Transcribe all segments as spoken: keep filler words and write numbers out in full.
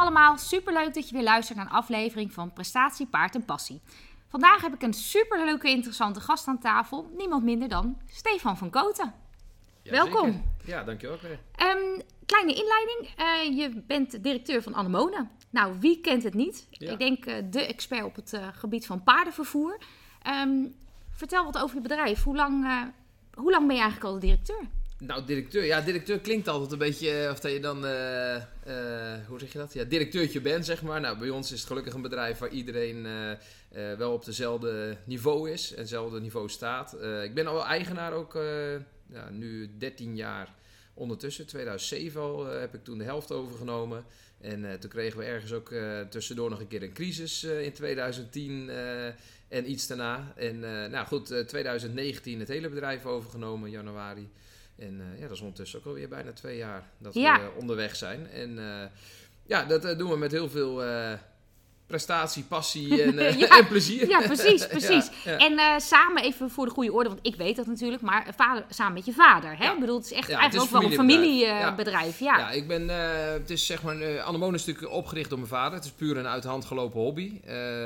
allemaal, superleuk dat je weer luistert naar een aflevering van Prestatie, Paard en Passie. Vandaag heb ik een superleuke, interessante gast aan tafel. Niemand minder dan Stefan van Koten. Ja, welkom. Zeker. Ja, dankjewel Claire. Um, kleine inleiding. Uh, je bent directeur van Anemone. Nou, wie kent het niet? Ja. Ik denk uh, de expert op het uh, gebied van paardenvervoer. Um, vertel wat over je bedrijf. Hoe lang, uh, hoe lang ben je eigenlijk al de directeur? Nou, directeur. Ja, directeur klinkt altijd een beetje of dat je dan, uh, uh, hoe zeg je dat? Ja, directeurtje bent, zeg maar. Nou, bij ons is het gelukkig een bedrijf waar iedereen uh, uh, wel op dezelfde niveau is en hetzelfde niveau staat. Uh, ik ben al eigenaar ook, uh, ja, nu dertien jaar ondertussen. tweeduizend zeven al uh, heb ik toen de helft overgenomen. En uh, toen kregen we ergens ook uh, tussendoor nog een keer een crisis uh, in tweeduizend tien uh, en iets daarna. En uh, nou goed, uh, tweeduizend negentien het hele bedrijf overgenomen, januari. En uh, ja, dat is ondertussen ook alweer bijna twee jaar dat ja. we uh, onderweg zijn. En uh, ja, dat uh, doen we met heel veel uh, prestatie, passie en, uh, ja. en plezier. Ja, precies, precies. ja, ja. En uh, samen even voor de goede orde, want ik weet dat natuurlijk, maar vader, samen met je vader. Hè? Ja. Ik bedoel, het is echt ja, eigenlijk is ook wel een familiebedrijf. Uh, ja. ja. ja, ik ben, uh, het is zeg maar, uh, Anemone is natuurlijk opgericht door mijn vader. Het is puur een uit de hand gelopen hobby. Uh, uh,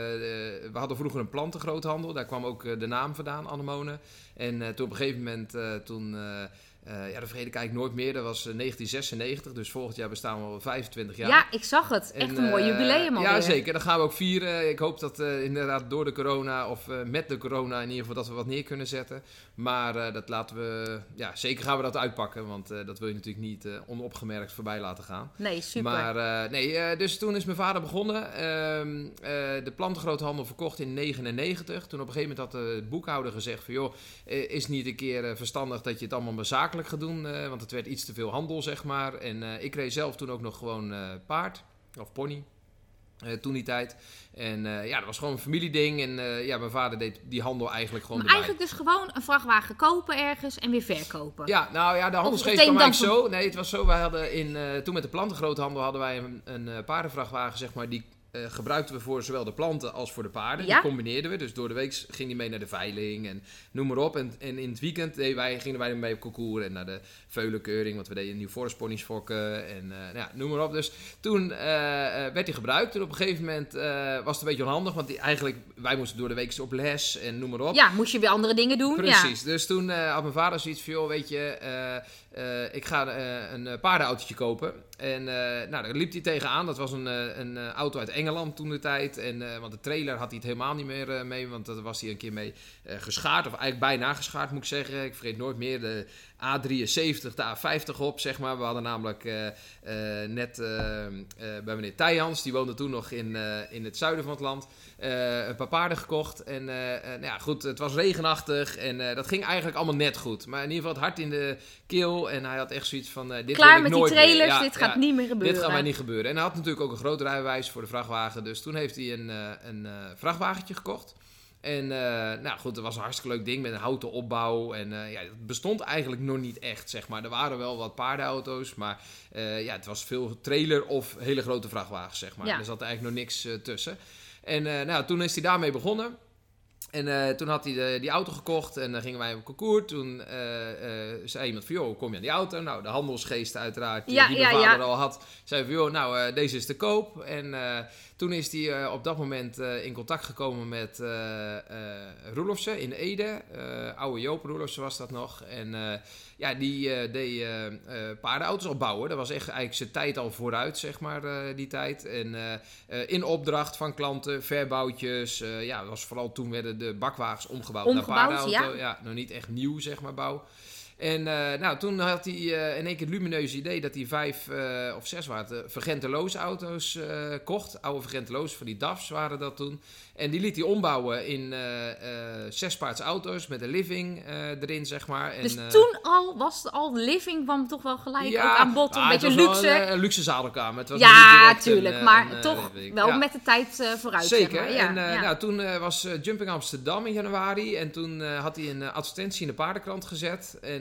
we hadden vroeger een plantengroothandel, daar kwam ook uh, de naam vandaan, Anemone. En uh, toen op een gegeven moment, uh, toen... Uh, Uh, ja, dat vergeet ik eigenlijk nooit meer. Dat was uh, negentien zesennegentig, dus volgend jaar bestaan we al vijfentwintig jaar. Ja, ik zag het. Echt en, een mooi uh, jubileum alweer. Ja, zeker. Dat gaan we ook vieren. Ik hoop dat uh, inderdaad door de corona of uh, met de corona in ieder geval dat we wat neer kunnen zetten. Maar uh, dat laten we... Ja, zeker gaan we dat uitpakken, want uh, dat wil je natuurlijk niet uh, onopgemerkt voorbij laten gaan. Nee, super. Maar uh, nee, uh, dus toen is mijn vader begonnen. Uh, uh, de plantengroothandel verkocht in negenennegentig. Toen op een gegeven moment had de boekhouder gezegd van joh, uh, is niet een keer uh, verstandig dat je het allemaal maar zakelijk gaat doen. Uh, want het werd iets te veel handel, zeg maar. En uh, ik reed zelf toen ook nog gewoon uh, paard. Of pony. Uh, toen die tijd. En uh, ja, dat was gewoon een familieding. En uh, ja, mijn vader deed die handel eigenlijk gewoon Maar erbij. eigenlijk dus gewoon een vrachtwagen kopen ergens en weer verkopen. Ja, nou ja, de handelsgeest kwam eigenlijk zo. Nee, het was zo. Wij hadden in, uh, toen met de plantengroothandel hadden wij een, een uh, paardenvrachtwagen, zeg maar, die... Uh, gebruikten we voor zowel de planten als voor de paarden. Ja? Die combineerden we. Dus door de week ging die mee naar de veiling en noem maar op. En, en in het weekend deden wij, gingen wij mee op concours en naar de veulenkeuring. Want we deden New Forest ponies fokken en uh, nou ja, noem maar op. Dus toen uh, uh, werd die gebruikt. En op een gegeven moment uh, was het een beetje onhandig. Want die, eigenlijk, wij moesten door de week op les en noem maar op. Ja, moest je weer andere dingen doen. Precies. Ja. Dus toen uh, had mijn vader zoiets van, joh, weet je... Uh, Uh, ik ga uh, een uh, paardenautootje kopen. En uh, nou, daar liep hij tegenaan. Dat was een, uh, een uh, auto uit Engeland toen de tijd. En, uh, want de trailer had hij het helemaal niet meer uh, mee. Want daar was hij een keer mee uh, geschaard. Of eigenlijk bijna geschaard, moet ik zeggen. Ik vergeet nooit meer de A drieënzeventig, de A vijftig op, zeg maar. We hadden namelijk uh, uh, net uh, uh, bij meneer Tijhans. Die woonde toen nog in, uh, in het zuiden van het land. Uh, een paar paarden gekocht. En uh, uh, nou ja, goed, het was regenachtig. En uh, dat ging eigenlijk allemaal net goed. Maar in ieder geval het hart in de keel. En hij had echt zoiets van... Uh, dit Klaar wil ik met nooit die trailers, ja, dit gaat ja, niet meer gebeuren. Dit gaat mij niet gebeuren. En hij had natuurlijk ook een groot rijbewijs voor de vrachtwagen. Dus toen heeft hij een, uh, een uh, vrachtwagentje gekocht. En uh, nou goed, dat was een hartstikke leuk ding met een houten opbouw. En uh, ja, het bestond eigenlijk nog niet echt, zeg maar. Er waren wel wat paardenauto's, maar uh, ja, het was veel trailer of hele grote vrachtwagens, zeg maar. Ja. Er zat eigenlijk nog niks uh, tussen. En uh, nou, toen is hij daarmee begonnen. En uh, toen had hij de, die auto gekocht en dan gingen wij op concours. Toen uh, uh, zei iemand van, joh, kom je aan die auto? Nou, de handelsgeest uiteraard, die, ja, die mijn ja, vader ja. al had, zei van, joh, nou, uh, deze is te koop. En uh, toen is hij uh, op dat moment uh, in contact gekomen met uh, uh, Roelofsen in Ede. Uh, oude Joop Roelofsen was dat nog. En uh, ja, die uh, deed uh, uh, paardenauto's al bouwen. Dat was echt eigenlijk zijn tijd al vooruit, zeg maar, uh, die tijd. En uh, uh, in opdracht van klanten, verbouwtjes. Uh, ja, dat was vooral toen werden de bakwagens omgebouwd, Omgebouwd, naar paardenauto. ja. Ja, nog niet echt nieuw, zeg maar, bouw. En uh, nou, toen had hij uh, in één keer het lumineuze idee dat hij vijf uh, of zes waren Vergenteloos auto's uh, kocht. Oude Vergenteloos, van die D A F's waren dat toen. En die liet hij ombouwen in uh, uh, zespaards auto's met een living uh, erin, zeg maar. En, dus uh, toen al was het al living kwam toch wel gelijk ja, ook aan bod, een ah, beetje het was luxe. wel een, een luxe zadelkamer. Het was Ja, niet direct tuurlijk, een, maar een, toch living. wel Ja. met de tijd uh, vooruit. Zeker. Zeg maar. Ja, en uh, ja. nou, toen uh, was uh, Jumping Amsterdam in januari. En toen uh, had hij een uh, advertentie in de paardenkrant gezet. En uh,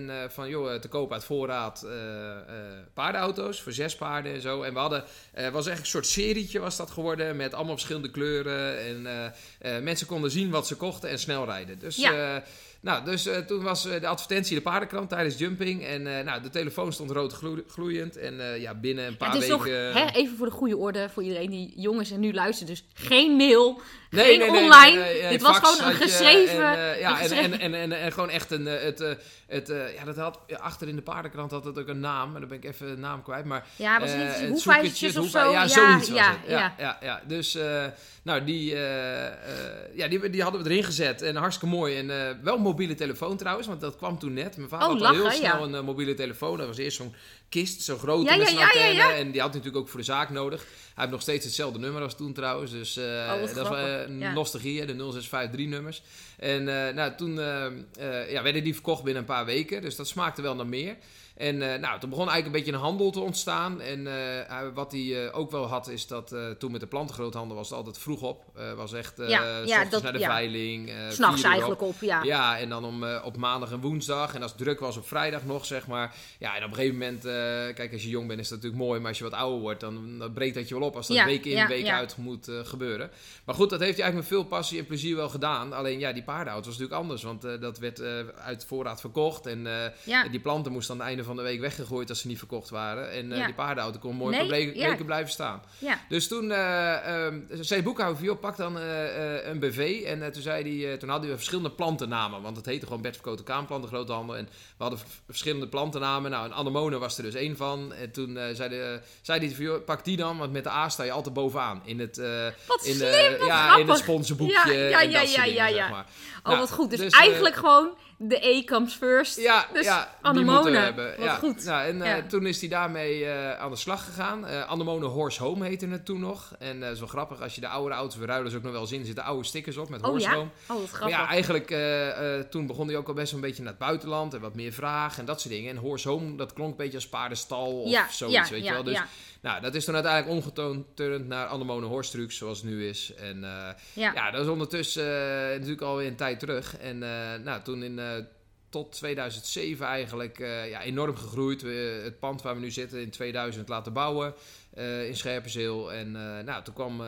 En uh, van, joh, te koop uit voorraad uh, uh, paardenauto's voor zes paarden en zo. En we hadden, het uh, was echt een soort serietje was dat geworden met allemaal verschillende kleuren. En uh, uh, mensen konden zien wat ze kochten en snel rijden. Dus... Ja. Uh, Nou, dus uh, toen was uh, de advertentie de paardenkrant tijdens Jumping. En uh, nou, de telefoon stond rood gloe- gloeiend. En uh, ja, binnen een paar ja, het is weken... Toch, hè, even voor de goede orde, voor iedereen die jong is en nu luistert. Dus geen mail, nee, geen nee, nee, online. Nee, nee, nee, Dit was gewoon een geschreven... En, uh, ja, een geschreven... En, en, en, en, en gewoon echt een... Uh, het, uh, het, uh, ja, dat had, ja, achter in de paardenkrant had het ook een naam. En dan ben ik even de naam kwijt. Maar, ja, was uh, het niet het hoefijzertjes of zo? Ja, ja, zoiets ja, was het. Ja, ja. Ja, ja. Dus... Uh, Nou, die, uh, uh, ja, die, die hadden we erin gezet. En hartstikke mooi. En uh, wel een mobiele telefoon trouwens, want dat kwam toen net. Mijn vader oh, had lachen, al heel snel ja. een uh, mobiele telefoon. Dat was eerst zo'n kist, zo groot ja, met ja, zo'n antenne. Ja, ja, ja. En die had hij natuurlijk ook voor de zaak nodig. Hij heeft nog steeds hetzelfde nummer als toen trouwens. Dus uh, oh, dat is uh, een ja. nostalgie, de nul zes vijf drie nummers. En uh, nou, toen uh, uh, ja, werden die verkocht binnen een paar weken. Dus dat smaakte wel naar meer. En uh, nou, toen begon eigenlijk een beetje een handel te ontstaan. En uh, wat hij uh, ook wel had, is dat uh, toen met de plantengroothandel was het altijd vroeg op. Uh, was echt uh, ja, ja, dat, naar de ja. veiling. Uh, S'nachts eigenlijk op, ja. Ja, en dan om, uh, op maandag en woensdag. En als het druk was op vrijdag nog, zeg maar. Ja, en op een gegeven moment, uh, kijk, als je jong bent is dat natuurlijk mooi. Maar als je wat ouder wordt, dan, dan breekt dat je wel op. Als dat ja, week in, ja, week ja. uit moet uh, gebeuren. Maar goed, dat heeft hij eigenlijk met veel passie en plezier wel gedaan. Alleen ja, die paardenauto was natuurlijk anders. Want uh, dat werd uh, uit voorraad verkocht. En uh, ja. die planten moesten aan het einde van de week weggegooid als ze niet verkocht waren. En uh, ja. die paardenauto kon mooi nee, weken ja. blijven staan. Ja. Dus toen uh, um, zei boekhouder, joh, pak dan uh, uh, een B V. En uh, toen, zei die, uh, toen hadden we verschillende plantennamen. Want het heette gewoon Bert Verkoten Kaanplant, de groothandel. En we hadden v- verschillende plantennamen. Nou, en anemone was er dus één van. En toen uh, zei hij, zei joh, pak die dan. Want met de A sta je altijd bovenaan. In het, uh, wat in, slim, uh, wat ja, grappig. in het sponsorboekje. Ja, ja, en ja, dat ja, soort ja, dingen, ja. zeg maar. Oh, nou, wat goed. Dus, dus eigenlijk uh, gewoon de E comes first. Ja, dus ja anemone. Die hebben. Wat ja. goed. Nou, en uh, ja. toen is hij daarmee uh, aan de slag gegaan. Uh, anemone Horse Home heette het toen nog. En uh, dat is wel grappig. Als je de oude auto's, we ruilen ze ook nog wel eens in, er zitten oude stickers op met oh, Horse ja? Home. Oh, wat grappig. Maar ja, eigenlijk uh, uh, toen begon hij ook al best een beetje naar het buitenland en wat meer vragen en dat soort dingen. En Horse Home, dat klonk een beetje als paardenstal of ja, zoiets, ja, weet ja, je wel. Dus ja. nou, dat is toen uiteindelijk omgeturnd naar Anemone Horse Trucks, zoals het nu is. En uh, ja. ja, dat is ondertussen uh, natuurlijk alweer een tijd terug. En uh, nou, toen in... Uh, tot tweeduizend zeven eigenlijk uh, ja, enorm gegroeid. We, het pand waar we nu zitten in tweeduizend laten bouwen uh, in Scherpenzeel. En uh, nou, toen kwam uh,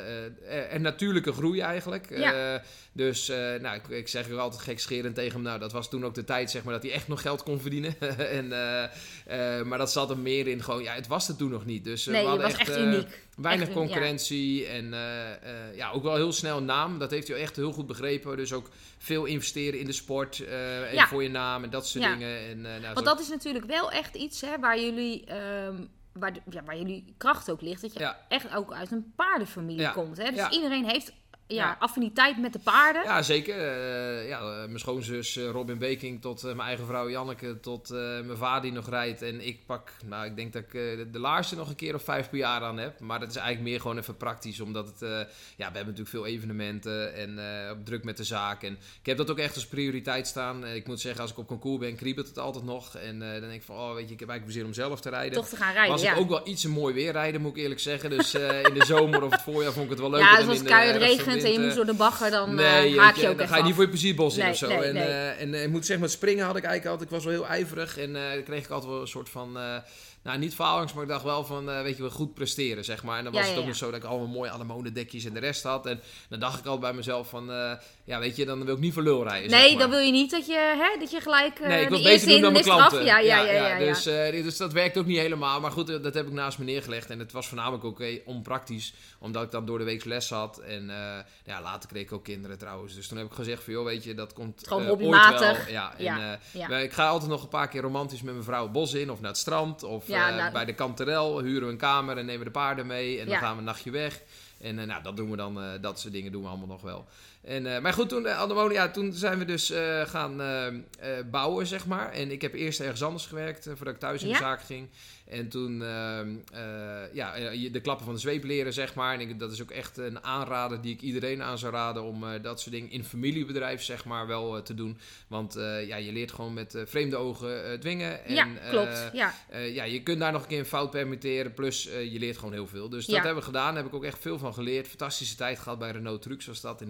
uh, er natuurlijke groei eigenlijk. Ja. Uh, dus uh, nou, ik, ik zeg er altijd gekscherend tegen hem. Nou, dat was toen ook de tijd zeg maar, dat hij echt nog geld kon verdienen. en, uh, uh, maar dat zat er meer in gewoon... Ja, het was er toen nog niet. Dus uh, nee, we hadden het was echt, echt uniek. Uh, weinig echt, concurrentie. Ja. En uh, uh, ja, ook wel heel snel een naam. Dat heeft hij echt heel goed begrepen. Dus ook veel investeren in de sport. Uh, en ja. voor je naam en dat soort ja. dingen. En, uh, nou, Want zo... dat is natuurlijk wel echt iets hè, waar jullie... Um, waar, de, ja, waar jullie kracht ook ligt. Dat je ja. echt ook uit een paardenfamilie ja. komt. Hè? Dus ja. iedereen heeft... Ja, ja, affiniteit met de paarden. Ja, zeker. Uh, ja, uh, mijn schoonzus uh, Robin Beking tot uh, mijn eigen vrouw Janneke, tot uh, mijn vader die nog rijdt. En ik pak, nou, ik denk dat ik uh, de, de laarzen nog een keer of vijf per jaar aan heb. Maar dat is eigenlijk meer gewoon even praktisch, omdat het, uh, ja, we hebben natuurlijk veel evenementen en uh, druk met de zaak. En ik heb dat ook echt als prioriteit staan. Uh, ik moet zeggen, als ik op concours ben, kriebelt het altijd nog. En uh, dan denk ik van, oh, weet je, ik heb eigenlijk plezier om zelf te rijden. Toch te gaan rijden, Was ja. ik ook wel iets mooi weer rijden, moet ik eerlijk zeggen. Dus uh, in de zomer of het voorjaar vond ik het wel leuk. Ja, dus als het keihard regent en je moet door de bagger, dan nee, uh, haak je, je ook dan ga je af. niet voor je plezierbos in nee, of zo. Nee, en, nee. uh, en uh, ik moet zeggen, met springen had ik eigenlijk altijd, ik was wel heel ijverig. En uh, dan kreeg ik altijd wel een soort van, uh, nou niet faalangst, maar ik dacht wel van, uh, weet je wel, goed presteren, zeg maar. En dan was ja, het ook ja, nog ja. zo dat ik allemaal mooie anemonendekjes en de rest had. En dan dacht ik altijd bij mezelf van, uh, ja weet je, dan wil ik niet voor lul rijden, nee, zeg maar. dan wil je niet dat je, hè, dat je gelijk uh, nee, ik wil de beter doen dan mijn klanten. Ja, ja, ja, ja, ja, ja. Dus, uh, dus dat werkt ook niet helemaal. Maar goed, dat heb ik naast me neergelegd. En het was voornamelijk ook okay, onpraktisch. Omdat ik dan door de week les had. En uh, ja, later kreeg ik ook kinderen trouwens. Dus toen heb ik gezegd van, joh, weet je, dat komt gewoon uh, hobbymatig. ooit wel. Ja, en, ja, uh, ja. Ik ga altijd nog een paar keer romantisch met mijn vrouw het bos in. Of naar het strand. Of ja, uh, nou, bij de kanterel huren we een kamer en nemen de paarden mee. En dan ja. gaan we een nachtje weg. En uh, nou, dat doen we dan, uh, dat soort dingen doen we allemaal nog wel. En, uh, maar goed, toen, uh, Anemone, ja, toen zijn we dus uh, gaan uh, uh, bouwen, zeg maar. En ik heb eerst ergens anders gewerkt, uh, voordat ik thuis in ja? de zaak ging. En toen, uh, uh, ja, uh, de klappen van de zweep leren, zeg maar. En ik, dat is ook echt een aanrader die ik iedereen aan zou raden om uh, dat soort dingen in familiebedrijf, zeg maar, wel uh, te doen. Want uh, ja, je leert gewoon met uh, vreemde ogen uh, dwingen. En, ja, klopt. Uh, ja. Uh, ja, je kunt daar nog een keer een fout permitteren, plus uh, je leert gewoon heel veel. Dus dat ja. hebben we gedaan, daar heb ik ook echt veel van geleerd. Fantastische tijd gehad bij Renault Trucks was dat, in de verkoop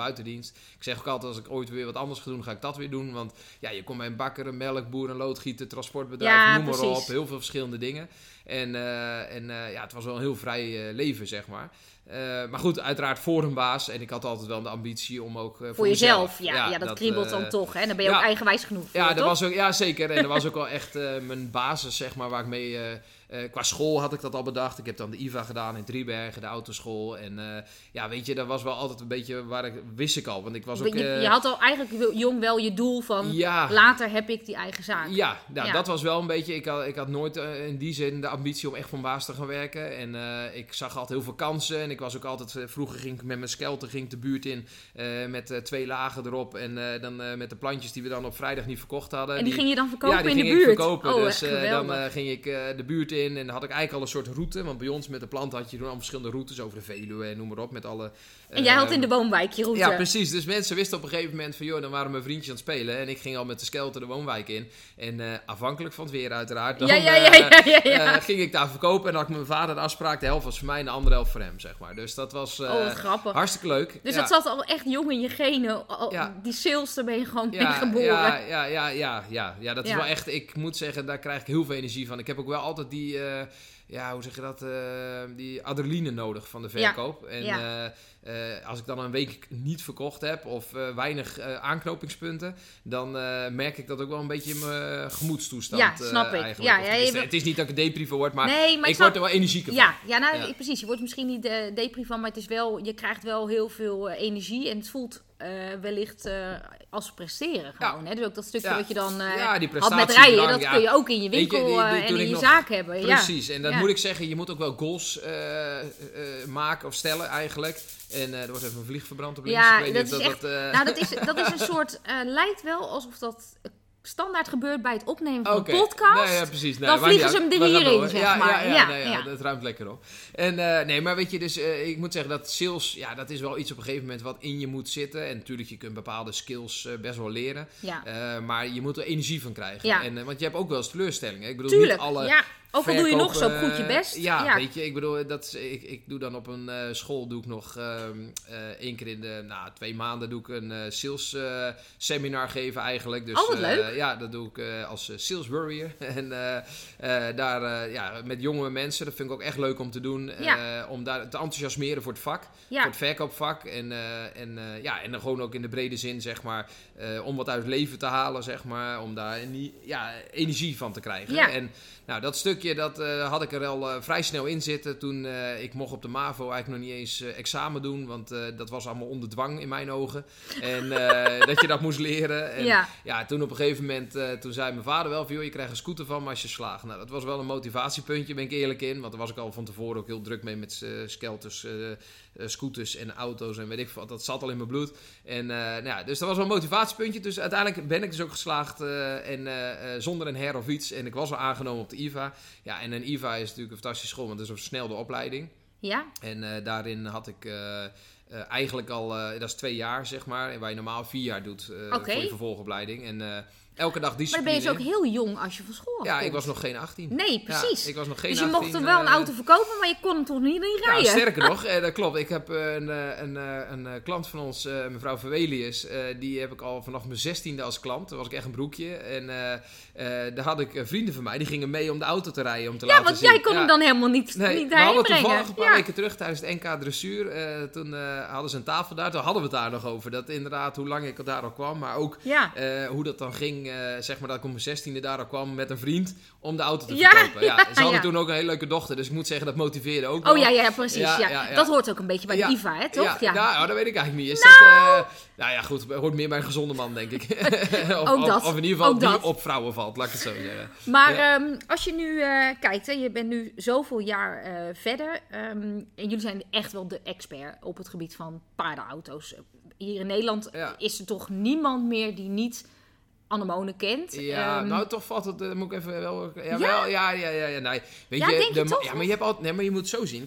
buitendienst. Ik zeg ook altijd, als ik ooit weer wat anders ga doen, ga ik dat weer doen. Want ja, je komt bij een bakker, een melkboer, een loodgieter, transportbedrijf, Ja, noem maar precies. op. Heel veel verschillende dingen. En, uh, en uh, ja, het was wel een heel vrij uh, leven, zeg maar. Uh, maar goed, uiteraard voor een baas. En ik had altijd wel de ambitie om ook uh, voor, Voor jezelf, ja, ja, ja, dat, dat kriebelt uh, dan toch. Hè? Dan ben je ja, ook eigenwijs genoeg voor, ja, toch? dat was ook, ja, zeker. En dat was ook wel echt uh, mijn basis, zeg maar, waar ik mee... Uh, Uh, qua school had ik dat al bedacht. Ik heb dan de I V A gedaan in Driebergen, de autoschool. En uh, ja, weet je, dat was wel altijd een beetje waar ik... Wist ik al, want ik was ook... Je, uh, je had al eigenlijk jong wel je doel van... Ja, later heb ik die eigen zaak. Ja, nou, ja. dat was wel een beetje... Ik had, ik had nooit uh, in die zin de ambitie om echt van baas te gaan werken. En uh, ik zag altijd heel veel kansen. En ik was ook altijd... Uh, vroeger ging ik met mijn skelter ging ik de buurt in. Uh, met uh, twee lagen erop. En uh, dan uh, met de plantjes die we dan op vrijdag niet verkocht hadden. En die, die ging je dan verkopen ja, die in de ging buurt? Ik verkopen. Oh, dus uh, dan uh, ging ik uh, de buurt in. En dan had ik eigenlijk al een soort route. Want bij ons met de planten had je toen al verschillende routes over de Veluwe en noem maar op. Met alle, uh, en jij had in de woonwijk je route. Ja, precies. Dus mensen wisten op een gegeven moment van... joh, dan waren mijn vriendjes aan het spelen. En ik ging al met de skelter de woonwijk in. En uh, afhankelijk van het weer uiteraard. Dan ja, ja, ja, ja, ja, ja. Uh, ging ik daar verkopen. En dan had ik met mijn vader de afspraak. De helft was voor mij en de andere helft voor hem, zeg maar. Dus dat was uh, oh, grappig. hartstikke leuk. Dus ja. dat zat al echt jong in je genen. Al, ja. Die sales, daar ben je gewoon ja, mee geboren. Ja, ja, ja, ja, ja. ja dat is ja. wel echt... Ik moet zeggen, daar krijg ik heel veel energie van. Ik heb ook wel altijd die... Uh, ja, hoe zeg je dat? Uh, die adrenaline nodig van de verkoop. Ja. En ja. Uh, uh, als ik dan een week niet verkocht heb of uh, weinig uh, aanknopingspunten, dan uh, merk ik dat ook wel een beetje in mijn gemoedstoestand. Ja, snap uh, ik. Eigenlijk. Ja, ja, het, is, je... het is niet dat ik er depri van word, maar, nee, maar ik snap... word er wel energieker ja, van. Ja, nou, ja, precies. Je wordt misschien niet de depri van, maar het is wel, je krijgt wel heel veel uh, energie en het voelt uh, wellicht uh, als presteren gewoon. Ja. Hè? Dus ook dat stukje ja. wat je dan uh, ja, die had met rijden, dat ja. kun je ook in je winkel je, die, die, uh, en in je nog... zaak hebben. Precies, ja. en dat ja. moet ik zeggen, je moet ook wel goals uh, uh, maken of stellen eigenlijk. En uh, er wordt even een vlieg verbrand op links. Ja, ik weet dat niet is of echt, dat... Uh... nou, dat is, dat is een soort, uh, lijkt wel alsof dat... standaard gebeurt bij het opnemen van okay. een podcast. Nee, ja, precies. Nee, dan vliegen ze hem er hierin, zeg ja, maar. Ja, ja, ja, nee, ja, ja. dat ruimt lekker op. En uh, nee, maar weet je, dus uh, ik moet zeggen dat sales, ja, dat is wel iets op een gegeven moment wat in je moet zitten. En natuurlijk, je kunt bepaalde skills uh, best wel leren. Ja. Uh, maar je moet er energie van krijgen. Ja. En, uh, want je hebt ook wel eens teleurstellingen. Ik bedoel, Tuurlijk, niet alle... ja. Ook al doe je nog zo goed je best. Ja, ja, weet je, ik bedoel, dat, ik, ik doe dan op een uh, school, doe ik nog uh, uh, één keer in de, nou, twee maanden doe ik een uh, sales uh, seminar geven eigenlijk. Dus, oh, wat uh, leuk. Ja, dat doe ik uh, als uh, sales warrior. en uh, uh, daar, uh, ja, met jonge mensen, dat vind ik ook echt leuk om te doen. Ja. Uh, om daar te enthousiasmeren voor het vak, ja. voor het verkoopvak. En, uh, en, uh, ja, en dan gewoon ook in de brede zin, zeg maar, uh, om wat uit het leven te halen, zeg maar. Om daar nie, ja, energie van te krijgen. Ja. En nou, dat stukje, dat uh, had ik er al uh, vrij snel in zitten toen uh, ik mocht op de MAVO eigenlijk nog niet eens uh, examen doen. Want uh, dat was allemaal onder dwang in mijn ogen. En uh, dat je dat moest leren. En ja. ja, toen op een gegeven moment, uh, toen zei mijn vader wel van, joh, je krijgt een scooter van me als je slaagt. Nou, dat was wel een motivatiepuntje, ben ik eerlijk in. Want daar was ik al van tevoren ook heel druk mee met uh, skelters, uh, uh, scooters en auto's en weet ik wat. Dat zat al in mijn bloed. En, uh, nou ja, dus dat was wel een motivatiepuntje. Dus uiteindelijk ben ik dus ook geslaagd uh, en, uh, uh, zonder een her of iets. En ik was al aangenomen op de I V A. Ja, en een I V A is natuurlijk een fantastische school, want het is een versnelde opleiding. Ja. En uh, daarin had ik uh, uh, eigenlijk al, uh, dat is twee jaar zeg maar, waar je normaal vier jaar doet uh, okay. voor je vervolgopleiding. En uh, elke dag discipline. Maar dan ben je dus ook heel jong als je van school Ja, komt. ik was nog geen achttien. Nee, precies. Ja, ik was nog geen dus je achttien, mocht er wel een auto verkopen, maar je kon hem toch niet, niet rijden? Ja, sterker nog, eh, dat klopt. Ik heb uh, een, een, een, een klant van ons, uh, mevrouw Verwelius, uh, die heb ik al vanaf mijn zestiende als klant. Toen was ik echt een broekje. En uh, uh, daar had ik uh, vrienden van mij, die gingen mee om de auto te rijden, om te ja, laten want zien. jij kon ja. hem dan helemaal niet, nee, niet we hadden brengen. toevallig een paar ja. weken terug tijdens het N K Dressuur. Uh, toen uh, hadden ze een tafel daar. Toen hadden we het daar nog over. Dat inderdaad, hoe lang ik daar al kwam. Maar ook ja. uh, hoe dat dan ging. Uh, zeg maar dat ik op mijn zestiende daar al kwam met een vriend om de auto te ja, verkopen. Ja, ja, ze hadden ja. toen ook een hele leuke dochter. Dus ik moet zeggen, dat motiveerde ook Oh wel. ja, ja, precies. Ja, Ja, ja, ja. Dat hoort ook een beetje bij ja, de I V A, hè, toch? Ja, Ja, ja. Nou, dat weet ik eigenlijk niet. Is nou, dat, uh, nou ja, goed. Het hoort meer bij een gezonde man, denk ik. of, ook dat. Of, of in ieder geval ook die dat. op vrouwen valt, laat ik het zo zeggen. Maar ja. um, als je nu uh, kijkt, hè, je bent nu zoveel jaar uh, verder. Um, en jullie zijn echt wel de expert op het gebied van paardenauto's. Hier in Nederland ja. is er toch niemand meer die niet anemonen kent. Ja, um, nou toch valt het, uh, moet ik even wel... Ja, ja? Wel, ja, ja, ja, ja, nee. Weet ja, je, denk de, je toch? Ja, maar je hebt altijd, nee, maar je moet het zo zien. Kijk,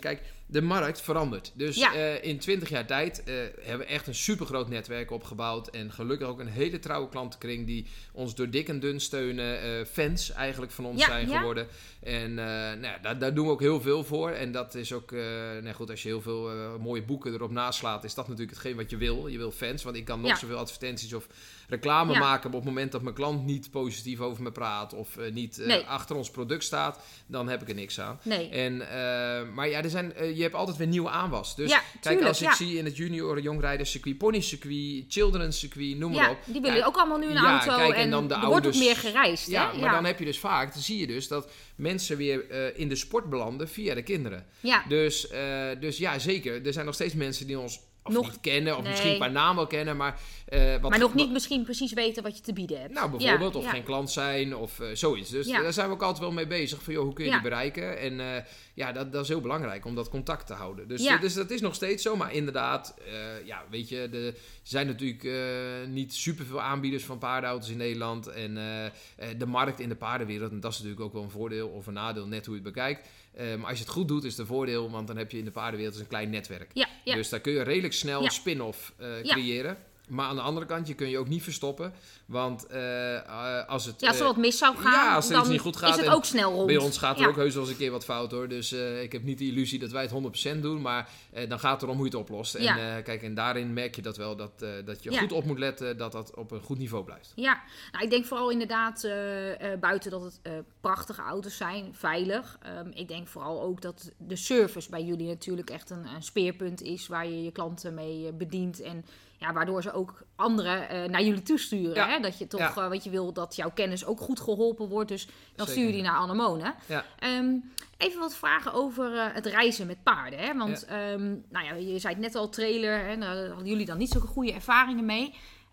de markt verandert. Dus Ja. uh, in twintig jaar tijd uh, hebben we echt een supergroot netwerk opgebouwd. En gelukkig ook een hele trouwe klantenkring die ons door dik en dun steunen. Uh, fans eigenlijk van ons Ja, zijn ja. geworden. En uh, nou ja, daar, daar doen we ook heel veel voor. En dat is ook, uh, nou goed, als je heel veel uh, mooie boeken erop naslaat, is dat natuurlijk hetgeen wat je wil. Je wil fans, want ik kan nog Ja. zoveel advertenties of reclame Ja. maken. Maar op het moment dat mijn klant niet positief over me praat of uh, niet uh, Nee. achter ons product staat, dan heb ik er niks aan. Nee. En, uh, maar ja, er zijn, uh, je hebt altijd weer nieuwe aanwas. Dus Ja, kijk, tuurlijk, als ik ja. zie in het junior jongrijderscircuit, ponycircuit, children's circuit, noem maar Ja, op. die willen Ja, ook allemaal nu een ja, auto kijk, en en, dan de er wordt ook ouders- meer gereisd. Ja, hè? maar dan heb je dus vaak, dan zie je dus dat mensen weer uh, in de sport belanden via de kinderen. Ja. Dus, uh, dus ja, zeker. Er zijn nog steeds mensen die ons of Nog- niet kennen, of nee. misschien qua naam wel kennen, maar... Uh, wat Maar nog niet misschien precies weten wat je te bieden hebt. Nou, bijvoorbeeld, Ja, of ja. geen klant zijn, of uh, zoiets. Dus Ja. daar zijn we ook altijd wel mee bezig. Van, joh, hoe kun je Ja. die bereiken? En uh, ja, dat, dat is heel belangrijk, om dat contact te houden. Dus, Ja. dus dat is nog steeds zo. Maar inderdaad, uh, ja, weet je, er zijn natuurlijk uh, niet superveel aanbieders van paardenauto's in Nederland. En uh, uh, de markt in de paardenwereld, en dat is natuurlijk ook wel een voordeel of een nadeel, net hoe je het bekijkt. Uh, maar als je het goed doet, is het een voordeel, want dan heb je in de paardenwereld dus een klein netwerk. Ja, ja. Dus daar kun je redelijk snel Ja. een spin-off uh, Ja. creëren. Maar aan de andere kant, je kun je ook niet verstoppen. Want uh, uh, als het... Ja, als er uh, wat mis zou gaan, ja, als er dan iets niet goed gaat is het en ook snel rond. bij ons gaat er Ja. ook heus wel eens een keer wat fout hoor. Dus uh, ik heb niet de illusie dat wij het honderd procent doen. Maar uh, dan gaat het erom hoe je het oplost. En Ja. uh, kijk, en daarin merk je dat wel. Dat, uh, dat je Ja. goed op moet letten. Dat dat op een goed niveau blijft. Ja, nou, ik denk vooral inderdaad uh, uh, buiten dat het uh, prachtige auto's zijn, veilig. Um, ik denk vooral ook dat de service bij jullie natuurlijk echt een, een speerpunt is waar je je klanten mee uh, bedient. En ja, waardoor ze ook anderen uh, naar jullie toesturen. Ja. Hè? Dat je toch, Ja. uh, wat je wil, dat jouw kennis ook goed geholpen wordt. Dus dan stuur je die naar Anemone. Ja. Um, even wat vragen over uh, het reizen met paarden. Hè? Want ja. Um, nou ja, je zei het net al, trailer. Hè? Daar hadden jullie dan niet zulke goede ervaringen mee.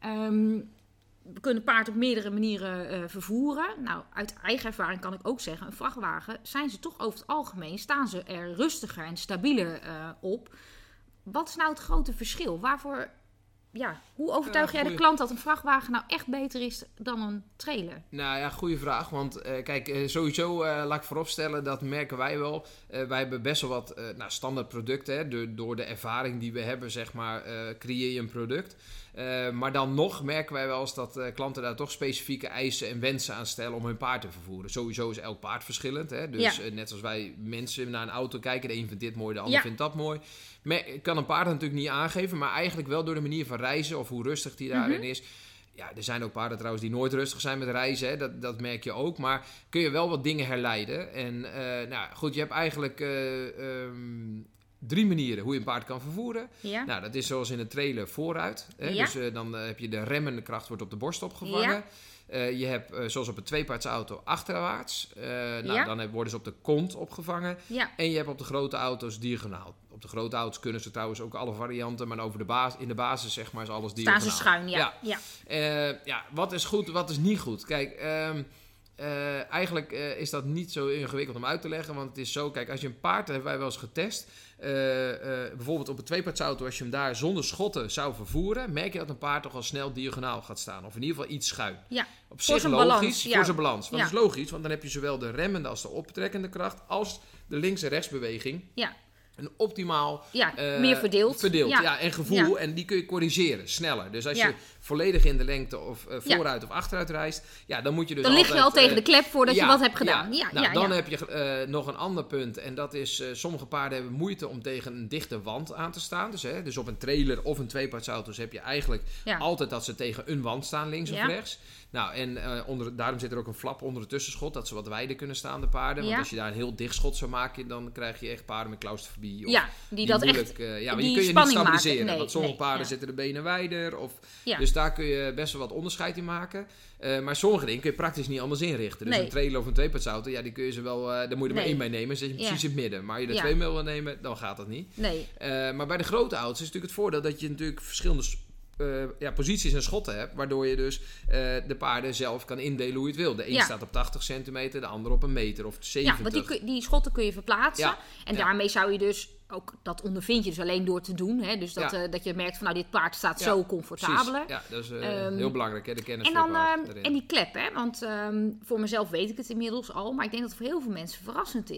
Um, we kunnen paard op meerdere manieren uh, vervoeren. Nou, uit eigen ervaring kan ik ook zeggen, een vrachtwagen zijn ze toch over het algemeen, staan ze er rustiger en stabieler uh, op. Wat is nou het grote verschil? Waarvoor, ja, hoe overtuig uh, jij goeie... de klant dat een vrachtwagen nou echt beter is dan een trailer? Nou ja, goede vraag. Want uh, kijk, uh, sowieso uh, laat ik vooropstellen, dat merken wij wel. Uh, wij hebben best wel wat uh, nou, standaard producten. Hè. Door, door de ervaring die we hebben, zeg maar, uh, creëer je een product. Uh, maar dan nog merken wij wel eens dat uh, klanten daar toch specifieke eisen en wensen aan stellen om hun paard te vervoeren. Sowieso is elk paard verschillend. Hè? Dus ja. uh, net als wij mensen naar een auto kijken, de een vindt dit mooi, de ander ja. vindt dat mooi. Ik kan een paard natuurlijk niet aangeven, maar eigenlijk wel door de manier van reizen of hoe rustig die daarin mm-hmm. is. Ja, er zijn ook paarden trouwens die nooit rustig zijn met reizen, hè? Dat, dat merk je ook. Maar kun je wel wat dingen herleiden. En uh, nou goed, je hebt eigenlijk Uh, um, drie manieren hoe je een paard kan vervoeren. Ja. Nou, dat is zoals in een trailer vooruit. Hè? Ja. Dus uh, dan uh, heb je de remmende kracht wordt op de borst opgevangen. Ja. Uh, je hebt, uh, zoals op een tweepaardsauto, achterwaarts. Uh, nou, ja. Dan worden ze op de kont opgevangen. Ja. En je hebt op de grote auto's diagonaal. Op de grote auto's kunnen ze trouwens ook alle varianten, maar over de basis, in de basis zeg maar is alles diagonaal. Staan ze schuin, ja. Ja. Ja. Uh, ja, wat is goed, wat is niet goed? Kijk, um, Uh, eigenlijk uh, is dat niet zo ingewikkeld om uit te leggen. Want het is zo, kijk, als je een paard, dat hebben wij wel eens getest. Uh, uh, bijvoorbeeld op een tweepaardsauto, als je hem daar zonder schotten zou vervoeren, merk je dat een paard toch al snel diagonaal gaat staan. Of in ieder geval iets schuin. Ja, op voor zich logisch, balans, ja. voor zijn balans. Want ja. dat is logisch, want dan heb je zowel de remmende als de optrekkende kracht, als de links- en rechtsbeweging. Ja. En optimaal ja, uh, meer verdeeld. Verdeeld, ja. ja en gevoel. Ja. En die kun je corrigeren, sneller. Dus als ja. je volledig in de lengte of uh, vooruit ja. of achteruit reist, ja, dan moet je dus dan altijd... Dan lig je al uh, tegen de klep voordat ja, je wat hebt gedaan. Ja, ja, nou, ja, dan ja. heb je uh, nog een ander punt. En dat is, uh, sommige paarden hebben moeite om tegen een dichte wand aan te staan. Dus, hè, dus op een trailer of een tweepaardsauto's heb je eigenlijk ja. altijd dat ze tegen een wand staan, links ja. of rechts. Nou, en uh, onder, daarom zit er ook een flap onder het tussenschot, dat ze wat wijder kunnen staan, de paarden. Want ja. als je daar een heel dicht schot zou maken, dan krijg je echt paarden met claustrofobie. Of ja, die, die dat moeilijk, echt, uh, ja, maar die je kun je niet Maken. stabiliseren. Nee, want sommige nee, paarden ja. zitten de benen wijder. Of, ja. Dus daar kun je best wel wat onderscheid in maken. Uh, maar sommige dingen kun je praktisch niet anders inrichten. Dus nee. een trailer of een tweepaardsauto, ja, die kun je ze wel, uh, daar moet je er nee. maar één mee nemen. Zet je precies ja. in het midden. Maar je er ja. twee mee wil nemen, dan gaat dat niet. Nee. Uh, maar bij de grote auto's is natuurlijk het voordeel dat je natuurlijk verschillende Uh, ja, posities en schotten hebt, waardoor je dus uh, de paarden zelf kan indelen hoe je het wil. De een ja. staat op tachtig centimeter, de ander op een meter of zeventig. Ja, want die, die schotten kun je verplaatsen. Ja. En ja. daarmee zou je dus, ook dat ondervind je dus alleen door te doen. Hè? Dus dat, ja. uh, dat je merkt van nou, dit paard staat ja. zo comfortabeler. Precies. Ja, dat is uh, um, heel belangrijk, hè, de kennis en dan, van het paard. Uh, en die klep, hè? Want um, voor mezelf weet ik het inmiddels al, maar ik denk dat het voor heel veel mensen verrassend is.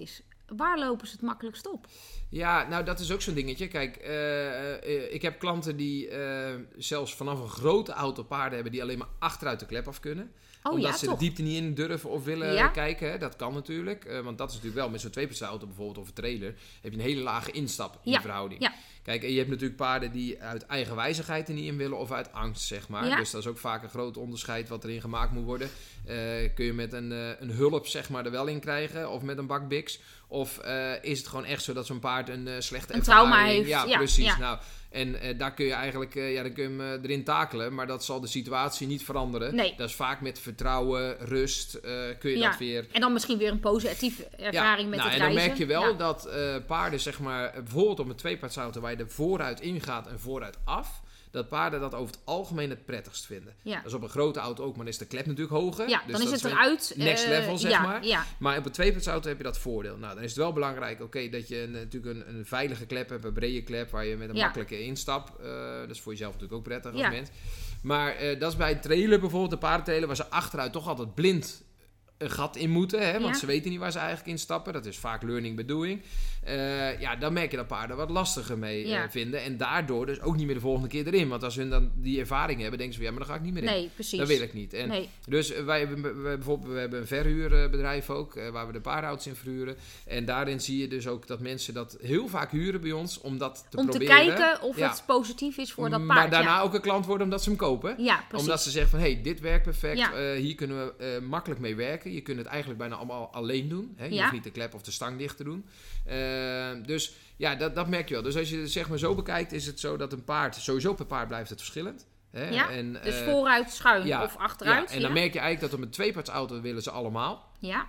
waar lopen ze het makkelijkst op? Ja, nou dat is ook zo'n dingetje. Kijk, uh, uh, ik heb klanten die uh, zelfs vanaf een grote auto paarden hebben die alleen maar achteruit de klep af kunnen. Oh, Omdat ja, ze toch? de diepte niet in durven of willen Ja. kijken. Hè? Dat kan natuurlijk. Uh, want dat is natuurlijk wel met zo'n tweepersoonsauto bijvoorbeeld of een trailer. Heb je een hele lage instap in Ja. de verhouding. Ja. Kijk, en je hebt natuurlijk paarden die uit eigenwijzigheid er niet in willen of uit angst, zeg maar. Ja. Dus dat is ook vaak een groot onderscheid wat erin gemaakt moet worden. Uh, kun je met een, uh, een hulp, zeg maar, er wel in krijgen of met een bak biks? Of uh, is het gewoon echt zo dat zo'n paard een uh, slechte Een ervaring... trauma heeft. Ja, Ja, precies. ja. Nou, en uh, daar kun je eigenlijk uh, ja, dan kun je hem uh, erin takelen, maar dat zal de situatie niet veranderen. Nee. Dat is vaak met vertrouwen, rust, uh, kun je Ja. dat weer... En dan misschien weer een positieve ervaring met nou, het en dan reizen. merk je wel Ja. dat uh, paarden, zeg maar, bijvoorbeeld op een tweepaardsauto waar je er vooruit ingaat en vooruit af, dat paarden dat over het algemeen het prettigst vinden. Ja. Dat is op een grote auto ook, maar dan is de klep natuurlijk hoger. Ja, dus dan is dat het weer eruit. next uh, level, zeg ja, maar. Ja. Maar op een tweepaardsauto heb je dat voordeel. Nou, dan is het wel belangrijk, oké, okay, dat je een, natuurlijk een, een veilige klep hebt, een brede klep, waar je met een Ja. makkelijke instap, uh, dat is voor jezelf natuurlijk ook prettig als Ja. mens. Maar uh, dat is bij een trailer bijvoorbeeld, de paardentrailer, waar ze achteruit toch altijd blind een gat in moeten, hè? Want Ja. ze weten niet waar ze eigenlijk instappen. Dat is vaak learning by doing. Uh, ja, dan merk je dat paarden wat lastiger mee Ja. uh, vinden. En daardoor dus ook niet meer de volgende keer erin. Want als hun dan die ervaring hebben, denken ze van ja, maar dan ga ik niet meer in. Nee, precies. Dat wil ik niet. En Nee. Dus uh, wij hebben we, bijvoorbeeld we hebben een verhuurbedrijf ook, uh, waar we de paardenauto's in verhuren. En daarin zie je dus ook dat mensen dat heel vaak huren bij ons, om dat te Om proberen. te kijken of Ja. het positief is voor dat paard. Maar daarna ja. ook een klant worden omdat ze hem kopen. Ja, precies. Omdat ze zeggen van, hé, hey, dit werkt perfect. Ja. Uh, hier kunnen we uh, makkelijk mee werken. Je kunt het eigenlijk bijna allemaal alleen doen. Hè? Je Ja. hoeft niet de klep of de stang dicht te doen. Uh, dus ja, dat, dat merk je wel. Dus als je het zeg maar zo bekijkt, is het zo dat een paard, sowieso per paard blijft het verschillend. Hè? Ja, en, dus uh, vooruit, schuin ja, of achteruit. Ja, en dan merk je eigenlijk dat op een tweepaardsauto willen ze allemaal. Ja.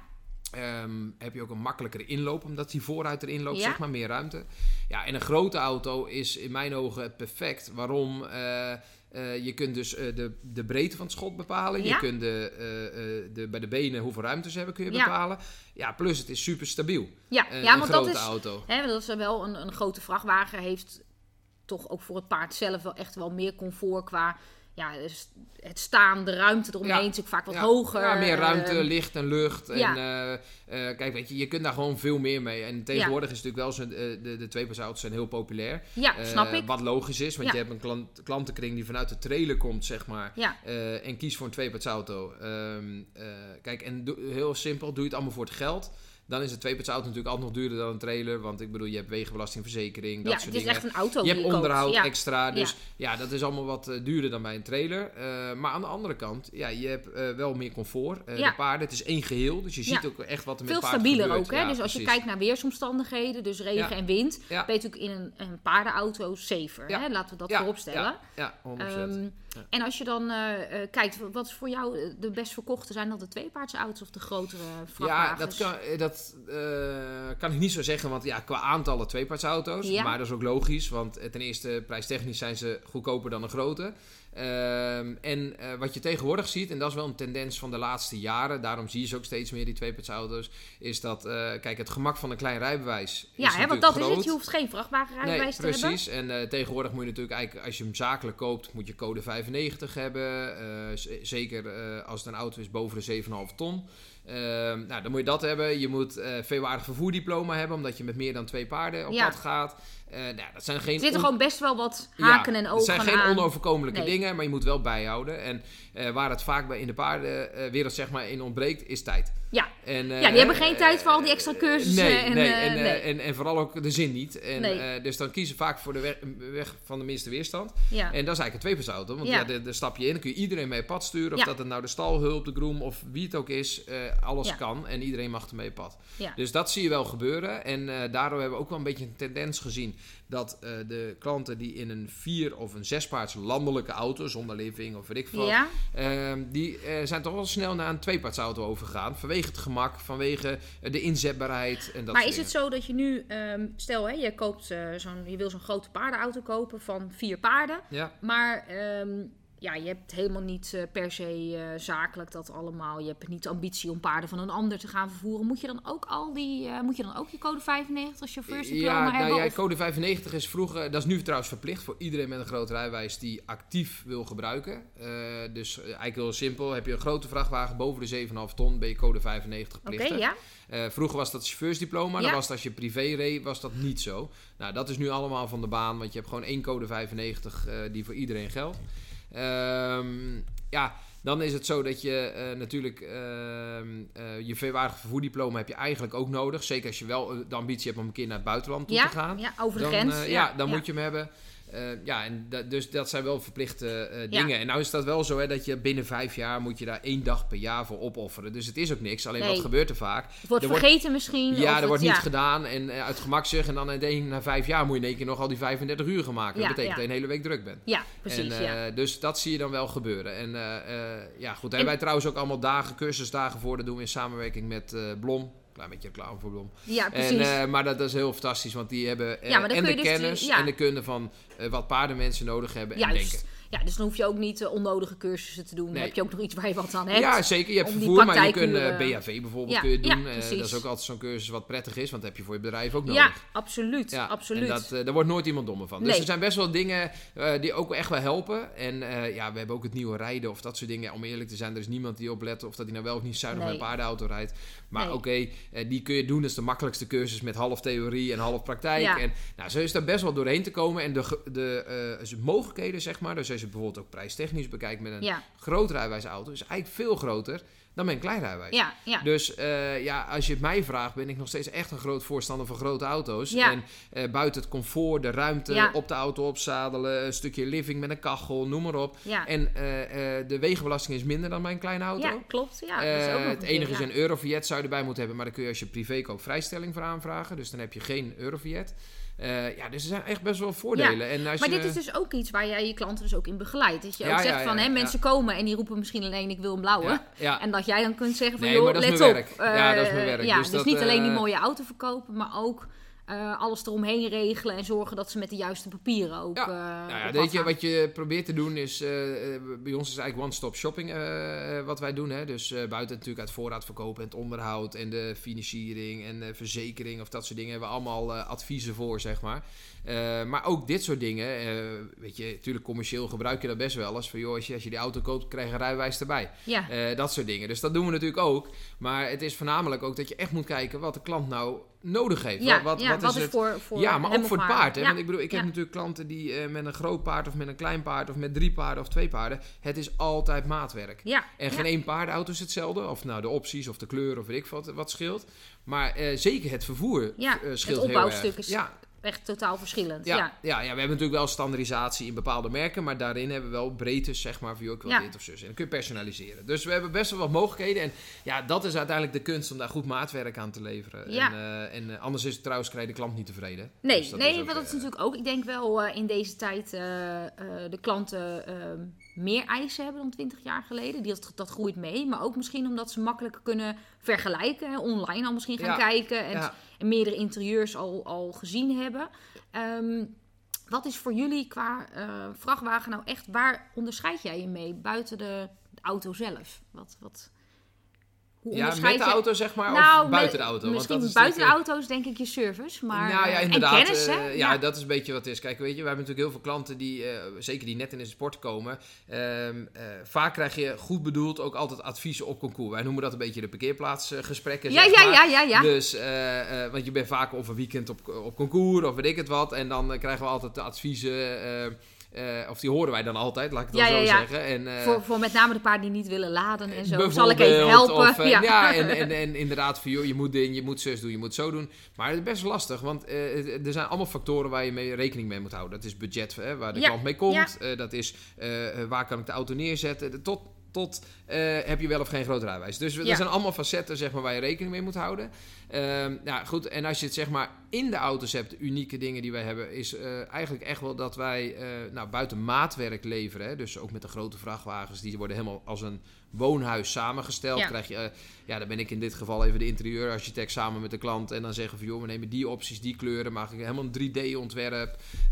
Um, heb je ook een makkelijkere inloop, omdat die vooruit erin loopt, Ja. zeg maar, meer ruimte. Ja, en een grote auto is in mijn ogen perfect. Waarom? Uh, uh, je kunt dus uh, de, de breedte van het schot bepalen. Ja. Je kunt de, uh, uh, de, bij de benen hoeveel ruimte ze hebben kun je Ja. bepalen. Ja, plus het is super stabiel. Ja, Uh, ja een want grote dat is, auto. hè, dat is wel een, een grote vrachtwagen. Heeft toch ook voor het paard zelf wel echt wel meer comfort qua ja, het staan, de ruimte eromheen. Ja. Is natuurlijk vaak wat Ja. hoger. Ja, meer ruimte, uh, licht en lucht. Ja. En uh, uh, kijk, weet je, je kunt daar gewoon veel meer mee. En tegenwoordig is natuurlijk wel zo, uh, de, de tweepersoonsauto's zijn heel populair. Ja, Uh, snap ik. Wat logisch is, want Ja. je hebt een klant, klantenkring die vanuit de trailer komt, zeg maar. Ja. Uh, en kiest voor een tweepersoonsauto. Um, uh, kijk, en do, heel simpel, doe je het allemaal voor het geld. Dan is een tweepersoonsauto natuurlijk altijd nog duurder dan een trailer. Want ik bedoel, je hebt wegenbelasting, verzekering, dat Ja, soort het is dingen. echt een auto Je die hebt je koopt. onderhoud Ja. extra. Dus Ja. ja. dat is allemaal wat uh, duurder dan bij een trailer. Uh, maar aan de andere kant, ja, je hebt uh, wel meer comfort. Uh, Ja. De paarden, het is één geheel. Dus je ziet Ja. ook echt wat er Veel met paard stabieler gebeurt. ook. Hè? Ja, dus als je precies. kijkt naar weersomstandigheden, dus regen Ja. en wind, Ja. ben je natuurlijk in een, een paardenauto safer. Ja. Hè? Laten we dat Ja, voorop stellen. Ja, ja honderd procent. Um, Ja. En als je dan uh, uh, kijkt, wat is voor jou de best verkochte? Zijn dat de tweepaardsauto's of de grotere Ja, vrachtwagens? dat, kan, dat uh, kan ik niet zo zeggen, want ja, qua aantallen tweepaardsauto's. Ja. Maar dat is ook logisch, want ten eerste prijstechnisch zijn ze goedkoper dan een grote. Um, en uh, wat je tegenwoordig ziet, en dat is wel een tendens van de laatste jaren, daarom zie je ze ook steeds meer, die tweepaardsauto's, is dat, uh, kijk, het gemak van een klein rijbewijs Ja, is hè, want natuurlijk dat groot. is het. Je hoeft geen vrachtwagenrijbewijs Nee, te hebben. precies. En uh, tegenwoordig moet je natuurlijk eigenlijk, als je hem zakelijk koopt, moet je code vijfennegentig hebben. Uh, z- zeker uh, als het een auto is boven de zeven komma vijf ton. Uh, nou, dan moet je dat hebben. Je moet uh, veelwaardig vervoerdiploma hebben, omdat je met meer dan twee paarden op Ja. pad gaat. Uh, nou, dat zijn geen Er zitten on- gewoon best wel wat haken ja, en ogen het zijn geen aan. onoverkomelijke Nee. dingen, maar je moet wel bijhouden. En uh, waar het vaak bij in de paardenwereld zeg maar in ontbreekt, is tijd. Ja. En, uh, Ja, die hebben geen tijd voor al die extra cursussen Nee, en, nee, uh, en, uh, nee. En, en vooral ook de zin niet. En, Nee. uh, dus dan kiezen ze vaak voor de weg, weg van de minste weerstand. Ja. En dat is eigenlijk een tweepersoonsauto. Want Ja. ja, daar daar stap je in, dan kun je iedereen mee op pad sturen. Of Ja. dat het nou de stalhulp, de groom of wie het ook is. Uh, alles Ja. kan en iedereen mag ermee op pad. Ja. Dus dat zie je wel gebeuren. En uh, daardoor hebben we ook wel een beetje een tendens gezien dat uh, de klanten die in een vier- of een zespaards landelijke auto, zonder living of weet ik veel, Ja. uh, die uh, zijn toch wel snel naar een tweepaardsauto overgegaan. Vanwege het gemak, vanwege uh, de inzetbaarheid en dat Maar soort is het dingen. zo dat je nu, um, stel hè, je, koopt, uh, zo'n, je wil zo'n grote paardenauto kopen van vier paarden. Ja. Maar um, ja, je hebt helemaal niet uh, per se uh, zakelijk dat allemaal. Je hebt niet de ambitie om paarden van een ander te gaan vervoeren. Moet je dan ook al die, uh, moet je dan ook je code vijfennegentig als chauffeursdiploma ja, hebben? Nou, ja, of? code vijfennegentig is vroeger, dat is nu trouwens verplicht voor iedereen met een groot rijbewijs die actief wil gebruiken. Uh, dus uh, eigenlijk heel simpel. Heb je een grote vrachtwagen boven de zeven komma vijf ton, ben je code vijfennegentig plichtig. Oké, ja. Uh, vroeger was dat chauffeursdiploma, ja. Dan was het als je privé reed, was dat niet zo. Nou, dat is nu allemaal van de baan, want je hebt gewoon één code vijfennegentig uh, die voor iedereen geldt. Um, ja, dan is het zo dat je uh, natuurlijk uh, uh, je veelwaardig vervoerdiploma heb je eigenlijk ook nodig. Zeker als je wel de ambitie hebt om een keer naar het buitenland toe ja, te gaan. Ja, over de dan, grens. Uh, ja, ja, dan ja. moet je hem hebben. Uh, ja, en da- dus dat zijn wel verplichte uh, ja. dingen. En nou is dat wel zo hè, dat je binnen vijf jaar moet je daar één dag per jaar voor opofferen. Dus het is ook niks. Alleen nee. Wat gebeurt er vaak? Het wordt er vergeten wordt, misschien. Ja, of er het, wordt niet ja. gedaan. En uh, uit gemakzucht. En dan in na vijf jaar moet je in één keer nog al die vijfendertig uur gaan maken. Ja, dat betekent ja. dat je een hele week druk bent. Ja, precies. En, uh, ja. Dus dat zie je dan wel gebeuren. En uh, uh, ja, goed. Daar en... hebben wij trouwens ook allemaal dagen, cursusdagen voor. Dat doen we in samenwerking met uh, Blom. Klein beetje reclame voor Blom. Ja, precies. En, uh, maar dat, dat is heel fantastisch, want die hebben uh, ja, en de dus kennis die, ja. en de kunde van uh, wat paardenmensen nodig hebben Juist. en denken. Ja, dus dan hoef je ook niet uh, onnodige cursussen te doen. Nee. Dan heb je ook nog iets waar je wat aan hebt. Ja, zeker. Je hebt vervoer, maar je kunt uh, B H V bijvoorbeeld ja, kun je doen. Ja, uh, dat is ook altijd zo'n cursus wat prettig is, want dat heb je voor je bedrijf ook nodig. Ja, absoluut. Ja, absoluut. En dat, uh, daar wordt nooit iemand dommer van. Dus nee. er zijn best wel dingen uh, die ook echt wel helpen. En uh, ja, we hebben ook het nieuwe rijden of dat soort dingen. Om eerlijk te zijn, er is niemand die oplet of dat hij nou wel of niet zuinig nee. met een paardenauto rijdt. Maar nee. oké, okay, uh, die kun je doen. Dat is de makkelijkste cursus met half theorie en half praktijk. Ja. En nou, zo is daar best wel doorheen te komen. En de, de uh, mogelijkheden, zeg maar. Dus als je bijvoorbeeld ook prijstechnisch bekijkt met een ja. groot rijbewijsauto, is eigenlijk veel groter dan met een klein rijbewijs. Ja, ja. Dus uh, ja, als je het mij vraagt, ben ik nog steeds echt een groot voorstander van grote auto's. Ja. En uh, buiten het comfort, de ruimte, ja. op de auto opzadelen, een stukje living met een kachel, noem maar op. Ja. En uh, uh, de wegenbelasting is minder dan bij een kleine auto. Ja, klopt. Ja, uh, dat is ook nog het enige keer, is ja. een Eurovignette zou je erbij moeten hebben, maar dan kun je als je privé koopt vrijstelling voor aanvragen. Dus dan heb je geen Eurovignette. Uh, ja, dus er zijn echt best wel voordelen. Ja, en als maar je... dit is dus ook iets waar jij je klanten dus ook in begeleidt. Dat je ja, ook zegt ja, ja, van, ja, hè, ja. mensen komen en die roepen misschien alleen ik wil een blauwe. Ja, ja. En dat jij dan kunt zeggen van, nee, joh, dat is let mijn op. Werk. Uh, ja, dat is mijn werk. Ja, dus dus dat, niet alleen die uh... mooie auto verkopen, maar ook uh, alles eromheen regelen en zorgen dat ze met de juiste papieren ook ja. Uh, nou ja, weet je, wat je probeert te doen is, uh, bij ons is eigenlijk one-stop shopping uh, wat wij doen. Hè? Dus uh, buiten natuurlijk uit voorraad verkopen en het onderhoud en de financiering en de verzekering of dat soort dingen hebben we allemaal uh, adviezen voor, zeg maar. Uh, maar ook dit soort dingen, uh, weet je, natuurlijk commercieel gebruik je dat best wel eens. Van joh, als je, als je die auto koopt, krijg je een rijbewijs erbij. Ja. Uh, dat soort dingen. Dus dat doen we natuurlijk ook. Maar het is voornamelijk ook dat je echt moet kijken wat de klant nou nodig heeft. Ja, wat, wat, ja, wat, wat is is het? voor, voor Ja, maar ook voor het paard. Hè? Ja. Want ik bedoel, ik heb ja. natuurlijk klanten die uh, met een groot paard of met een klein paard of met drie paarden of twee paarden. Het is altijd maatwerk. Ja. En geen ja. één paardenauto is hetzelfde. Of nou de opties of de kleur of weet ik wat, wat scheelt. Maar uh, zeker het vervoer ja, uh, scheelt het opbouwstuk heel erg. is Ja. echt totaal verschillend. Ja, Ja. ja. Ja, ja, we hebben natuurlijk wel standaardisatie in bepaalde merken, maar daarin hebben we wel breedtes, zeg maar, voor joh, ik wil Ja. dit of zus. En dan kun je personaliseren. Dus we hebben best wel wat mogelijkheden. En ja, dat is uiteindelijk de kunst om daar goed maatwerk aan te leveren. Ja. En, uh, en uh, anders is het trouwens, krijg je de klant niet tevreden. Nee, dus dat nee is ook, maar dat is uh, natuurlijk ook. Ik denk wel uh, in deze tijd uh, uh, de klanten uh, meer eisen hebben dan twintig jaar geleden. Die, dat, dat groeit mee. Maar ook misschien omdat ze makkelijker kunnen vergelijken. Hè, online al misschien gaan ja. kijken. En, Ja. en meerdere interieurs al, al gezien hebben. Um, wat is voor jullie qua uh, vrachtwagen nou echt... Waar onderscheid jij je mee buiten de, de auto zelf? Wat... wat Ja, met de auto zeg maar, nou, of buiten met, de auto? Misschien want dat is buiten de natuurlijk... auto's denk ik je service, maar Nou ja, uh, inderdaad. en kennis, uh, hè? Ja, Ja, dat is een beetje wat het is. Kijk, weet je, we hebben natuurlijk heel veel klanten die, uh, zeker die net in de sport komen. Uh, uh, vaak krijg je goed bedoeld ook altijd adviezen op concours. Wij noemen dat een beetje de parkeerplaatsgesprekken. Ja, zeg ja, maar. ja, ja, ja. Dus, uh, uh, want je bent vaak of een weekend op, op concours of weet ik het wat. En dan uh, krijgen we altijd de adviezen... Uh, Uh, of die horen wij dan altijd, laat ik het ja, dan ja, zo ja. zeggen. En, uh, voor, voor met name de paarden die niet willen laden en zo. Zal ik even helpen? Of, uh, ja, ja en, en, en inderdaad, van, joh, je moet dit, je moet zus doen, je moet zo doen. Maar het is best lastig, want uh, er zijn allemaal factoren waar je mee rekening mee moet houden. Dat is budget, hè, waar de ja, klant mee komt. Ja. Uh, dat is uh, waar kan ik de auto neerzetten. Tot, tot uh, heb je wel of geen groot rijbewijs. Dus ja. er zijn allemaal facetten zeg maar, waar je rekening mee moet houden. Uh, ja, goed. En als je het zeg maar in de auto's hebt, de unieke dingen die wij hebben, is uh, eigenlijk echt wel dat wij uh, nou, buiten maatwerk leveren. Hè? Dus ook met de grote vrachtwagens, die worden helemaal als een woonhuis samengesteld. Ja. Krijg je, uh, ja, dan ben ik in dit geval even de interieurarchitect samen met de klant. En dan zeggen van, joh, we nemen die opties, die kleuren. Maak ik helemaal een drie D-ontwerp. Uh,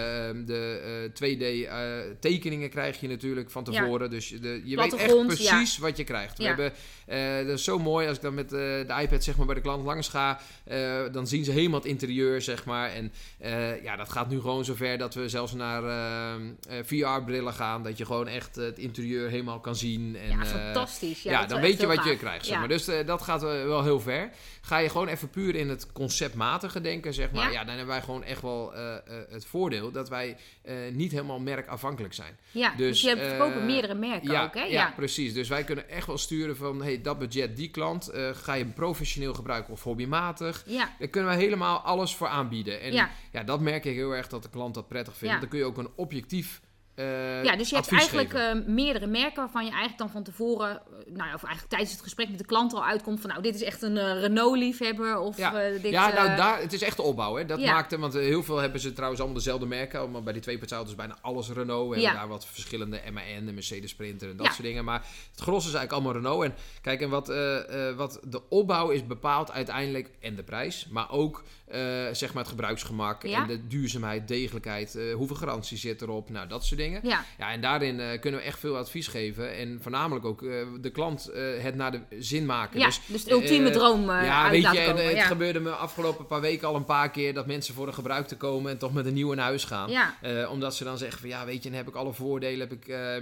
de uh, twee D-tekeningen uh, krijg je natuurlijk van tevoren. Ja. Dus de, je weet echt precies ja. wat je krijgt. We ja. hebben, uh, dat is zo mooi als ik dan met uh, de iPad zeg maar, bij de klant langs ga. Uh, dan zien ze helemaal het interieur, zeg maar. En uh, ja, dat gaat nu gewoon zover dat we zelfs naar uh, uh, V R-brillen gaan. Dat je gewoon echt uh, het interieur helemaal kan zien. En, ja, fantastisch. Ja, ja dan weet je wat gaaf. je krijgt. Zeg maar. Ja. Dus uh, dat gaat uh, wel heel ver. Ga je gewoon even puur in het conceptmatige denken, zeg maar. Ja, ja dan hebben wij gewoon echt wel uh, uh, het voordeel dat wij uh, niet helemaal merkafhankelijk zijn. Ja, dus, dus je verkopen uh, meerdere merken ja, ook, hè? Ja, ja, precies. Dus wij kunnen echt wel sturen van, hey, dat budget, die klant, uh, ga je professioneel gebruiken of hobbymatig. Ja. Daar kunnen we helemaal alles voor aanbieden. En ja. ja, dat merk ik heel erg dat de klant dat prettig vindt. Ja. Dan kun je ook een objectief Uh, ja, dus je hebt eigenlijk uh, meerdere merken waarvan je eigenlijk dan van tevoren, uh, nou ja, of eigenlijk tijdens het gesprek met de klant al uitkomt van, nou, dit is echt een uh, Renault-liefhebber of ja. Uh, dit... Ja, nou, uh... daar, het is echt de opbouw, hè. Dat ja. maakt, want uh, heel veel hebben ze trouwens allemaal dezelfde merken, maar bij die tweepertsauto's is bijna alles Renault. We ja. hebben daar wat verschillende M A N, de Mercedes Sprinter en dat ja. soort dingen, maar het gros is eigenlijk allemaal Renault. En kijk, en wat, uh, uh, wat de opbouw is bepaald uiteindelijk, en de prijs, maar ook Uh, zeg maar het gebruiksgemak ja. en de duurzaamheid, degelijkheid, uh, hoeveel garantie zit erop, nou dat soort dingen. Ja, ja en daarin uh, kunnen we echt veel advies geven en voornamelijk ook uh, de klant uh, het naar de zin maken. Ja, dus, dus de ultieme uh, droom uh, ja, weet je, komen. En, ja. het gebeurde me afgelopen paar weken al een paar keer dat mensen voor een gebruik te komen en toch met een nieuw naar huis gaan. Ja. Uh, omdat ze dan zeggen van ja, weet je, dan heb ik alle voordelen, heb ik uh, uh,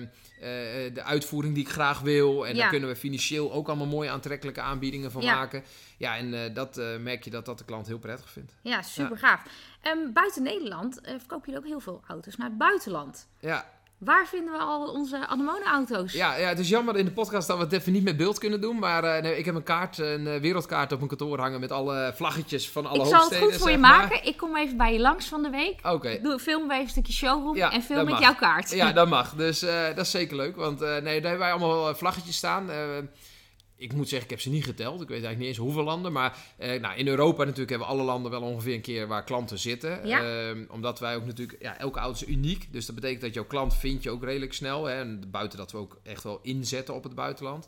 de uitvoering die ik graag wil en ja. daar kunnen we financieel ook allemaal mooie aantrekkelijke aanbiedingen van ja. maken. Ja, en uh, dat uh, merk je dat dat de klant heel prettig vindt. Ja, super ja. gaaf. Um, buiten Nederland uh, verkoop je ook heel veel auto's naar het buitenland. Ja. Waar vinden we al onze anemoneauto's? Ja, ja, het is jammer in de podcast dat we het even niet met beeld kunnen doen. Maar uh, nee, ik heb een kaart, een uh, wereldkaart op mijn kantoor hangen met alle vlaggetjes van alle hoofdsteden. Ik zal het goed voor je maar. maken. Ik kom even bij je langs van de week. Oké. Okay. Doe, film even een stukje showroom ja, en film met mag. jouw kaart. Ja, dat mag. Dus uh, dat is zeker leuk. Want uh, nee, daar hebben wij allemaal vlaggetjes staan. Uh, Ik moet zeggen, ik heb ze niet geteld. Ik weet eigenlijk niet eens hoeveel landen. Maar uh, nou, in Europa natuurlijk hebben we alle landen wel ongeveer een keer waar klanten zitten. Ja. Uh, omdat wij ook natuurlijk... Ja, elke auto is uniek. Dus dat betekent dat jouw klant vind je ook redelijk snel. Hè, en buiten dat we ook echt wel inzetten op het buitenland.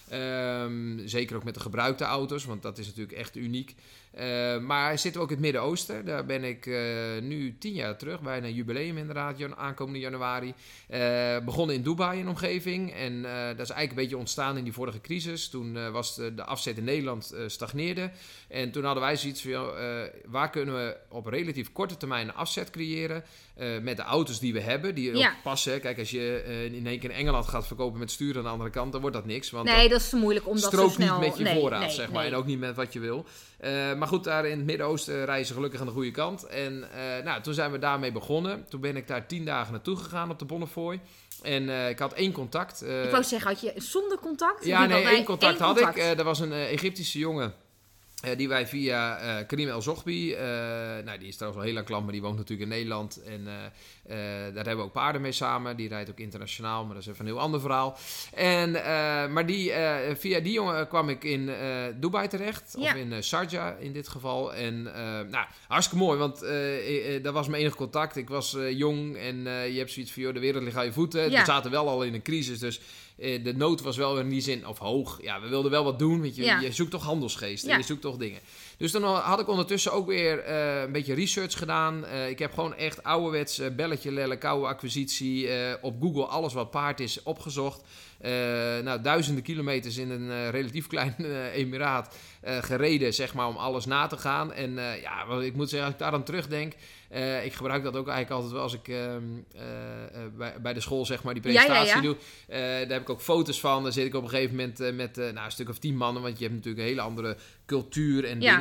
Um, zeker ook met de gebruikte auto's. Want dat is natuurlijk echt uniek. Uh, maar zitten we ook in het Midden-Oosten. Daar ben ik uh, nu tien jaar terug. Bijna een jubileum inderdaad. Jan- aankomende januari. Uh, begonnen in Dubai in omgeving. En uh, dat is eigenlijk een beetje ontstaan in die vorige crisis. Toen uh, was de, de afzet in Nederland uh, stagneerde. En toen hadden wij zoiets van... Uh, waar kunnen we op relatief korte termijn een afzet creëren... Uh, met de auto's die we hebben, die ja. ook passen. Kijk, als je uh, in één keer in Engeland gaat verkopen met stuur aan de andere kant, dan wordt dat niks. Want nee, dat is te moeilijk om dat zo snel... strookt niet met je nee, voorraad, nee, zeg maar. Nee. En ook niet met wat je wil. Uh, maar goed, daar in het Midden-Oosten rijden ze gelukkig aan de goede kant. En uh, nou, toen zijn we daarmee begonnen. Toen ben ik daar tien dagen naartoe gegaan op de Bonnefoy. En uh, ik had één contact. Uh, ik wou zeggen, had je zonder contact? Ja, nee, één contact één had contact. ik. Uh, er was een uh, Egyptische jongen. Uh, die wij via uh, Karim El Zoghbi, uh, nou die is trouwens al heel lang klant, maar die woont natuurlijk in Nederland. En uh, uh, daar hebben we ook paarden mee samen. Die rijdt ook internationaal, maar dat is even een heel ander verhaal. En, uh, maar die, uh, via die jongen kwam ik in uh, Dubai terecht, ja. of in uh, Sharjah in dit geval. En uh, nou, hartstikke mooi, want uh, uh, dat was mijn enige contact. Ik was uh, jong en uh, je hebt zoiets van, joh, de wereld ligt aan je voeten. Ja. We zaten wel al in een crisis, dus... De nood was wel in die zin, of hoog. Ja, we wilden wel wat doen. Want je, ja. je zoekt toch handelsgeest. Ja. En je zoekt toch dingen. Dus dan had ik ondertussen ook weer uh, een beetje research gedaan. Uh, ik heb gewoon echt ouderwets uh, belletje lellen, koude acquisitie. Uh, op Google alles wat paard is opgezocht. Uh, nou, duizenden kilometers in een uh, relatief klein uh, emiraat uh, gereden, zeg maar, om alles na te gaan. En uh, ja, ik moet zeggen, als ik daar aan terugdenk... Uh, ik gebruik dat ook eigenlijk altijd wel als ik uh, uh, bij, bij de school zeg maar die presentatie ja, ja, ja. doe. Uh, daar heb ik ook foto's van. Dan zit ik op een gegeven moment uh, met uh, nou, een stuk of tien mannen. Want je hebt natuurlijk een hele andere cultuur en ja. dingen.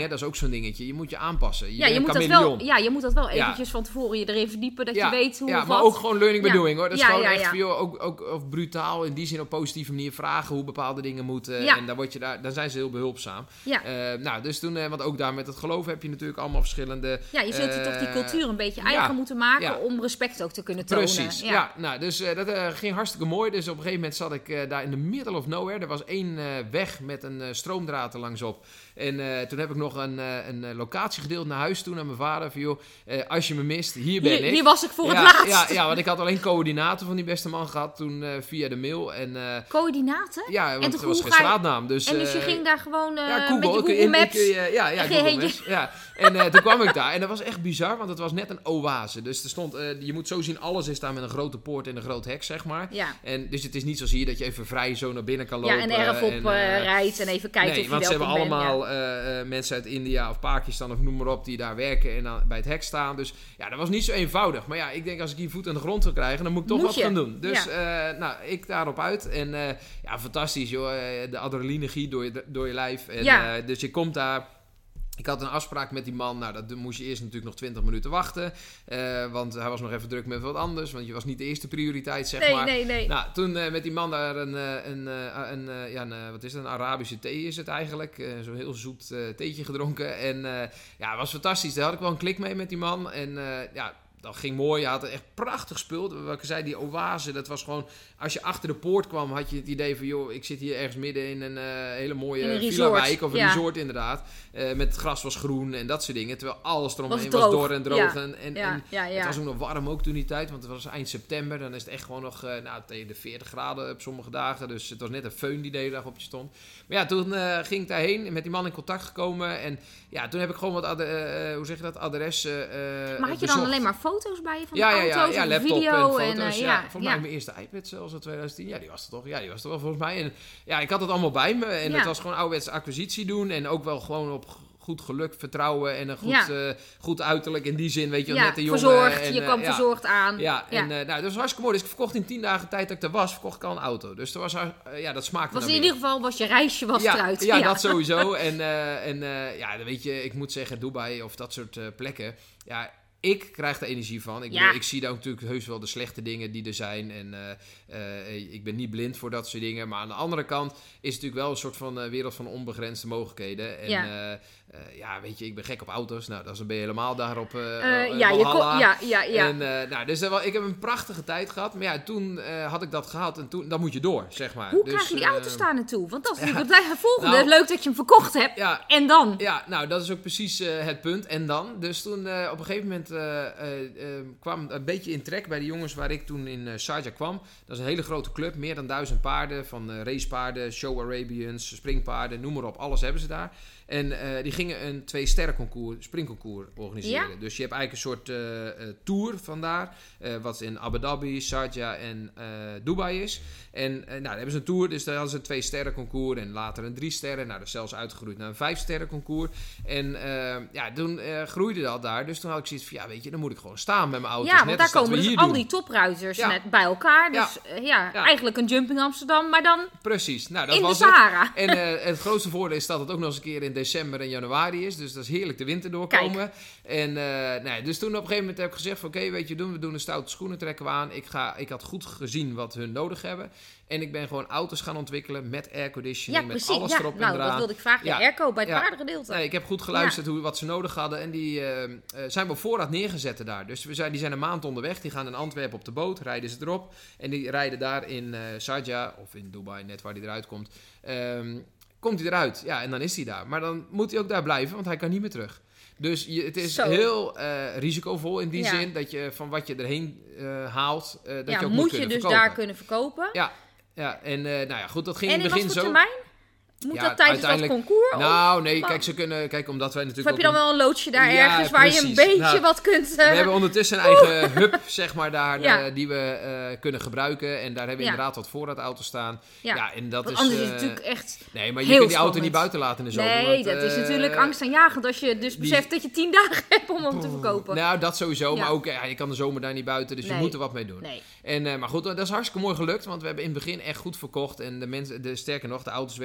hè, dat is ook zo'n dingetje. Je moet je aanpassen. Je ja, je moet dat wel, ja, je moet dat wel eventjes ja. van tevoren je erin verdiepen, dat ja. je weet hoe Ja, of maar wat. ook gewoon learning by ja. doing, hoor. Dat is ja, gewoon ja, echt ja. voor jou ook, ook of brutaal, in die zin op positieve manier vragen hoe bepaalde dingen moeten. Ja. En daar, word je daar, daar zijn ze heel behulpzaam. Ja. Uh, nou, dus toen, uh, want ook daar met het geloof heb je natuurlijk allemaal verschillende... Ja, je zult je uh, toch die cultuur een beetje eigen ja. moeten maken ja. om respect ook te kunnen tonen. Precies, ja. ja nou, dus uh, dat uh, ging hartstikke mooi. Dus op een gegeven moment zat ik uh, daar in the middle of nowhere. Er was één uh, weg met een uh, stroomdraad er langsop. En uh, toen heb ik nog een, uh, een uh, locatie gedeeld naar huis toe, naar mijn vader. Van, joh, uh, als je me mist, hier ben hier, ik. Hier was ik voor ja, het laatst. Ja, ja, want ik had alleen coördinaten van die beste man gehad toen uh, via de mail. En, uh, coördinaten? Ja, want het was geen straatnaam. Dus, en dus je uh, ging daar gewoon uh, ja, Google, met je Google in, Maps? Ik, uh, ja, ja, Google Maps. Ja. En uh, toen kwam ik daar en dat was echt bizar, want het was net een oase. Dus er stond, uh, je moet zo zien, alles is daar met een grote poort en een groot hek, zeg maar. Ja. En dus het is niet zoals hier dat je even vrij zo naar binnen kan lopen. Ja, en erf op en, uh, rijdt en even kijken nee, of je want ze hebben bent, allemaal ja. uh, uh, mensen uit India of Pakistan of noem maar op die daar werken en dan bij het hek staan. Dus ja, dat was niet zo eenvoudig. Maar ja, ik denk als ik hier voet aan de grond wil krijgen, dan moet ik toch moet wat je. gaan doen. Dus ja. uh, nou, ik daarop uit. En uh, ja, fantastisch joh. De adrenaline giet door je, door je lijf. En, ja. uh, dus je komt daar. Ik had een afspraak met die man. Nou, dat moest je eerst natuurlijk nog twintig minuten wachten. Uh, want hij was nog even druk met wat anders. Want je was niet de eerste prioriteit, zeg nee, maar. Nee, nee, Nou, toen uh, met die man daar een, een, een, een, een, ja, een, wat is het, een Arabische thee is het eigenlijk. Uh, Zo'n heel zoet uh, theetje gedronken. En uh, ja, het was fantastisch. Daar had ik wel een klik mee met die man. En uh, ja... Dat ging mooi, hij had er echt prachtig gespeeld. Wat ik zei, die oase, dat was gewoon... Als je achter de poort kwam, had je het idee van... joh, ik zit hier ergens midden in een uh, hele mooie villa-wijk. Of een ja. resort inderdaad. Uh, met het gras was groen en dat soort dingen. Terwijl alles eromheen was, was dor en droog. Ja. En, en, ja, en ja, ja. het was ook nog warm ook toen die tijd. Want het was eind september. Dan is het echt gewoon nog uh, nou, tegen de veertig graden op sommige dagen. Dus het was net een föhn die de hele dag op je stond. Maar ja, toen uh, ging ik daarheen. Met die man in contact gekomen. En ja, toen heb ik gewoon wat... Ad- uh, hoe zeg je dat? Adressen uh, Maar had je bezocht. dan alleen maar foto's bij je van ja, de auto's? Ja, ja, ja, laptop video en foto's. En, uh, ja. ja, Volgens ja. mij mijn eerste iPad zelfs in twintig tien. Ja, die was er toch? Ja, die was er wel volgens mij. En ja, ik had het allemaal bij me. En ja. het was gewoon ouderwetse acquisitie doen. En ook wel gewoon op goed geluk, vertrouwen en een goed, ja. uh, goed uiterlijk in die zin, weet je, ja, net de jongen. Verzorgd, en, je kwam uh, verzorgd ja. aan. Ja, en ja. Uh, nou, dat was hartstikke mooi. Dus ik verkocht in tien dagen tijd dat ik er was, verkocht ik al een auto. Dus dat was, uh, ja, dat smaakte was in weer. ieder geval, was je reisje was ja, eruit. Ja, ja, dat sowieso. En, uh, en uh, ja, dan weet je, ik moet zeggen, Dubai of dat soort uh, plekken, ja, ik krijg er energie van. Ik, ja. bedoel, ik zie daar natuurlijk heus wel de slechte dingen die er zijn. En uh, uh, ik ben niet blind voor dat soort dingen. Maar aan de andere kant is het natuurlijk wel een soort van uh, wereld van onbegrensde mogelijkheden. En ja. Uh, uh, ja, weet je, ik ben gek op auto's. Nou, dan ben je helemaal daarop. Uh, uh, ja, je kon, ja, ja, ja. En, uh, nou, dus uh, ik heb een prachtige tijd gehad. Maar ja, toen uh, had ik dat gehad. En toen, dan moet je door, zeg maar. Hoe dus, krijg je die uh, auto's daar naartoe? Want dat is ja. natuurlijk het volgende. Nou, leuk dat je hem verkocht hebt. Ja, en dan? Ja, nou, dat is ook precies uh, het punt. En dan? Dus toen uh, op een gegeven moment uh, uh, uh, kwam een beetje in trek bij de jongens waar ik toen in uh, Sharjah kwam. Dat is een hele grote club. Meer dan duizend paarden. Van uh, racepaarden, show Arabians, springpaarden, noem maar op. Alles hebben ze daar. En uh, die gingen een twee sterren concours, springconcours organiseren. Ja? Dus je hebt eigenlijk een soort uh, uh, tour vandaar. Uh, wat in Abu Dhabi, Sharjah en uh, Dubai is. En uh, nou, daar hebben ze een tour. Dus daar hadden ze een twee sterren concours. En later een drie sterren. Nou, dat is zelfs uitgegroeid naar een vijf sterren concours. En uh, ja, toen uh, groeide dat daar. Dus toen had ik zoiets van, ja, weet je, dan moet ik gewoon staan met mijn auto's. Ja, want net daar als komen dus hier al doen. die topruiters ja. net bij elkaar. Dus ja, uh, ja, ja, eigenlijk een Jumping Amsterdam, maar dan precies. Nou, dat in was de Sahara. Het. En uh, het grootste voordeel is dat het ook nog eens een keer in december en januari is. Dus dat is heerlijk de winter doorkomen. Kijk. En uh, nee, dus toen op een gegeven moment heb ik gezegd van, oké, okay, weet je doen, we doen een stoute schoenen, trekken we aan. Ik, ga, ik had goed gezien wat hun nodig hebben. En ik ben gewoon auto's gaan ontwikkelen met airconditioning, ja, met precies. alles ja, erop nou, en eraan. dat wilde ik vragen. Ja, ja airco bij het ja. paardengedeelte. Nee, ik heb goed geluisterd ja. hoe, wat ze nodig hadden. En die uh, uh, zijn we op voorraad neergezet daar. Dus we zijn, die zijn een maand onderweg. Die gaan in Antwerpen op de boot, rijden ze erop. En die rijden daar in uh, Sharjah, of in Dubai, net waar die eruit komt. Um, komt hij eruit. Ja, en dan is hij daar. Maar dan moet hij ook daar blijven, want hij kan niet meer terug. Dus je, het is Zo. heel uh, risicovol in die ja. zin dat je van wat je erheen uh, haalt, uh, dat ja, je ook moet, moet je kunnen dus verkopen. daar kunnen verkopen. Ja, ja en uh, nou ja, goed, dat ging en in het begin zo. En in zo. wat voor termijn? Moet ja, dat tijdens dat concours? Nou, nee, kijk, ze kunnen, kijk, omdat wij natuurlijk. Of heb je dan wel een loodje daar ja, ergens waar precies. je een beetje nou, wat kunt. Uh... We hebben ondertussen een eigen hub, zeg maar, daar, ja. uh, die we uh, kunnen gebruiken. En daar hebben we ja. inderdaad wat voorraadauto's staan. Ja, ja en dat want is. Anders uh, is het natuurlijk echt. Nee, maar je heel kunt die auto spannend. niet buiten laten in de zomer. Nee, want, dat uh, is natuurlijk angstaanjagend als je dus die, beseft dat je tien dagen hebt om hem te verkopen. Nou, dat sowieso. Ja. Maar ook, ja, je kan de zomer daar niet buiten, dus nee. je moet er wat mee doen. Nee. En, uh, maar goed, dat is hartstikke mooi gelukt, want we hebben in het begin echt goed verkocht. En de mensen, de, sterker nog, de auto's werden met een credit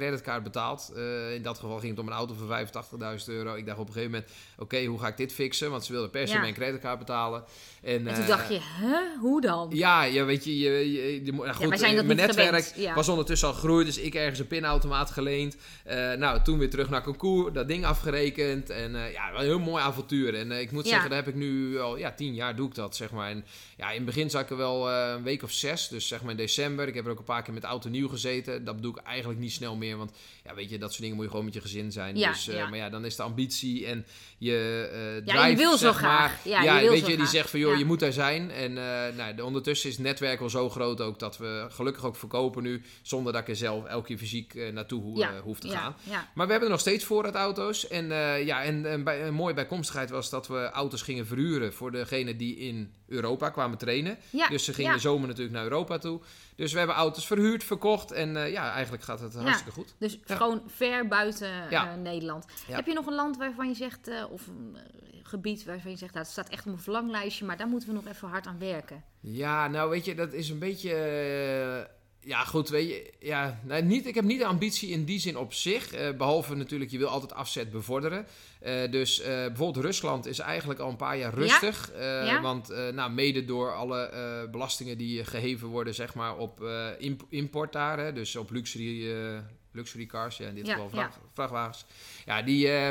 creditcard betaald. Uh, in dat geval ging het om een auto van vijfentachtigduizend euro. Ik dacht op een gegeven moment, oké, okay, hoe ga ik dit fixen? Want ze wilden per se ja. mijn creditcard betalen. En, en toen uh, dacht je, huh? Hoe dan? Ja, ja weet je, je, je, je nou goed, ja, wij zijn dat mijn netwerk ja. was ondertussen al gegroeid, dus ik ergens een pinautomaat geleend. Uh, nou, toen weer terug naar Concours, dat ding afgerekend. En uh, ja, een heel mooi avontuur. En uh, ik moet ja. zeggen, daar heb ik nu al, ja, tien jaar doe ik dat, zeg maar. En ja, in het begin zat ik er wel uh, een week of zes, dus zeg maar in december. Ik heb er ook een paar keer met auto nieuw gezeten. Dat doe ik eigenlijk niet snel meer, want ja, weet je, dat soort dingen moet je gewoon met je gezin zijn. Ja, dus, uh, ja. Maar ja, dan is de ambitie en je uh, ja, drive, je wil zeg zo maar. graag. Ja, ja je wil weet zo je, graag. die zegt van, joh, ja. je moet daar zijn. En uh, nou, de, ondertussen is het netwerk wel zo groot ook dat we gelukkig ook verkopen nu, zonder dat ik er zelf elke keer fysiek uh, naartoe ja. uh, hoef te ja. gaan. Ja. Maar we hebben er nog steeds voorraadauto's. En uh, ja, en, en bij, een mooie bijkomstigheid was dat we auto's gingen verhuren voor degenen die in Europa kwamen trainen. Ja. Dus ze gingen ja. de zomer natuurlijk naar Europa toe. Dus we hebben auto's verhuurd, verkocht. En uh, ja, eigenlijk gaat het hartstikke ja. goed. Dus ja. gewoon ver buiten ja. uh, Nederland. Ja. Heb je nog een land waarvan je zegt, uh, of een uh, gebied waarvan je zegt, nou, het staat echt op een verlanglijstje, maar daar moeten we nog even hard aan werken? Ja, nou weet je, dat is een beetje... Uh, ja, goed, weet je... Ja, nou, niet, ik heb niet de ambitie in die zin op zich. Uh, behalve natuurlijk, je wil altijd afzet bevorderen. Uh, dus uh, bijvoorbeeld Rusland is eigenlijk al een paar jaar rustig. Ja? Uh, ja? Want uh, nou, mede door alle uh, belastingen die geheven worden, zeg maar, op uh, imp- import daar. Hè, dus op luxury, uh, luxury cars, ja, in dit ja, geval vracht, ja. vrachtwagens. Ja, die... Uh,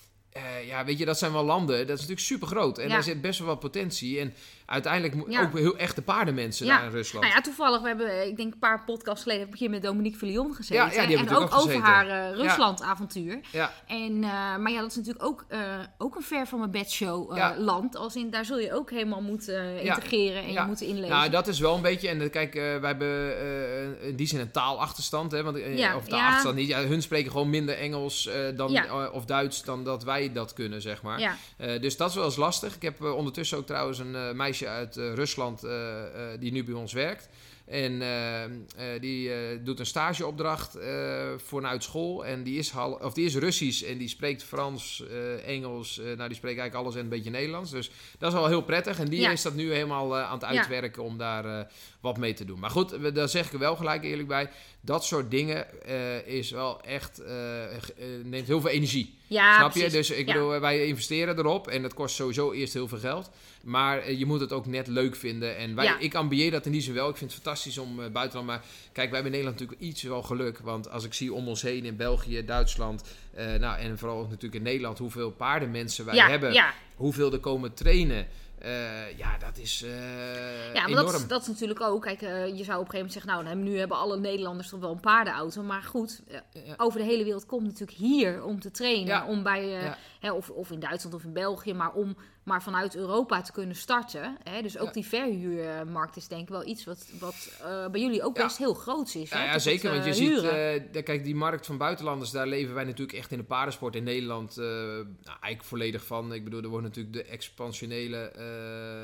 Uh, ja, weet je, dat zijn wel landen. Dat is natuurlijk super groot. En ja. daar zit best wel wat potentie. En uiteindelijk mo- ja. ook heel echte paardenmensen ja. daar in Rusland. Nou ja, toevallig, we hebben, ik denk een paar podcasts geleden, heb ik hier met Dominique Villion gezeten. Ja, ja, die en ook, ook over gezeten. haar uh, Rusland-avontuur. Ja. En, uh, maar ja, dat is natuurlijk ook, uh, ook een ver van mijn bedshow uh, ja. land. Als in, daar zul je ook helemaal moeten uh, integreren ja. en ja. je moeten inleven. Nou, dat is wel een beetje... En kijk, uh, wij hebben uh, in die zin een taalachterstand. Hè, want, uh, ja. Of de ja. achterstand niet. Ja, hun spreken gewoon minder Engels uh, dan, ja. uh, of Duits dan dat wij dat kunnen, zeg maar. Ja. Uh, dus dat is wel eens lastig. Ik heb uh, ondertussen ook trouwens een uh, meisje uit uh, Rusland uh, uh, die nu bij ons werkt. En uh, uh, die uh, doet een stageopdracht uh, vanuit school. En die is, hal- of die is Russisch en die spreekt Frans, uh, Engels. Uh, nou, die spreekt eigenlijk alles en een beetje Nederlands. Dus dat is wel heel prettig. En die ja. is dat nu helemaal uh, aan het uitwerken ja. om daar uh, wat mee te doen. Maar goed, daar zeg ik er wel gelijk eerlijk bij. Dat soort dingen uh, is wel echt... Uh, uh, neemt heel veel energie. Ja, snap precies. je? Dus ik ja. bedoel, wij investeren erop. En dat kost sowieso eerst heel veel geld. Maar uh, je moet het ook net leuk vinden. En wij, ja. ik ambieer dat in die zin wel. Ik vind het fantastisch om uh, buitenland... Maar kijk, wij hebben in Nederland natuurlijk iets wel geluk. Want als ik zie om ons heen in België, Duitsland... Uh, nou, en vooral natuurlijk in Nederland... hoeveel paardenmensen wij ja, hebben. Ja. Hoeveel er komen trainen... Uh, ja, dat is uh, ja, maar enorm. Dat is, dat is natuurlijk ook... Kijk, uh, je zou op een gegeven moment zeggen... Nou, nu hebben alle Nederlanders toch wel een paardenauto. Maar goed, uh, ja. over de hele wereld komt natuurlijk hier om te trainen. Ja. Om bij, uh, ja. hè, of, of in Duitsland of in België. Maar om maar vanuit Europa te kunnen starten. Hè? Dus ook ja. die verhuurmarkt is denk ik wel iets wat, wat uh, bij jullie ook ja. best heel groot is. Hè? Ja, ja zeker. Het, uh, want je huren. ziet... Uh, kijk, die markt van buitenlanders... Daar leven wij natuurlijk echt in de paardensport in Nederland... Uh, nou, eigenlijk volledig van. Ik bedoel, er worden natuurlijk de expansionele... Uh,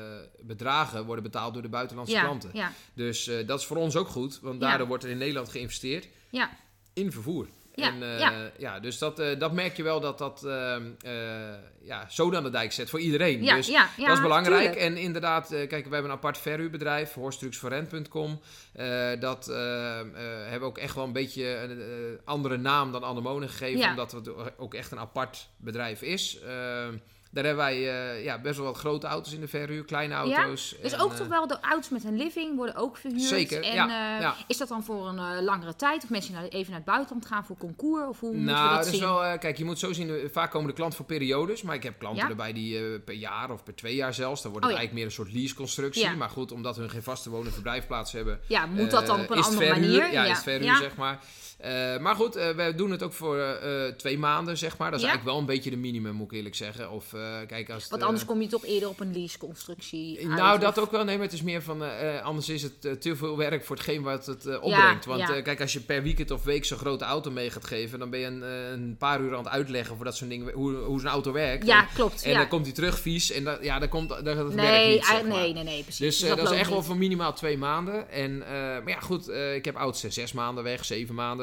bedragen worden betaald door de buitenlandse ja, klanten. Ja. Dus uh, dat is voor ons ook goed, want daardoor ja. wordt er in Nederland geïnvesteerd ja. in vervoer. Ja, en, uh, ja. ja, dus dat, uh, dat merk je wel dat dat uh, uh, ja, zoden aan de dijk zet voor iedereen. Ja, dus ja, ja, dat is belangrijk. Tuurlijk. En inderdaad, uh, kijk, we hebben een apart verhuurbedrijf, horstrucksforrent punt com. Uh, dat uh, uh, hebben we ook echt wel een beetje een uh, andere naam dan Anemone gegeven, ja. omdat het ook echt een apart bedrijf is. Uh, Daar hebben wij uh, ja, best wel wat grote auto's in de verhuur, kleine auto's. Ja, dus en, ook uh, toch wel de auto's met een living worden ook verhuurd. Zeker, en, ja, uh, ja. Is dat dan voor een uh, langere tijd? Of mensen naar, even naar het buitenland gaan voor concours? Of hoe nou, moeten we dat dus zien? Wel, uh, kijk, je moet zo zien, uh, vaak komen de klanten voor periodes. Maar ik heb klanten ja? erbij die uh, per jaar of per twee jaar zelfs. Dan wordt het oh, ja. eigenlijk meer een soort leaseconstructie. Ja. Maar goed, omdat hun geen vaste woon- en verblijfplaats hebben. Ja, moet dat dan op een uh, andere verhuur, manier? Ja, ja. is verhuur, ja. zeg maar. Uh, maar goed, uh, we doen het ook voor uh, twee maanden, zeg maar. Dat is ja? eigenlijk wel een beetje de minimum, moet ik eerlijk zeggen. Of, uh, kijk, als het, Want anders uh, kom je toch eerder op een leaseconstructie Nou, uit, dat of... ook wel. Nee, maar het is meer van... Uh, anders is het uh, te veel werk voor hetgeen wat het uh, opbrengt. Ja, Want ja. Uh, kijk, als je per weekend of week zo'n grote auto mee gaat geven... dan ben je een, uh, een paar uur aan het uitleggen voor dat soort dingen, hoe, hoe zo'n auto werkt. Ja, en, klopt. En ja. dan komt hij terug vies en dan, ja, dan komt dat, dat nee, werkt niet, zeg uh, maar. Nee, nee, nee, precies. Dus uh, dat, dat is echt niet. wel voor minimaal twee maanden. En, uh, maar ja, goed, uh, ik heb auto's zes maanden weg, zeven maanden.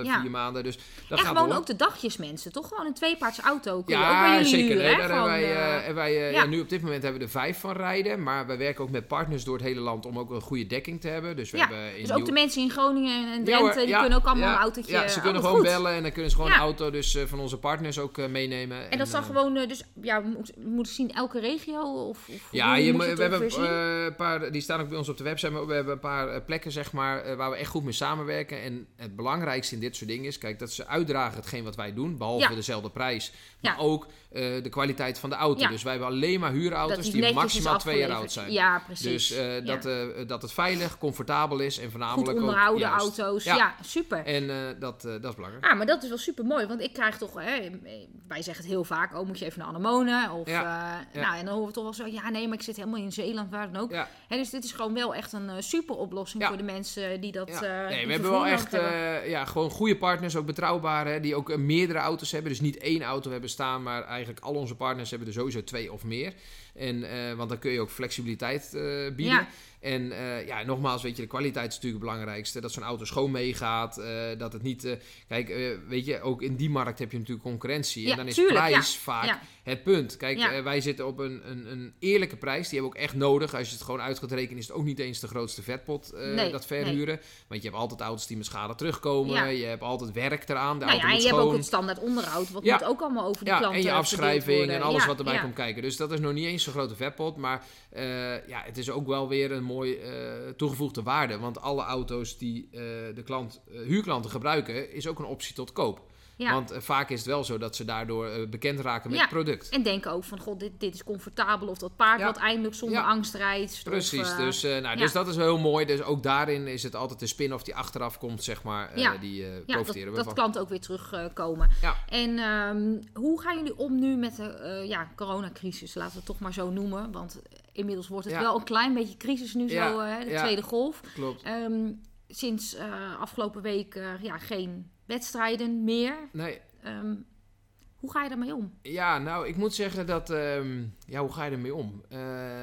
maanden, ja. vier maanden. Dus dat en gaat gewoon door. ook de dagjesmensen, toch? Gewoon een tweepaards auto kun je Ja, ook bij jullie zeker. huren. Hè? Hè? Daar Gewoon, hebben wij, uh, uh, wij uh, ja. ja, nu op dit moment hebben we er vijf van rijden. Maar wij werken ook met partners door het hele land om ook een goede dekking te hebben. Dus, we ja, hebben in dus ook Nieuw... de mensen in Groningen en Drenthe, ja, hoor, die ja, kunnen ook allemaal ja, een autootje... Ja, ze kunnen oh, gewoon goed. bellen en dan kunnen ze gewoon Ja. een auto dus, uh, van onze partners ook uh, meenemen. En, en dat is dan uh, gewoon, uh, dus ja, we moeten, we moeten zien elke regio? Of, of Ja, hoe je, moet we je het hebben ongeveer zien? uh, een paar, die staan ook bij ons op de website, maar we hebben een paar uh, plekken zeg maar, uh, waar we echt goed mee samenwerken. En het belangrijkste in dit soort dingen is, kijk, dat ze uitdragen hetgeen wat wij doen, behalve Ja. dezelfde prijs, maar Ja. ook uh, de kwaliteit van de auto. Ja. Dus wij hebben alleen maar huurauto's Dat die, die netjes maximaal is twee jaar afgeleverd. oud zijn. Ja, precies. Dus uh, Ja. dat, uh, dat het veilig, comfortabel is en voornamelijk Goed ook onderhouden juist. auto's. Ja. Ja, super. En uh, dat, uh, dat is belangrijk. Ah, maar dat is wel super mooi, want ik krijg toch, hè, wij zeggen het heel vaak, oh moet je even naar Anemone, of Ja. uh, Ja. nou, en dan horen we toch wel zo, ja nee, maar ik zit helemaal in Zeeland, waar dan ook. Ja. Hè, dus dit is gewoon wel echt een uh, super oplossing Ja. voor de mensen die dat. Ja. Uh, nee, die we hebben wel vervoer echt nodig hebben. uh, ja, gewoon goede partners, ook betrouwbare, hè, die ook uh, meerdere auto's hebben. Dus niet één auto hebben staan, maar eigenlijk al onze partners hebben er sowieso twee of meer. En, uh, want dan kun je ook flexibiliteit uh, bieden. Ja. En uh, ja, nogmaals, weet je, de kwaliteit is natuurlijk het belangrijkste. Dat zo'n auto schoon meegaat. Uh, dat het niet... Uh, kijk, uh, weet je, ook in die markt heb je natuurlijk concurrentie. Ja, en dan is tuurlijk, prijs ja. vaak Ja. het punt. Kijk, Ja. uh, wij zitten op een, een, een eerlijke prijs. Die hebben we ook echt nodig. Als je het gewoon uit gaat rekenen, is het ook niet eens de grootste vetpot uh, Nee, dat verhuren. Want je hebt altijd auto's die met schade terugkomen. Ja. Je hebt altijd werk eraan. De Nou auto ja, en moet je hebt schoon. ook het standaard onderhoud, wat Ja. moet ook allemaal over de Ja, klanten en je verdeeld afschrijving worden. en alles Ja, wat erbij ja. komt kijken. Dus dat is nog niet eens zo'n grote vetpot. Maar uh, ja, het is ook wel weer een mooi uh, toegevoegde waarde. Want alle auto's die uh, de klant, uh, huurklanten gebruiken, is ook een optie tot koop. Ja. Want uh, vaak is het wel zo dat ze daardoor uh, bekend raken met Ja. het product. En denken ook van, god, dit, dit is comfortabel. Of dat paard Ja. wat eindelijk zonder Ja. angst rijdt. Precies, of, uh, dus, uh, nou, ja. dus dat is wel heel mooi. Dus ook daarin is het altijd de spin-off die achteraf komt, zeg maar. Uh, Ja. Die uh, Ja, dat, profiteren we dat van. klanten ook weer terugkomen. Uh, Ja. En um, hoe gaan jullie om nu met de uh, ja, coronacrisis? Laten we het toch maar zo noemen. Want inmiddels wordt het Ja. wel een klein beetje crisis nu Ja. zo, uh, de Ja. tweede golf. Klopt. Um, sinds uh, afgelopen week uh, ja, geen wedstrijden meer. Nee. Um, hoe ga je daarmee om? Ja, nou, ik moet zeggen dat... Um, ja, hoe ga je ermee om? Uh,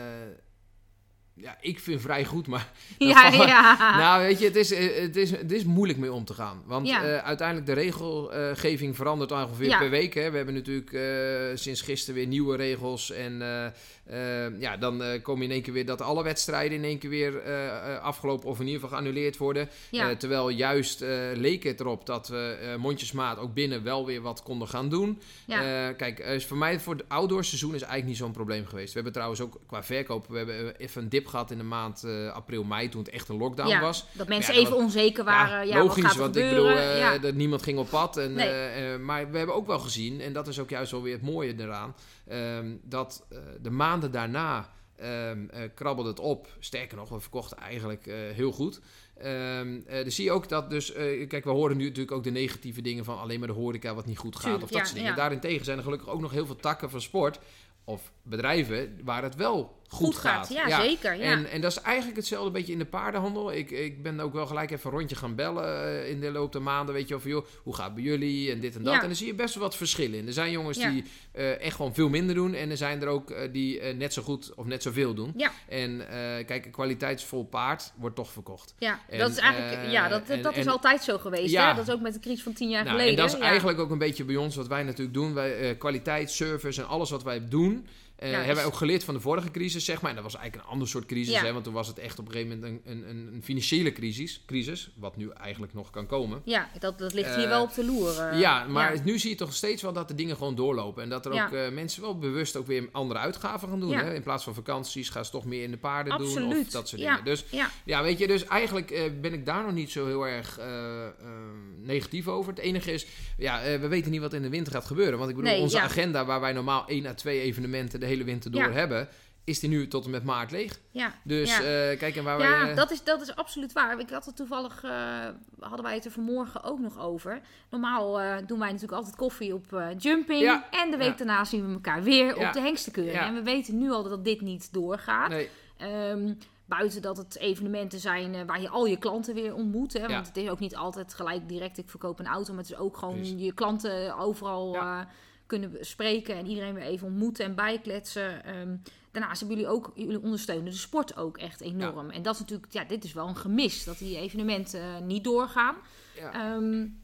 ja, ik vind vrij goed, maar... Ja, valt- ja. Nou, weet je, het is, het, is, het is moeilijk mee om te gaan. Want Ja. uh, uiteindelijk de regelgeving verandert ongeveer Ja. per week. Hè. We hebben natuurlijk uh, sinds gisteren weer nieuwe regels. En uh, uh, ja, dan uh, kom je in één keer weer dat alle wedstrijden in één keer weer uh, afgelopen of in ieder geval geannuleerd worden. Ja. Uh, terwijl juist uh, leek het erop dat we uh, mondjesmaat ook binnen wel weer wat konden gaan doen. Ja. Uh, kijk, uh, voor mij voor het outdoor seizoen is eigenlijk niet zo'n probleem geweest. We hebben trouwens ook qua verkoop, we hebben even een dip gehad in de maand uh, april, mei, toen het echt een lockdown Ja, was. dat mensen Ja, dat even was- onzeker waren. Ja, logisch, wat gaat er want ik gebeuren? bedoel, uh, ja. dat niemand ging op pad. En, Nee. uh, uh, maar we hebben ook wel gezien, en dat is ook juist wel weer het mooie eraan, um, dat uh, de maanden daarna um, uh, krabbelde het op. Sterker nog, we verkochten eigenlijk uh, heel goed. Um, uh, dan zie je ook dat dus... Uh, kijk, we horen nu natuurlijk ook de negatieve dingen van alleen maar de horeca wat niet goed gaat. Tuurlijk, of dat ja, soort dingen. ja. Daarentegen zijn er gelukkig ook nog heel veel takken van sport of bedrijven waar het wel goed, Goed gaat, ja, zeker, ja. En, en dat is eigenlijk hetzelfde beetje in de paardenhandel. Ik, ik ben ook wel gelijk even een rondje gaan bellen uh, in de loop der maanden. Weet je, of joh, hoe gaat het bij jullie en dit en dat. Ja. En dan zie je best wel wat verschillen in. Er zijn jongens Ja. die uh, echt gewoon veel minder doen. En er zijn er ook uh, die uh, net zo goed of net zoveel doen. Ja. En uh, kijk, een kwaliteitsvol paard wordt toch verkocht. Ja, En, dat is eigenlijk, uh, ja, dat, en- dat is en- altijd zo geweest. Ja. Hè? Dat is ook met de crisis van tien jaar Nou, geleden. en dat is ja. eigenlijk ook een beetje bij ons wat wij natuurlijk doen. Wij, uh, kwaliteit, service en alles wat wij doen. Uh, Ja, hebben wij is- ook geleerd van de vorige crisis, zeg maar. En dat was eigenlijk een ander soort crisis, Ja. hè, want toen was het echt op een gegeven moment een, een, een financiële crisis, crisis, wat nu eigenlijk nog kan komen. Ja, dat, dat ligt hier Uh, wel op de loer. uh, ja, maar ja. nu zie je toch steeds wel dat de dingen gewoon doorlopen. En dat er Ja. ook uh, mensen wel bewust ook weer andere uitgaven gaan doen. Ja. Hè? In plaats van vakanties gaan ze toch meer in de paarden doen Absoluut. of dat soort Ja. dingen. Dus Ja. ja, weet je, dus eigenlijk uh, ben ik daar nog niet zo heel erg uh, uh, negatief over. Het enige is, ja, uh, we weten niet wat in de winter gaat gebeuren. Want ik bedoel, Nee, onze ja. agenda waar wij normaal één à twee evenementen de hele winter door Ja. hebben, is die nu tot en met maart leeg. Ja. Dus ja. uh, kijk, en waar Ja, wij... Uh, dat is, dat is absoluut waar. Ik had het toevallig, uh, hadden wij het er vanmorgen ook nog over. Normaal uh, doen wij natuurlijk altijd koffie op uh, jumping. Ja. En de week Ja. daarna zien we elkaar weer Ja. op de hengstenkeuring. Ja. En we weten nu al dat dit niet doorgaat. nee, Um, buiten dat het evenementen zijn uh, waar je al je klanten weer ontmoet. Hè? Want Ja. het is ook niet altijd gelijk direct, ik verkoop een auto. Maar het is ook gewoon Precies. je klanten overal Ja. uh, kunnen spreken. En iedereen weer even ontmoeten en bijkletsen. Um, daarnaast hebben jullie ook, jullie ondersteunen de sport ook echt enorm. En dat is natuurlijk, ja, dit is wel een gemis. Dat die evenementen uh, niet doorgaan. ja. Um,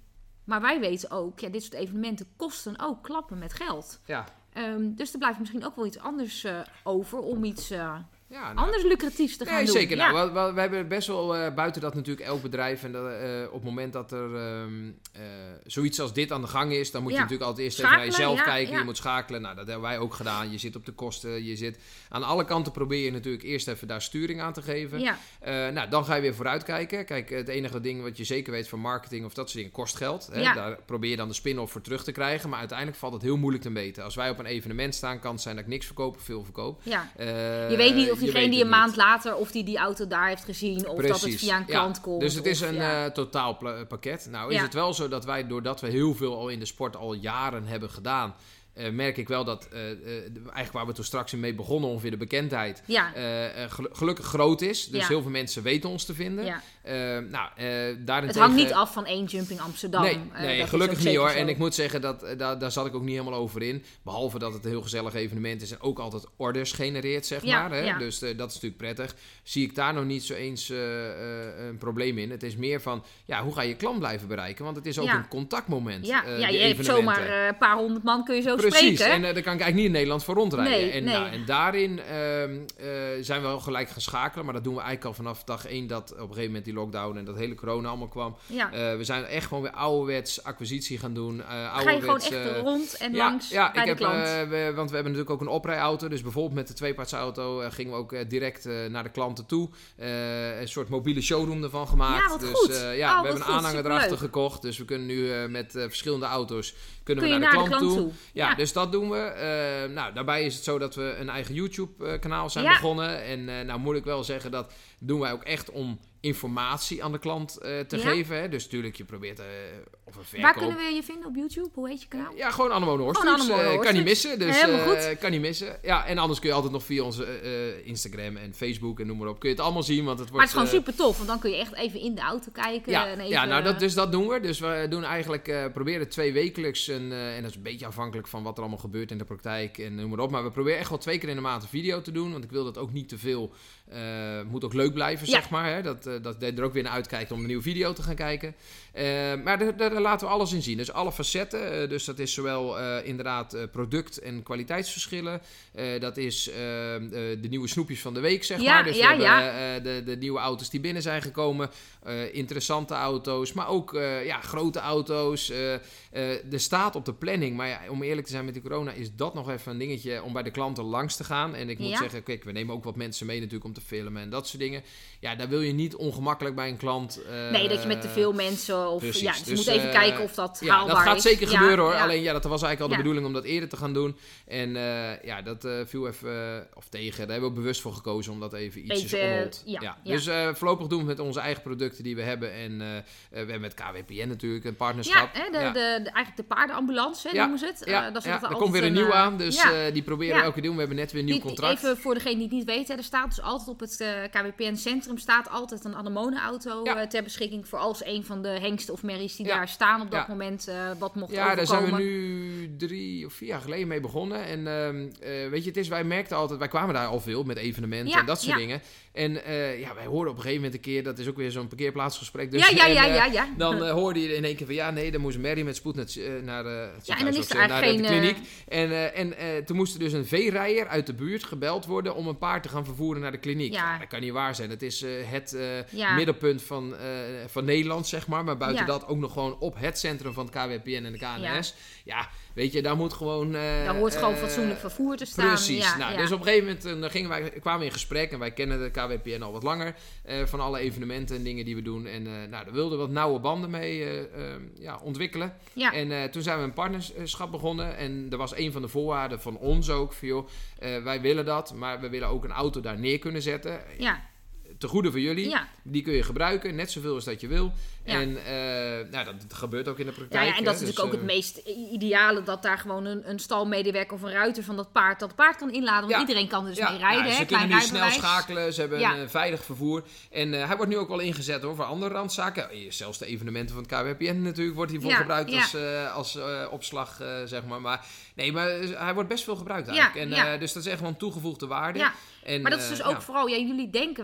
Maar wij weten ook, ja, dit soort evenementen kosten ook klappen met geld. Ja. Um, dus er blijft misschien ook wel iets anders uh, over om iets... Uh, Ja, nou, anders lucratiefs te gaan nee, doen. Zeker. Ja. Nou, we, we, we hebben best wel uh, buiten dat natuurlijk elk bedrijf. En dat, uh, op het moment dat er um, uh, zoiets als dit aan de gang is, dan moet ja. je natuurlijk altijd eerst schakelen, even naar jezelf ja, kijken. Ja. Je moet schakelen. Nou, dat hebben wij ook gedaan. Je zit op de kosten. Je zit aan alle kanten probeer je natuurlijk eerst even daar sturing aan te geven. Ja. Uh, nou, dan ga je weer vooruit kijken. Kijk, het enige ding wat je zeker weet van marketing of dat soort dingen kost geld. Hè? Ja. Daar probeer je dan de spin-off voor terug te krijgen. Maar uiteindelijk valt het heel moeilijk te meten. Als wij op een evenement staan, kan het zijn dat ik niks verkoop of veel verkoop. Ja. Uh, je weet niet of diegene die een maand later of die die auto daar heeft gezien of Precies. dat het via een klant ja. komt. Dus het is of, een ja. uh, totaal pla- pakket. Nou is ja. het wel zo dat wij, doordat we heel veel al in de sport al jaren hebben gedaan, Uh, merk ik wel dat uh, uh, eigenlijk waar we toen straks mee begonnen, ongeveer de bekendheid, ja. uh, uh, gel- gelukkig groot is. Dus ja. heel veel mensen weten ons te vinden. Ja. Uh, nou, uh, het hangt niet af van één Jumping Amsterdam. Nee, nee uh, gelukkig niet hoor. Zo. En ik moet zeggen, dat, uh, daar, daar zat ik ook niet helemaal over in. Behalve dat het een heel gezellig evenement is en ook altijd orders genereert, zeg ja, maar. Hè? Ja. Dus uh, dat is natuurlijk prettig. Zie ik daar nog niet zo eens uh, uh, een probleem in. Het is meer van, ja, hoe ga je klant blijven bereiken? Want het is ook ja. een contactmoment. Ja, uh, ja je hebt zomaar uh, een paar honderd man kun je zo Precies. spreken. En uh, daar kan ik eigenlijk niet in Nederland voor rondrijden. Nee, en, nee. Nou, en daarin uh, uh, zijn we wel gelijk gaan schakelen. Maar dat doen we eigenlijk al vanaf dag één dat op een gegeven moment die lockdown en dat hele corona allemaal kwam. Ja. Uh, we zijn echt gewoon weer ouderwets acquisitie gaan doen. Uh, Ga je gewoon echt uh, rond en ja, langs ja, bij ik de heb, klant? Uh, we, want we hebben natuurlijk ook een oprijauto. Dus bijvoorbeeld met de tweepartsauto uh, gingen we ook uh, direct uh, naar de klanten toe. Uh, een soort mobiele showroom ervan gemaakt. Ja, wat dus, goed. Uh, ja, oh, we hebben goed, een aanhanger superleuk. erachter gekocht. Dus we kunnen nu uh, met uh, verschillende auto's kunnen Kun we je naar, naar de, klant de klant toe. toe. Ja, ja, dus dat doen we. Uh, nou, daarbij is het zo dat we een eigen YouTube-kanaal zijn ja. begonnen. En uh, nou moet ik wel zeggen, dat doen wij ook echt om informatie aan de klant uh, te ja. geven. Hè? Dus natuurlijk, je probeert uh, of een verkoop. Waar kunnen we je vinden op YouTube? Hoe heet je kanaal? Ja, gewoon Anemone Horstux. Uh, kan niet missen. Dus Helemaal uh, goed. kan niet missen. Ja, en anders kun je altijd nog via onze uh, Instagram en Facebook en noem maar op. Kun je het allemaal zien, want het wordt... Maar het is gewoon uh, super tof, want dan kun je echt even in de auto kijken. Ja, en even, ja nou dat, dus dat doen we. Dus we doen eigenlijk, uh, proberen twee wekelijks, een, uh, en dat is een beetje afhankelijk van wat er allemaal gebeurt in de praktijk en noem maar op. Maar we proberen echt wel twee keer in de maand een video te doen, want ik wil dat ook niet te veel, uh, moet ook leuk blijven, ja. zeg maar. Hè? Dat, uh, dat je er ook weer naar uitkijkt om een nieuwe video te gaan kijken. Uh, maar daar, daar laten we alles in zien. Dus alle facetten. Uh, dus dat is zowel uh, inderdaad uh, product- en kwaliteitsverschillen. Uh, dat is uh, uh, de nieuwe snoepjes van de week, zeg ja, maar. Dus ja, we ja. hebben uh, de, de nieuwe auto's die binnen zijn gekomen. Uh, interessante auto's, maar ook uh, ja, grote auto's. Uh, uh, er staat op de planning, maar ja, om eerlijk te zijn met de corona is dat nog even een dingetje om bij de klanten langs te gaan. En ik moet ja. zeggen, kijk, we nemen ook wat mensen mee natuurlijk om te filmen en dat soort dingen. Ja, daar wil je niet ongemakkelijk bij een klant... Uh, nee, dat je met te veel mensen... Of, precies. ja, dus, dus je moet even uh, kijken of dat ja, haalbaar is. dat gaat is. zeker ja, gebeuren hoor. Ja. Alleen ja, dat was eigenlijk al de ja. bedoeling om dat eerder te gaan doen. En uh, ja, dat uh, viel even uh, of tegen. Daar hebben we ook bewust voor gekozen om dat even ietsjes Beetje, omholt. ja, ja. ja. Dus uh, voorlopig doen we het met onze eigen producten die we hebben. En uh, uh, we hebben met K W P N natuurlijk een partnerschap. Ja, hè, de, ja. De, de, eigenlijk de paardenambulance hè, ja. noemen ze het. Ja, uh, dat is ja. er komt weer een nieuw aan. Dus ja. uh, die proberen ja. we elke keer doen. We hebben net weer een nieuw die, contract. Even voor degene die het niet weet. Hè, er staat dus altijd op het uh, K W P N-centrum staat altijd een Anemone-auto ja. uh, ter beschikking voor als een van de hengsten of merries die ja. daar staan op dat ja. moment uh, wat mocht ja, overkomen. Ja, daar zijn we nu drie of vier jaar geleden mee begonnen. En uh, uh, weet je, het is, wij merkten altijd, wij kwamen daar al veel met evenementen ja, en dat soort ja. dingen. En uh, ja, wij hoorden op een gegeven moment een keer, dat is ook weer zo'n parkeerplaatsgesprek. Dus, ja, ja, en, ja, uh, ja, ja. Dan uh, hoorde je in één keer van, ja, nee, dan moest Mary met spoed naar, uh, naar uh, het ja, en dan is er naar eigenlijk de geen, kliniek. Uh... En, uh, en uh, toen moest er dus een veerijder uit de buurt gebeld worden om een paard te gaan vervoeren naar de kliniek. Ja. Ja, dat kan niet waar zijn. Het is uh, het uh, ja. middelpunt van, uh, van Nederland, zeg maar. Maar buiten ja. dat ook nog gewoon op het centrum van het K W P N en de K N S. Ja, ja weet je, daar moet gewoon... Uh, daar hoort gewoon uh, fatsoenlijk vervoer te staan. Precies. Ja, nou, ja. Dus op een gegeven moment uh, dan gingen wij, kwamen we in gesprek en wij kennen de K W P N al wat langer uh, van alle evenementen en dingen die we doen. En uh, nou, daar wilden we wat nauwe banden mee uh, uh, ja, ontwikkelen. Ja. En uh, toen zijn we een partnerschap begonnen en er was een van de voorwaarden van ons ook. Van, joh, uh, wij willen dat, maar we willen ook een auto daar neer kunnen zetten. Ja. Te goede voor jullie. Ja. Die kun je gebruiken, net zoveel als dat je wil. Ja. En uh, nou, dat, dat gebeurt ook in de praktijk. Ja, ja en dat hè, is dus, natuurlijk ook uh, het meest ideale, dat daar gewoon een, een stalmedewerker of een ruiter van dat paard dat paard kan inladen. Want ja. iedereen kan er dus ja. mee rijden. Ja, ze hè, kunnen klein nu snel schakelen, ze hebben ja. een veilig vervoer. En uh, hij wordt nu ook wel ingezet hoor, voor andere randzaken. Zelfs de evenementen van het K W P N natuurlijk wordt hiervoor ja. gebruikt ja. als, uh, als uh, opslag, uh, zeg maar. Maar nee, maar hij wordt best veel gebruikt eigenlijk. Ja. En, uh, ja. Dus dat is echt wel een toegevoegde waarde. Ja. En, maar dat is dus uh, ook ja. vooral, ja, jullie denken wel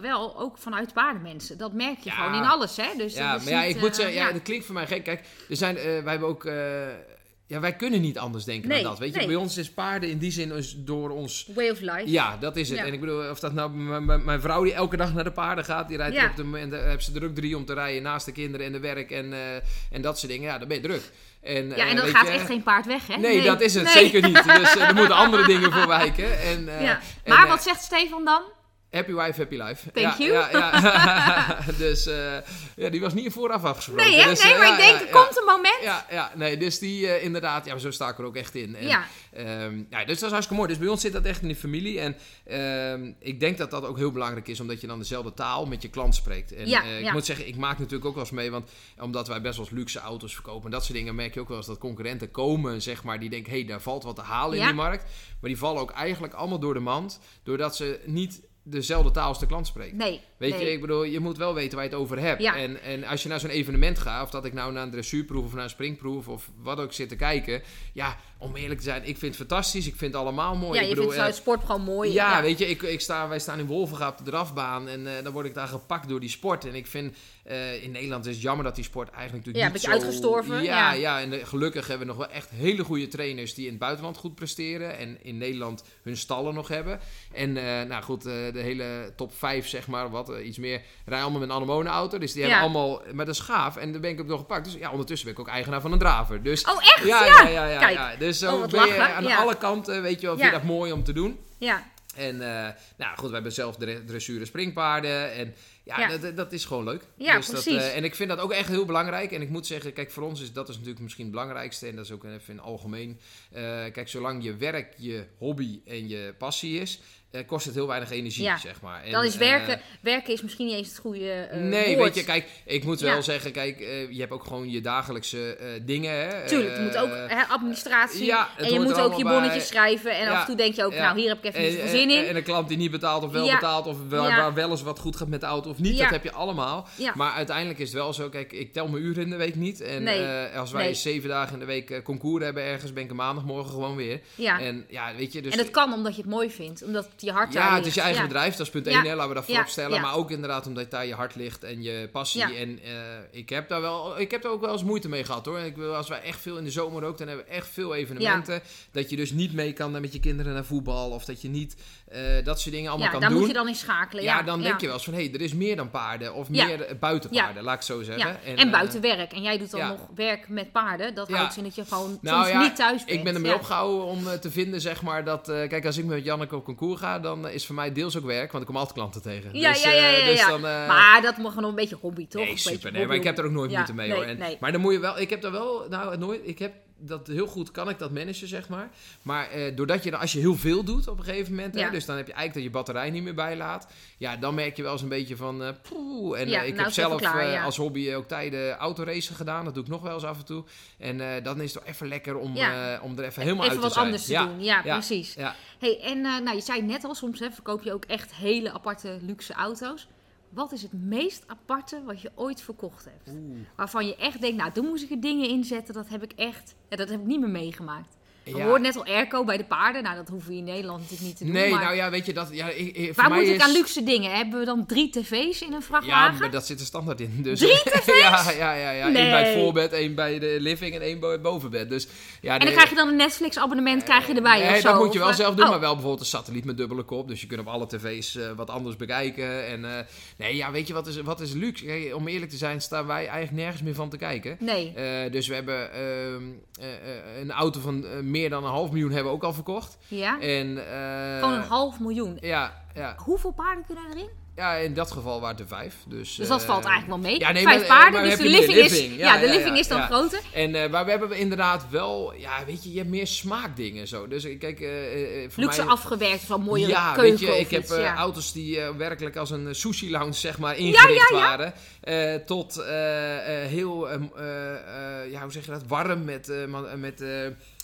ook vanuit paardenmensen. Dat merk je Ja. gewoon in alles, hè. Dus Ja, dat is maar ja, niet, ik moet uh, zeggen, ja, ja. dat klinkt voor mij gek. Kijk, er zijn, uh, wij hebben ook... Uh, ja, wij kunnen niet anders denken Nee, dan dat. Weet je, nee. bij ons is paarden in die zin is door ons... Way of life. Ja, dat is het. Ja. En ik bedoel, of dat nou m- m- mijn vrouw die elke dag naar de paarden gaat, die rijdt Ja. op de en daar hebben ze er ook drie om te rijden naast de kinderen en de werk en, uh, en dat soort dingen. Ja, dan ben je druk. En, Ja, uh, en dan weet gaat je, echt geen paard weg, hè? Nee, dat is het. Nee. Zeker niet. Dus uh, er moeten andere dingen voor wijken. En, uh, Ja. en, Maar uh, wat zegt Stefan dan? Happy wife, happy life. Thank ja, you. Ja, ja. dus uh, ja, die was niet vooraf afgesproken. Nee, hè? Dus, Nee, uh, maar ja, ik denk, ja, er ja. komt een moment. Ja, ja, nee, dus die uh, inderdaad, ja, zo sta ik er ook echt in. En, Ja. um, ja, dus dat is hartstikke mooi. Dus bij ons zit dat echt in de familie. En um, ik denk dat dat ook heel belangrijk is, omdat je dan dezelfde taal met je klant spreekt. En Ja, uh, ik ja. moet zeggen, ik maak natuurlijk ook wel eens mee, want omdat wij best wel eens luxe auto's verkopen en dat soort dingen, merk je ook wel eens dat concurrenten komen, zeg maar, die denken, hé, hey, daar valt wat te halen Ja. in die markt. Maar die vallen ook eigenlijk allemaal door de mand, doordat ze niet dezelfde taal als de klant spreekt. Nee. Weet nee. je, ik bedoel, je moet wel weten waar je het over hebt. Ja. En, en als je naar zo'n evenement gaat, of dat ik nou naar een dressuurproef of naar een springproef of wat ook zit te kijken. Ja, om eerlijk te zijn, ik vind het fantastisch. Ik vind het allemaal mooi. Ja, ik je bedoel, vindt het sport gewoon mooi. ja, Ja, weet je, ik, ik sta, wij staan in Wolvenga op de drafbaan en uh, dan word ik daar gepakt door die sport. En ik vind, uh, in Nederland is het jammer dat die sport eigenlijk natuurlijk Ja, niet een beetje zo... uitgestorven, Ja, ja. ja, en uh, gelukkig hebben we nog wel echt hele goede trainers die in het buitenland goed presteren. En in Nederland hun stallen nog hebben. En uh, nou goed, uh, de hele top vijf, zeg maar, wat uh, iets meer, rijden allemaal met een anemoneauto. Dus die Ja. hebben allemaal, maar dat is gaaf. En daar ben ik ook nog gepakt. Dus ja, ondertussen ben ik ook eigenaar van een draver. Dus, Oh, echt? Ja, Ja. ja, ja. ja, Kijk. ja. Dus zo Oh, wat ben je lachen. aan Ja. alle kanten, weet je wel, vind je Ja. dat mooi om te doen. ja. En uh, nou goed, we hebben zelf dre- dressuur en springpaarden. En ja, Ja. Dat, dat is gewoon leuk. Ja, dus dat, precies. uh, en ik vind dat ook echt heel belangrijk. En ik moet zeggen, kijk, voor ons is dat is natuurlijk misschien het belangrijkste. En dat is ook even in het algemeen. Uh, kijk, zolang je werk, je hobby en je passie is, uh, kost het heel weinig energie, Ja. zeg maar. En, Dan is uh, werken... werken is misschien niet eens het goede uh, nee, woord. weet je, kijk, ik moet wel Ja. zeggen, kijk, uh, je hebt ook gewoon je dagelijkse uh, dingen, hè. Tuurlijk, je Uh, moet ook hè, administratie. ja, het en je hoort moet er ook je allemaal bonnetjes bij. schrijven. En Ja. af en toe denk je ook, Ja. nou, hier heb ik even niet En- zoveel zin in. En, en een klant die niet betaalt of wel Ja. betaalt, of waar, Ja. waar wel eens wat goed gaat met de auto of niet, Ja. dat heb je allemaal. Ja. Maar uiteindelijk is het wel zo, kijk, ik tel mijn uren in de week niet. En Nee. uh, als wij Nee. zeven dagen in de week uh, concours hebben ergens, ben ik er maandagmorgen gewoon weer. Ja. En ja, weet je, dus... En dat kan omdat je het mooi vindt. Omdat het je hart daar ja, ligt. het is je eigen Ja. bedrijf, dat is punt Ja. één, hè, laten we dat Ja. vooropstellen. Ja. Maar ook inderdaad omdat daar je hart ligt en je passie. Ja. En uh, ik heb daar wel, ik heb daar ook wel eens moeite mee gehad, hoor. Ik wil, als wij echt veel in de zomer ook, dan hebben we echt veel evenementen. Dat je dus niet mee kan met je kinderen naar voetbal, of dat je niet uh, dat soort dingen allemaal Ja, kan daar doen. moet je dan in schakelen. Ja, Ja, dan ja. denk je wel eens van, hé, hey, er is meer dan paarden. Of Ja. meer uh, buiten Ja. paarden, laat ik zo zeggen. Ja. En, En, uh, buiten werk. En jij doet dan ja. nog werk met paarden. Dat Ja. houdt in dat je gewoon Nou soms ja, niet thuis bent. ik ben ermee Ja. opgehouden om uh, te vinden, zeg maar, dat... Uh, kijk, als ik met Janneke op concours ga, dan uh, is voor mij deels ook werk. Want ik kom altijd klanten tegen. Ja, dus, ja, ja, ja, uh, dus ja. dan, uh, Maar dat mag nog een beetje hobby, toch? Nee, Een beetje super. Nee, hobby. maar ik heb er ook nooit Ja, moeite mee, nee, hoor. En, nee. Maar dan moet je wel... Ik heb daar wel... Nou, nooit... Ik heb dat heel goed... Kan ik dat managen, zeg maar. Maar uh, doordat je dan... Als je heel veel doet op een gegeven moment... Ja. Hè, dus dan heb je eigenlijk dat je batterij niet meer bijlaat. Ja, dan merk je wel eens een beetje van... Uh, poeh. En uh, Ja, ik nou heb is het zelf even klaar, uh, ja. als hobby ook tijden autoracen gedaan. Dat doe ik nog wel eens af en toe. En uh, dan is het toch even lekker om, Ja. uh, om er even helemaal Even uit te wat zijn. anders te ja. doen. Ja, Ja. precies. Ja. Hey, en uh, nou, je zei net al, soms hè, verkoop je ook echt hele aparte luxe auto's. Wat is het meest aparte wat je ooit verkocht hebt? Oeh. Waarvan je echt denkt, nou, toen moest ik er dingen in zetten. Dat heb ik echt, ja, dat heb ik niet meer meegemaakt. Je Ja. hoort net al airco bij de paarden. Nou, dat hoeven we in Nederland natuurlijk niet te doen. Nee, maar nou ja, weet je dat... Ja, ik, ik, voor waar mij moet ik is... aan luxe dingen? Hebben we dan drie tv's in een Ja, vrachtwagen? maar dat zit er standaard in. Dus, Drie tv's? ja, ja, ja. ja. Nee. Eén bij het voorbed, één bij de living en één bij het bovenbed. Dus, ja, En dan de- krijg je dan een Netflix-abonnement krijg je erbij Nee, of zo? dat moet je wel Of, zelf doen, oh. maar wel bijvoorbeeld een satelliet met dubbele kop. Dus je kunt op alle tv's uh, wat anders bekijken. En, uh, nee, ja, weet je, wat is, wat is luxe? Kijk, om eerlijk te zijn, staan wij eigenlijk nergens meer van te kijken. Nee. Uh, dus we hebben uh, uh, uh, een auto van uh, meer dan een half miljoen hebben we ook al verkocht. Ja? En, uh, Gewoon een half miljoen. Ja, ja. Hoeveel paarden kunnen erin? Ja, in dat geval waren het er vijf. Dus, Dus dat uh, valt eigenlijk wel mee. Ja, nee, Vijf maar- paarden, maar dus heb de je meer living, is, living. ja, Ja, de ja, living ja, is dan ja. groter. En uh, maar we hebben inderdaad wel, ja, weet je, je hebt meer smaakdingen zo. Dus uh, kijk, uh, uh, voor Luxe mij... afgewerkt, van mooie Ja, keuken weet je, of ik heb iets, uh, ja. auto's die uh, werkelijk als een sushi lounge, zeg maar, ingericht ja, ja. waren. Uh, tot uh, uh, heel, um, uh, uh, ja, hoe zeg je dat, warm met, uh, met uh,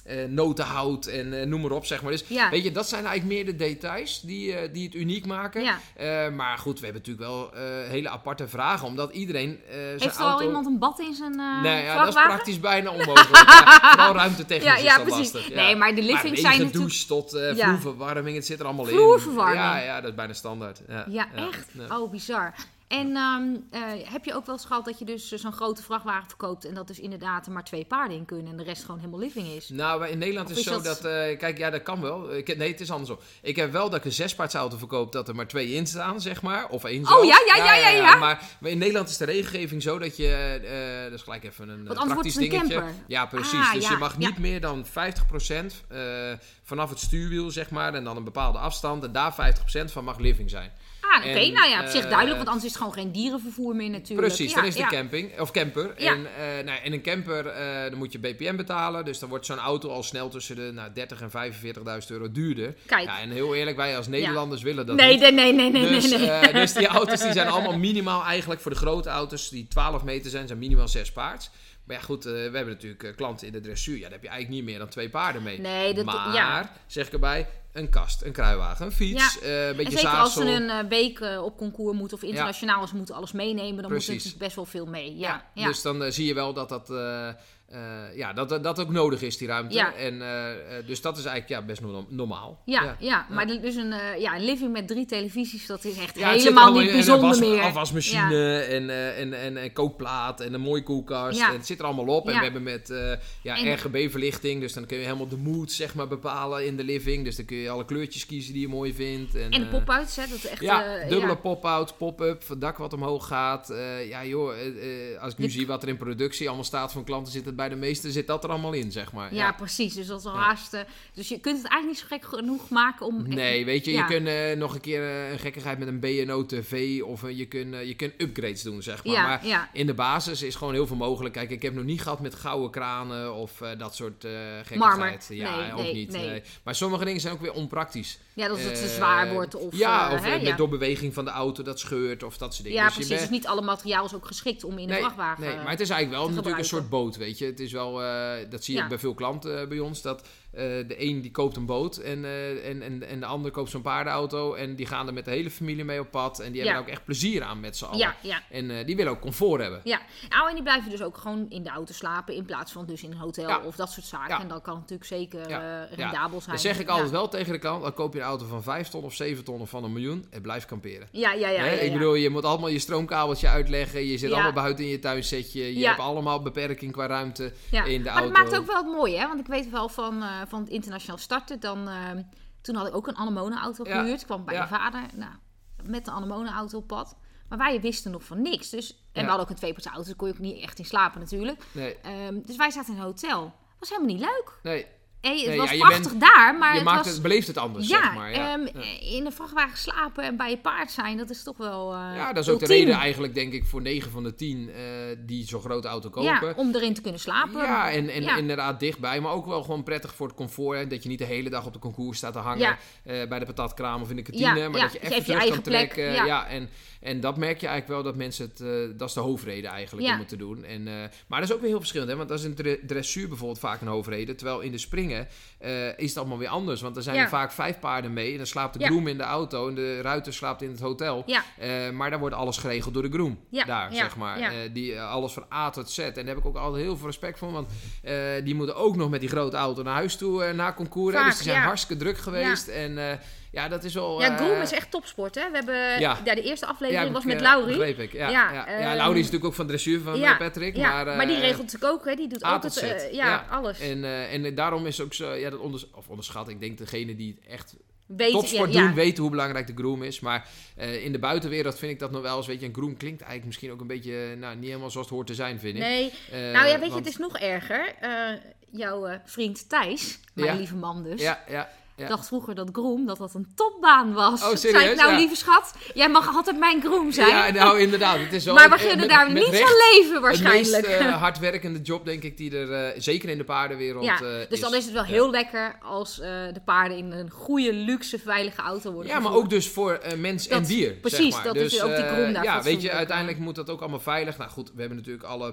uh, notenhout en uh, noem maar op, zeg maar. Dus ja. weet je, dat zijn eigenlijk meer de details die, uh, die het uniek maken. Ja. Uh, maar goed, we hebben natuurlijk wel uh, hele aparte vragen, omdat iedereen uh, zijn Heeft er auto... al iemand een bad in zijn uh, Nee, ja, vrachtwagen? dat is praktisch bijna onmogelijk. ja, vooral ruimtetechnisch ja, is ja, dat precies. lastig. Ja. Nee, maar de living maar zijn natuurlijk... douche tot uh, ja. vloerverwarming, het zit er allemaal Vloerverwarming? in. Ja, ja, dat is bijna standaard. Ja, ja, ja echt? ja. Oh, bizar. En um, uh, heb je ook wel eens gehad dat je dus uh, zo'n grote vrachtwagen verkoopt en dat dus inderdaad er maar twee paarden in kunnen en de rest gewoon helemaal living is? Nou, in Nederland is het zo dat... dat uh, kijk, ja, dat kan wel. Ik, nee, het is andersom. Ik heb wel dat ik een zespaardsauto verkoop dat er maar twee in staan, zeg maar. Of één zelfs. Oh, ja, ja, ja, ja, ja. ja. Maar, maar in Nederland is de regelgeving zo dat je... Uh, dat is gelijk even een Want praktisch wordt het een dingetje. camper. Ja, precies. Ah, dus ja, je mag niet ja. meer dan vijftig procent uh, vanaf het stuurwiel, zeg maar. En dan een bepaalde afstand. En daar vijftig procent van mag living zijn. Ah, oké. Okay. Nou ja, op zich uh, duidelijk, want anders is het gewoon geen dierenvervoer meer natuurlijk. Precies, ja, dan is de ja. camping, of camper. Ja. En uh, nou, in een camper uh, dan moet je B P M betalen. Dus dan wordt zo'n auto al snel tussen de nou, dertig en vijfenveertigduizend euro duurder. Kijk. Ja, en heel eerlijk, wij als Nederlanders ja. willen dat nee, niet. Nee, nee, nee, nee, dus, nee. nee. Uh, dus die auto's die zijn allemaal minimaal eigenlijk voor de grote auto's die twaalf meter zijn, zijn minimaal zes paards. Maar ja, goed, uh, we hebben natuurlijk uh, klanten in de dressuur. Ja, daar heb je eigenlijk niet meer dan twee paarden mee. Nee, dat, maar, ja. zeg ik erbij, een kast, een kruiwagen, een fiets, ja. uh, een beetje en zeker zaadsel. als ze een uh, week uh, op concours moeten of internationaal, ja. ze moeten alles meenemen, dan Precies. moet er natuurlijk best wel veel mee. Ja, ja, ja. Dus dan uh, zie je wel dat dat, uh, uh, ja, dat, dat ook nodig is, die ruimte. Ja. En, uh, dus dat is eigenlijk ja, best no- normaal. Ja, ja. ja, maar ja. dus een, uh, ja, een living met drie televisies, dat is echt ja, helemaal niet in, bijzonder een was, meer. afwasmachine ja. en, uh, en, en, en kookplaat en een mooie koelkast. Ja. En het zit er allemaal op. En ja. we hebben met uh, ja, en, R G B-verlichting. Dus dan kun je helemaal de mood zeg maar, bepalen in de living. Dus dan kun je alle kleurtjes kiezen die je mooi vindt. En, en de pop-outs, hè? Dat is echt... Ja, uh, dubbele ja. pop-out, pop-up, het dak wat omhoog gaat. Uh, ja joh, uh, uh, als ik nu de... zie wat er in productie allemaal staat van klanten, zit het bij de meeste, zit dat er allemaal in, zeg maar. Ja, ja. precies. Dus dat is al ja. haast... Uh, dus je kunt het eigenlijk niet zo gek genoeg maken om... Nee, weet je, ja. je kunt uh, nog een keer uh, een gekkigheid met een B en O T V of uh, je kunt uh, je kunt upgrades doen, zeg maar. Ja, maar ja. in de basis is gewoon heel veel mogelijk. Kijk, ik heb nog niet gehad met gouden kranen of uh, dat soort uh, gekkigheid. Marmer. Ja, nee, ook nee, niet. Nee. Nee. Maar sommige dingen zijn ook weer onpraktisch. Ja, dat het uh, te zwaar wordt of... Ja, uh, of hè, met ja. door beweging van de auto dat scheurt of dat soort dingen. Ja, dus precies. Je bent... Dus niet alle materiaal is ook geschikt om in nee, een vrachtwagen Nee, maar het is eigenlijk wel natuurlijk gebruiken. een soort boot, weet je. Het is wel, uh, dat zie je ja. bij veel klanten uh, bij ons, dat uh, de een die koopt een boot en, uh, en, en, en de ander koopt zo'n paardenauto en die gaan er met de hele familie mee op pad en die ja. hebben er ook echt plezier aan met z'n allen. Ja, ja. En uh, die willen ook comfort hebben. Ja, nou, en die blijven dus ook gewoon in de auto slapen in plaats van dus in een hotel ja. of dat soort zaken. Ja. En dat kan natuurlijk zeker ja. uh, rendabel ja. zijn. Dan zeg ik ja. altijd wel tegen de klant, dan koop je een auto van vijf ton of zeven ton of van een miljoen en blijf kamperen. Ja, ja, ja. He, ja, ja. Ik bedoel, je moet allemaal je stroomkabeltje uitleggen, je zit ja. allemaal buiten in je tuinsetje, je ja. hebt allemaal beperking qua ruimte ja. in de maar auto. Maar het maakt ook wel het mooie, hè? Want ik weet wel van, uh, van het internationaal starten, dan, uh, toen had ik ook een Anemone-auto Ja. gehuurd. Ik kwam bij Ja. mijn vader, nou, met de Anemone-auto op pad. Maar wij wisten nog van niks. Dus, en Ja. we hadden ook een tweepersoonsauto, dus kon je ook niet echt in slapen natuurlijk. Nee. Um, dus wij zaten in een hotel. Was helemaal niet leuk. Nee. Hey, het Nee, was ja, je prachtig bent- daar, maar je het maakt was... het, beleeft het anders, ja, zeg maar. Ja. Um, ja. in een vrachtwagen slapen en bij je paard zijn, dat is toch wel uh, Ja, dat is ook de ultiem. reden eigenlijk, denk ik, voor negen van de tien uh, die zo'n grote auto kopen. Ja, om erin te kunnen slapen. Ja, en, en Ja. inderdaad dichtbij, maar ook wel gewoon prettig voor het comfort. Hè, dat je niet de hele dag op de concours staat te hangen Ja. uh, bij de patatkraam of in de kantine. Ja, maar ja, dat je je even hebt je terug eigen kan plek, trekken. ja. Ja, en, en dat merk je eigenlijk wel dat mensen het, uh, dat is de hoofdreden eigenlijk Ja. om het te doen. En, uh, maar dat is ook weer heel verschillend, hè, want dat is in de dressuur bijvoorbeeld vaak een hoofdreden. Terwijl in de springen uh, is het allemaal weer anders. Want er zijn Ja. er vaak vijf paarden mee en dan slaapt de Ja. groom in de auto en de ruiter slaapt in het hotel. Ja. Uh, maar daar wordt alles geregeld door de groom. Ja, Daar, ja, zeg maar. ja. Uh, die, uh, alles van A tot Z. En daar heb ik ook altijd heel veel respect voor. Want uh, die moeten ook nog met die grote auto naar huis toe uh, na concours. Hè? Vaak, Dus die zijn ja. hartstikke druk geweest. Ja. En uh, ja, dat is wel... Ja, uh, groom is echt topsport, hè? We hebben... Ja. Ja, de eerste aflevering ja, was ik, met uh, Laurie. begreep ik. Ja, Ja, ja, ja. um, ja, Laurie is natuurlijk ook van dressuur van ja, uh, Patrick. Ja, maar, uh, maar die regelt natuurlijk ook, hè? Die doet A altijd... tot Z. Uh, ja, Ja. alles. En, uh, en daarom is ook zo... Ja, dat onders- of onderschat. Ik denk degene die het echt... Weet, topsport ja, doen, ja. weten hoe belangrijk de groom is. Maar uh, in de buitenwereld vind ik dat nog wel eens... Weet je, een groom klinkt eigenlijk misschien ook een beetje... Nou, niet helemaal zoals het hoort te zijn, vind ik. Nee. Uh, nou ja, weet je, want- het is nog erger. Uh, jouw uh, vriend Thijs, mijn Ja. lieve man dus... Ja, ja. Ja. dacht vroeger dat groom dat dat een topbaan was. Oh, serieus? Zei ik, nou Ja. lieve schat, jij mag altijd mijn groom zijn. Ja, nou inderdaad. Het is wel maar we eh, gunnen met- daar met niet recht van leven waarschijnlijk. Het meest uh, hardwerkende job, denk ik, die er uh, zeker in de paardenwereld ja, uh, dus is. dan is het wel Ja. heel lekker als uh, de paarden in een goede, luxe, veilige auto worden Ja, maar gevoerd. ook dus voor uh, mens Dat- en dier. precies, zeg maar. dat dus, is ook die uh, groom daar Ja, weet je, fatsoenlijk, uiteindelijk moet dat ook allemaal veilig. Nou goed, we hebben natuurlijk alle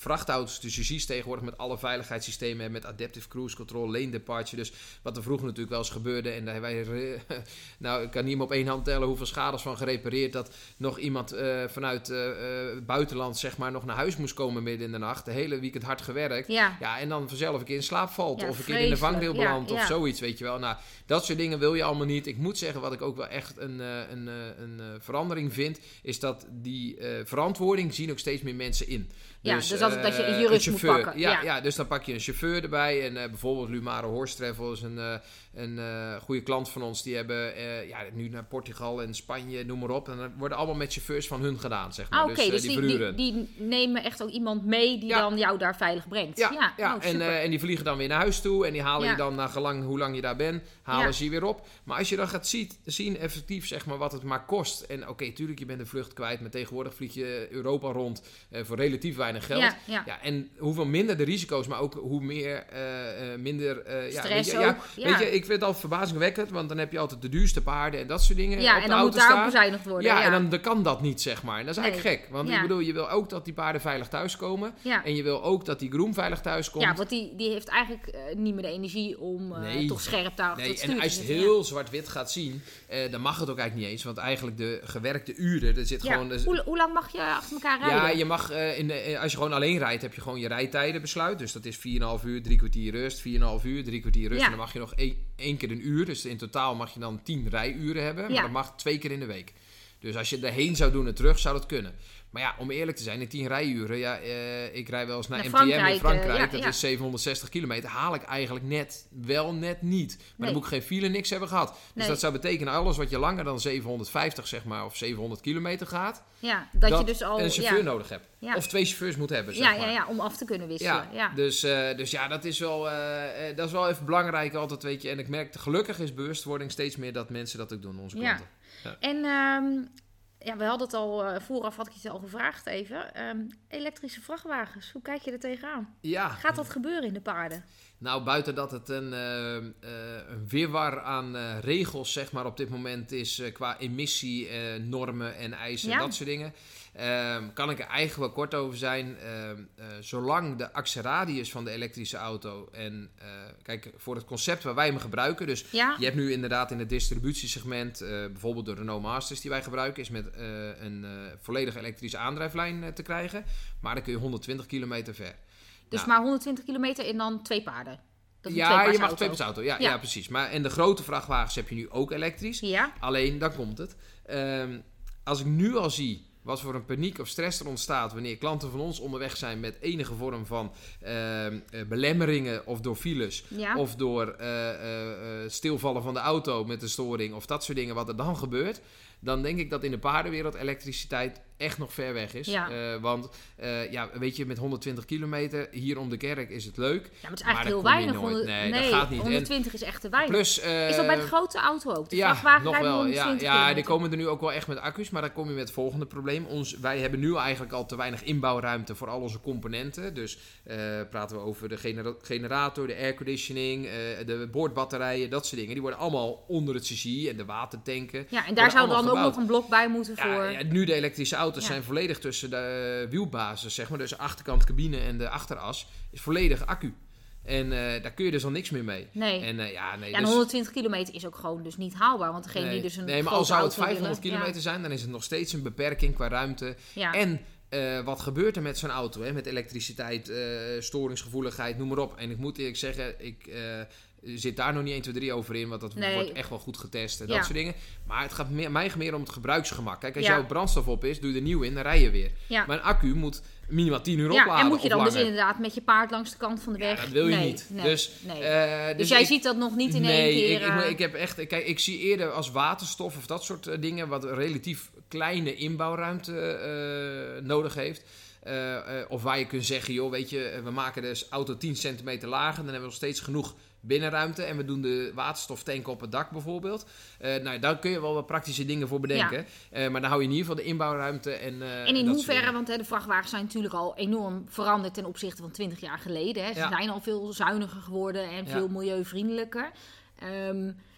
vrachtauto's. Dus je ziet tegenwoordig met alle veiligheidssystemen, met adaptive cruise control, lane departure. Dus wat er vroeger natuurlijk wel eens gebeurde. En daar wij, nou, ik kan niet meer op één hand tellen hoeveel schades van gerepareerd. Dat nog iemand uh, vanuit uh, uh, buitenland, zeg maar, nog naar huis moest komen midden in de nacht. De hele weekend hard gewerkt. Ja. Ja, en dan vanzelf een keer in slaap valt. Ja, of een keer in de vangrail belandt. Ja, of ja. zoiets, weet je wel. Nou, dat soort dingen wil je allemaal niet. Ik moet zeggen, wat ik ook wel echt een, een, een, een verandering vind, is dat die uh, verantwoording zien ook steeds meer mensen in. Ja, dus, dus dat, dat je een uh, jurist een moet chauffeur. pakken. Ja, Ja. ja, dus dan pak je een chauffeur erbij. En uh, bijvoorbeeld Lumare Horse Travel is een, uh, een uh, goede klant van ons. Die hebben uh, ja, nu naar Portugal en Spanje, noem maar op. En dat worden allemaal met chauffeurs van hun gedaan, zeg maar. Ah, oké, okay, dus, dus uh, die, die, die, die nemen echt ook iemand mee die ja. dan jou daar veilig brengt. Ja, ja. ja. Oh, en, uh, en die vliegen dan weer naar huis toe. En die halen ja. je dan, naar gelang hoe lang je daar bent, halen ja. ze je weer op. Maar als je dan gaat ziet, zien effectief, zeg maar, wat het maar kost. En oké, okay, tuurlijk, je bent de vlucht kwijt. Maar tegenwoordig vlieg je Europa rond uh, voor relatief weinig geld. Ja, ja. Ja, en hoeveel minder de risico's, maar ook hoe meer, uh, uh, minder... Uh, Stress ja, weet je, ook. Ja, Ja. weet je, ik vind het altijd verbazingwekkend, want dan heb je altijd de duurste paarden en dat soort dingen Ja, op en de dan auto moet daarop staan. bezuinigd worden. Ja, Ja, en dan, dan kan dat niet, zeg maar. En dat is Nee. eigenlijk gek, want Ja. ik bedoel, je wil ook dat die paarden veilig thuiskomen. Ja. En je wil ook dat die groom veilig thuiskomt. Ja, want die, die heeft eigenlijk uh, niet meer de energie om uh, Nee. toch scherp daar achter Nee, het stuur en te als je het zitten. heel zwart-wit gaat zien, eh, dan mag het ook eigenlijk niet eens. Want eigenlijk de gewerkte uren, er zit Ja. gewoon... Hoe, hoe lang mag je achter elkaar rijden? Ja, je mag, uh, in de, als je gewoon alleen rijdt, heb je gewoon je rijtijdenbesluit. Dus dat is vier komma vijf uur, drie kwartier rust, vier komma vijf uur, drie kwartier rust. Ja. En dan mag je nog één, één keer een uur. Dus in totaal mag je dan tien rijuren hebben. Maar Ja. dat mag twee keer in de week. Dus als je erheen zou doen en terug, zou dat kunnen. Maar ja, om eerlijk te zijn, in tien rijuren, ja, uh, ik rij wel eens naar, Naar M T M Frankrijk, in Frankrijk, uh, ja, dat ja. is zevenhonderdzestig kilometer, haal ik eigenlijk net, wel net niet. Maar Nee. dan moet ik geen file, niks hebben gehad. Dus Nee. dat zou betekenen, alles wat je langer dan zevenhonderdvijftig, zeg maar, of zevenhonderd kilometer gaat, Ja, dat, dat je dus al... een chauffeur ja. nodig hebt. Ja. Of twee chauffeurs moet hebben, zeg Ja, maar. ja, ja, om af te kunnen wisselen. Ja, Ja. Dus, uh, dus ja, dat is, wel, uh, uh, dat is wel even belangrijk altijd, weet je. En ik merk, gelukkig is bewustwording steeds meer dat mensen dat ook doen, onze Ja. klanten. Ja. En um, ja, we hadden het al, uh, vooraf had ik je het al gevraagd even. Um, elektrische vrachtwagens, hoe kijk je er tegenaan? Ja. Gaat dat gebeuren in de paarden? Nou, buiten dat het een, uh, uh, een wirwar aan uh, regels, zeg maar, op dit moment is uh, qua emissie, uh, normen en eisen Ja. en dat soort dingen. Uh, kan ik er eigenlijk wel kort over zijn. Uh, uh, zolang de actieradius van de elektrische auto en uh, kijk, voor het concept waar wij hem gebruiken, dus Ja. je hebt nu inderdaad in het distributiesegment, uh, bijvoorbeeld de Renault Masters die wij gebruiken, is met uh, een uh, volledig elektrische aandrijflijn uh, te krijgen, maar dan kun je honderdtwintig kilometer ver. Dus Nou, maar honderdtwintig kilometer en dan twee paarden? Dat is een ja, je mag tweepaarsauto. tweepaarsauto. Ja, ja. Ja. ja, precies. Maar en de grote vrachtwagens heb je nu ook elektrisch. Ja, Alleen, dan komt het. Um, als ik nu al zie wat voor een paniek of stress er ontstaat wanneer klanten van ons onderweg zijn met enige vorm van uh, uh, belemmeringen of door files ja. of door uh, uh, uh, stilvallen van de auto met een storing of dat soort dingen, wat er dan gebeurt, dan denk ik dat in de paardenwereld elektriciteit echt nog ver weg is. Ja. Uh, want uh, ja, weet je, met honderdtwintig kilometer hier om de kerk is het leuk. Ja, maar het is Maar eigenlijk daar heel kom je weinig. nooit. honderd Nee, dat gaat niet. En honderdtwintig is echt te weinig. plus, uh, is dat bij de grote auto ook? De ja, vrachtwagen nog rijdt wel. Ja, honderdtwintig ja, die kilometer. komen er nu ook wel echt met accu's, maar dan kom je met het volgende probleem. Ons, wij hebben nu eigenlijk al te weinig inbouwruimte voor al onze componenten. Dus uh, praten we over de genera- generator, de airconditioning, uh, de boordbatterijen, dat soort dingen. Die worden allemaal onder het C C I en de watertanken. Ja, en daar worden zou dan allemaal ook nog gebouwd. een blok bij moeten voor... Ja, ja, nu de elektrische auto's Ja. zijn volledig tussen de uh, wielbasis, zeg maar. Dus de achterkant cabine en de achteras is volledig accu. En uh, daar kun je dus al niks meer mee. Nee. En, uh, ja, nee Ja, en dus, honderdtwintig kilometer is ook gewoon dus niet haalbaar. Want degene nee, die dus een nee, maar grote al zou het auto vijfhonderd willen, kilometer zijn, dan is het nog steeds een beperking qua ruimte. Ja. En uh, wat gebeurt er met zo'n auto? Hè? Met elektriciteit, uh, storingsgevoeligheid, noem maar op. En ik moet eerlijk zeggen, ik uh, zit daar nog niet één, twee, drie over in. Want dat Nee. wordt echt wel goed getest en Ja. dat soort dingen. Maar het gaat meer, mij meer om het gebruiksgemak. Kijk, als Ja. jouw brandstof op is, doe je er nieuw in, dan rij je weer. Ja. Maar een accu moet minimaal tien uur Ja, opladen en moet je of dan dus langer. inderdaad met je paard langs de kant van de Ja, weg... dat wil je nee, niet. Nee, Dus, nee. uh, dus, dus jij ik- ziet dat nog niet in nee, één keer... ik, ik, uh, ik heb echt, kijk, ik zie eerder als waterstof of dat soort uh, dingen, wat een relatief kleine inbouwruimte uh, nodig heeft. Uh, uh, of waar je kunt zeggen, joh, weet je, we maken de auto tien centimeter lager, dan hebben we nog steeds genoeg binnenruimte en we doen de waterstoftank op het dak bijvoorbeeld. Uh, nou, daar kun je wel wat praktische dingen voor bedenken. Ja. Uh, maar dan hou je in ieder geval de inbouwruimte en uh, En in dat hoeverre, want hè, de vrachtwagens zijn natuurlijk al enorm veranderd ten opzichte van twintig jaar geleden. Hè. Ze Ja. zijn al veel zuiniger geworden en Ja. veel milieuvriendelijker. Um,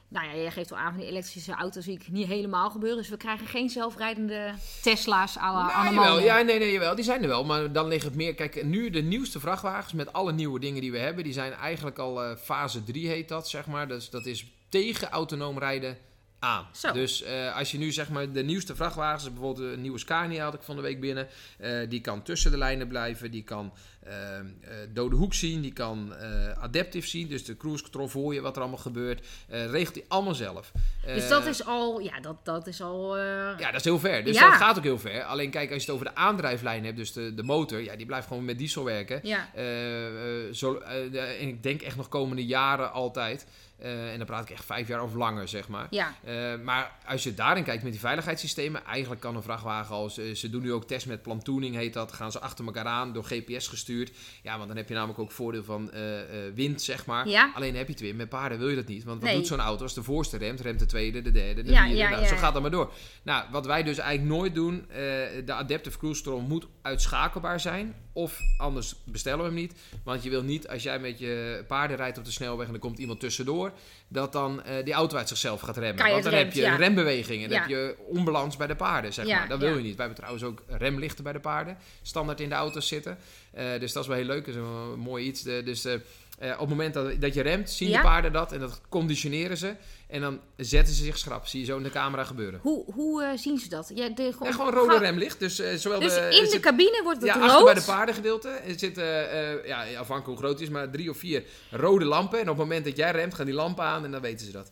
nou ja, jij geeft al aan van die elektrische auto's zie ik niet helemaal gebeuren. Dus we krijgen geen zelfrijdende Tesla's à la Nou, jawel, ja, nee, nee, jawel, die zijn er wel. Maar dan ligt het meer... Kijk, nu de nieuwste vrachtwagens met alle nieuwe dingen die we hebben... die zijn eigenlijk al uh, fase drie heet dat, zeg maar. Dus dat is tegen autonoom rijden aan. Zo. Dus uh, als je nu zeg maar de nieuwste vrachtwagens... bijvoorbeeld een nieuwe Scania had ik van de week binnen... Uh, die kan tussen de lijnen blijven. Die kan uh, uh, dode hoek zien. Die kan uh, adaptief zien. Dus de cruise control voor je, wat er allemaal gebeurt. Uh, regelt hij allemaal zelf. Uh, Dus dat is al... Ja, dat, dat is al... Uh... Ja, dat is heel ver. Dus Ja. dat gaat ook heel ver. Alleen kijk, als je het over de aandrijflijn hebt... dus de, de motor, ja, die blijft gewoon met diesel werken. Ja. Uh, uh, zo, uh, en ik denk echt nog komende jaren altijd... Uh, en dan praat ik echt vijf jaar of langer, zeg maar. Ja. Uh, maar als je daarin kijkt met die veiligheidssystemen... eigenlijk kan een vrachtwagen als... Uh, ze doen nu ook test met plantooning, heet dat. Gaan ze achter elkaar aan, door G P S gestuurd. Ja, want dan heb je namelijk ook voordeel van uh, uh, wind, zeg maar. Ja. Alleen heb je het weer. Met paarden wil je dat niet. Want wat Nee. doet zo'n auto? Als de voorste remt, remt de tweede, de derde, de Ja, vierde. ja, nou, ja, zo ja. gaat dat maar door. Nou, wat wij dus eigenlijk nooit doen... Uh, de Adaptive Cruise Control moet uitschakelbaar zijn... Of anders bestellen we hem niet. Want je wil niet, als jij met je paarden rijdt op de snelweg... en er komt iemand tussendoor... dat dan uh, die auto uit zichzelf gaat remmen. Kan je Want dan het heb je remt, ja. rembewegingen. Dan Ja. heb je onbalans bij de paarden, zeg Ja, maar. Dat wil ja. je niet. Wij hebben trouwens ook remlichten bij de paarden. Standaard in de auto's zitten. Uh, dus dat is wel heel leuk. Dat is wel een mooi iets. Uh, dus... Uh, Uh, op het moment dat, dat je remt, zien Ja. de paarden dat en dat conditioneren ze. En dan zetten ze zich schrap. Zie je zo in de camera gebeuren. Hoe, hoe uh, zien ze dat? Ja, de, Ja, gewoon rode ga- remlicht. Dus, uh, zowel Dus de, in er de zit- cabine wordt het ja, rood? achter bij de paardengedeelte. Er zitten, uh, ja, afhankelijk hoe groot het is, maar drie of vier rode lampen. En op het moment dat jij remt, gaan die lampen aan en dan weten ze dat.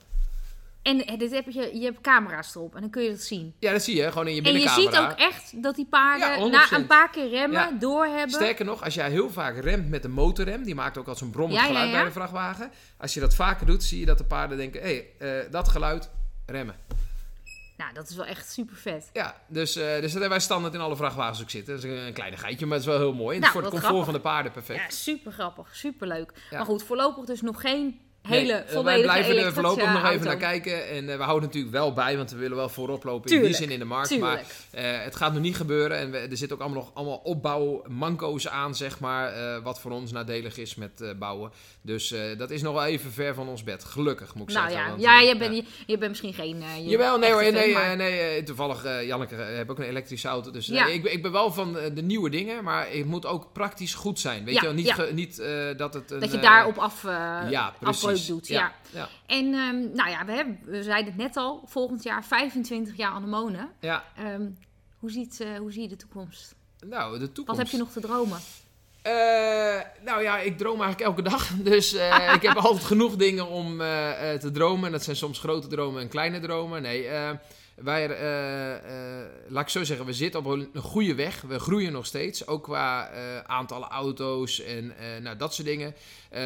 En eh, dit heb je, je hebt camera's erop en dan kun je dat zien. Ja, dat zie je gewoon in je En je binnencamera. ziet ook echt dat die paarden Ja, na honderd procent. een paar keer remmen, Ja. doorhebben. Sterker nog, als jij heel vaak remt met de motorrem, die maakt ook al zo'n brommend Ja, ja, geluid ja. bij de vrachtwagen. Als je dat vaker doet, zie je dat de paarden denken, hé, hey, uh, dat geluid, remmen. Nou, dat is wel echt super vet. Ja, dus, uh, dus dat hebben wij standaard in alle vrachtwagens ook zitten. Dat is een kleine geitje, maar het is wel heel mooi. En Nou, voor het wat comfort grappig. van de paarden perfect. Ja, super grappig, super leuk. Ja. Maar goed, voorlopig dus nog geen hele Nee, uh, volledige wij blijven er elektrische voorlopig nog even auto. naar kijken. En uh, we houden natuurlijk wel bij, want we willen wel voorop lopen Tuurlijk, in die zin in de markt. tuurlijk. Maar uh, het gaat nog niet gebeuren. En we, er zitten ook allemaal nog allemaal opbouwmanco's aan, zeg maar. Uh, wat voor ons nadelig is met uh, bouwen. Dus uh, dat is nog wel even ver van ons bed. Gelukkig, moet ik Nou zeggen. ja, want, ja, uh, je bent, je, je bent misschien geen... Uh, je Jawel, nee hoor, echte nee, fan, uh, maar- nee uh, toevallig, uh, Janneke uh, heb ook een elektrische auto. Dus uh, Ja. ik, ik ben wel van uh, de nieuwe dingen, maar het moet ook praktisch goed zijn. Weet Ja, je wel, niet, ja. ge- niet uh, dat het een... Dat je uh, daarop af, uh, ja, afbreuk precies. doet. Ja. Ja, ja. En um, nou ja, we, hebben, we zeiden het net al, volgend jaar vijfentwintig jaar anemonen. ja. Um, hoe, ziet, uh, hoe zie je de toekomst? Nou, de toekomst. Wat heb je nog te dromen? Uh, nou ja, ik droom eigenlijk elke dag. Dus uh, ik heb altijd genoeg dingen om uh, uh, te dromen. Dat zijn soms grote dromen en kleine dromen. Nee, uh, wij, uh, uh, laat ik zo zeggen, we zitten op een, een goede weg. We groeien nog steeds. Ook qua uh, aantallen auto's en uh, nou, dat soort dingen.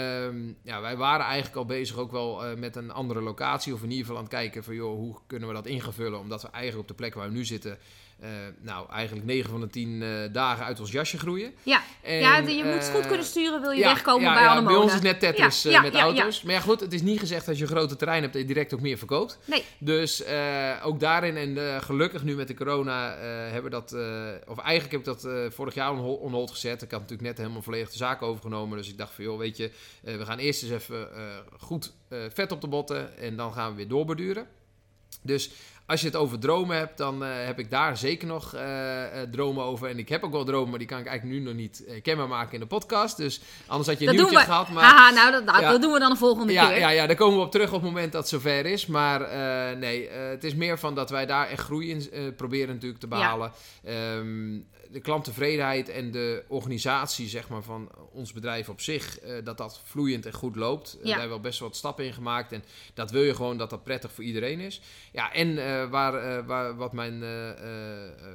Um, ja, wij waren eigenlijk al bezig ook wel uh, met een andere locatie. Of in ieder geval aan het kijken van, joh, hoe kunnen we dat invullen? Omdat we eigenlijk op de plek waar we nu zitten... Uh, nou, eigenlijk negen van de tien uh, dagen uit ons jasje groeien. Ja, En, ja je moet uh, goed kunnen sturen, wil je ja, wegkomen ja, bij ja, Anemonen. bij ons is net Tetris Ja, uh, ja, met ja, auto's. Maar ja, goed, het is niet gezegd dat je een grote terrein hebt dat je direct ook meer verkoopt. Nee. Dus uh, ook daarin, en uh, gelukkig nu met de corona, uh, hebben we dat... Uh, of eigenlijk heb ik dat uh, vorig jaar on hold, on hold gezet. Ik had natuurlijk net helemaal volledig de zaak overgenomen. Dus ik dacht van, joh, weet je, uh, we gaan eerst eens even uh, goed uh, vet op de botten. En dan gaan we weer doorborduren. Dus... Als je het over dromen hebt, dan uh, heb ik daar zeker nog uh, uh, dromen over. En ik heb ook wel dromen, maar die kan ik eigenlijk nu nog niet uh, kenbaar maken in de podcast. Dus anders had je een Dat nieuwtje doen we. gehad. Maar Haha, nou, dat, nou, Ja. dat doen we dan de volgende ja, keer. ja, ja, daar komen we op terug op het moment dat het zover is. Maar uh, nee, uh, het is meer van dat wij daar echt groei in uh, proberen natuurlijk te behalen. Ja. Um, de klanttevredenheid en de organisatie zeg maar, van ons bedrijf op zich, uh, dat dat vloeiend en goed loopt. Uh, Ja. Daar hebben we wel best wel wat stappen in gemaakt. En dat wil je gewoon dat dat prettig voor iedereen is. Ja, en uh, waar, uh, waar, wat mijn uh, uh, uh,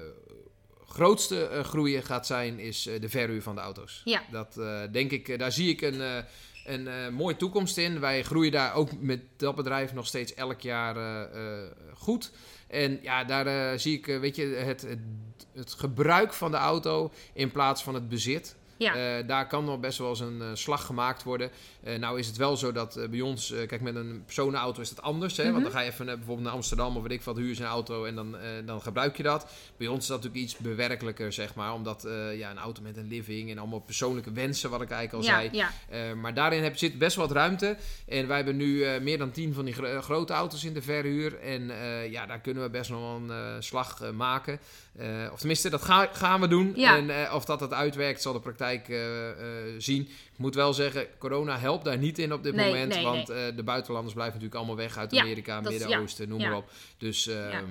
grootste uh, groei gaat zijn, is uh, de verhuur van de auto's. Ja. Dat uh, denk ik, uh, daar zie ik een... Uh, een uh, mooie toekomst in. Wij groeien daar ook met dat bedrijf nog steeds elk jaar uh, uh, goed. En ja, daar uh, zie ik, uh, weet je, het, het, het gebruik van de auto in plaats van het bezit. Ja. Uh, daar kan nog best wel eens een uh, slag gemaakt worden. Uh, nou is het wel zo dat uh, bij ons, uh, kijk met een personenauto is dat anders. Hè? Mm-hmm. Want dan ga je even uh, bijvoorbeeld naar Amsterdam of weet ik wat, huur je een auto en dan, uh, dan gebruik je dat. Bij ons is dat natuurlijk iets bewerkelijker, zeg maar. Omdat uh, ja, een auto met een living en allemaal persoonlijke wensen, wat ik eigenlijk al ja, zei. Ja. Uh, maar daarin heb, zit best wat ruimte. En wij hebben nu uh, meer dan tien van die gro- grote auto's in de verhuur. En uh, ja, daar kunnen we best nog wel een uh, slag uh, maken. Uh, of tenminste, dat ga, gaan we doen. Ja. En uh, of dat het uitwerkt, zal de praktijk uh, uh, zien. Ik moet wel zeggen, corona helpt daar niet in op dit nee, moment. Nee, want nee. Uh, de buitenlanders blijven natuurlijk allemaal weg uit ja, Amerika, Midden-Oosten, ja, noem ja. maar op. Dus... Uh, ja.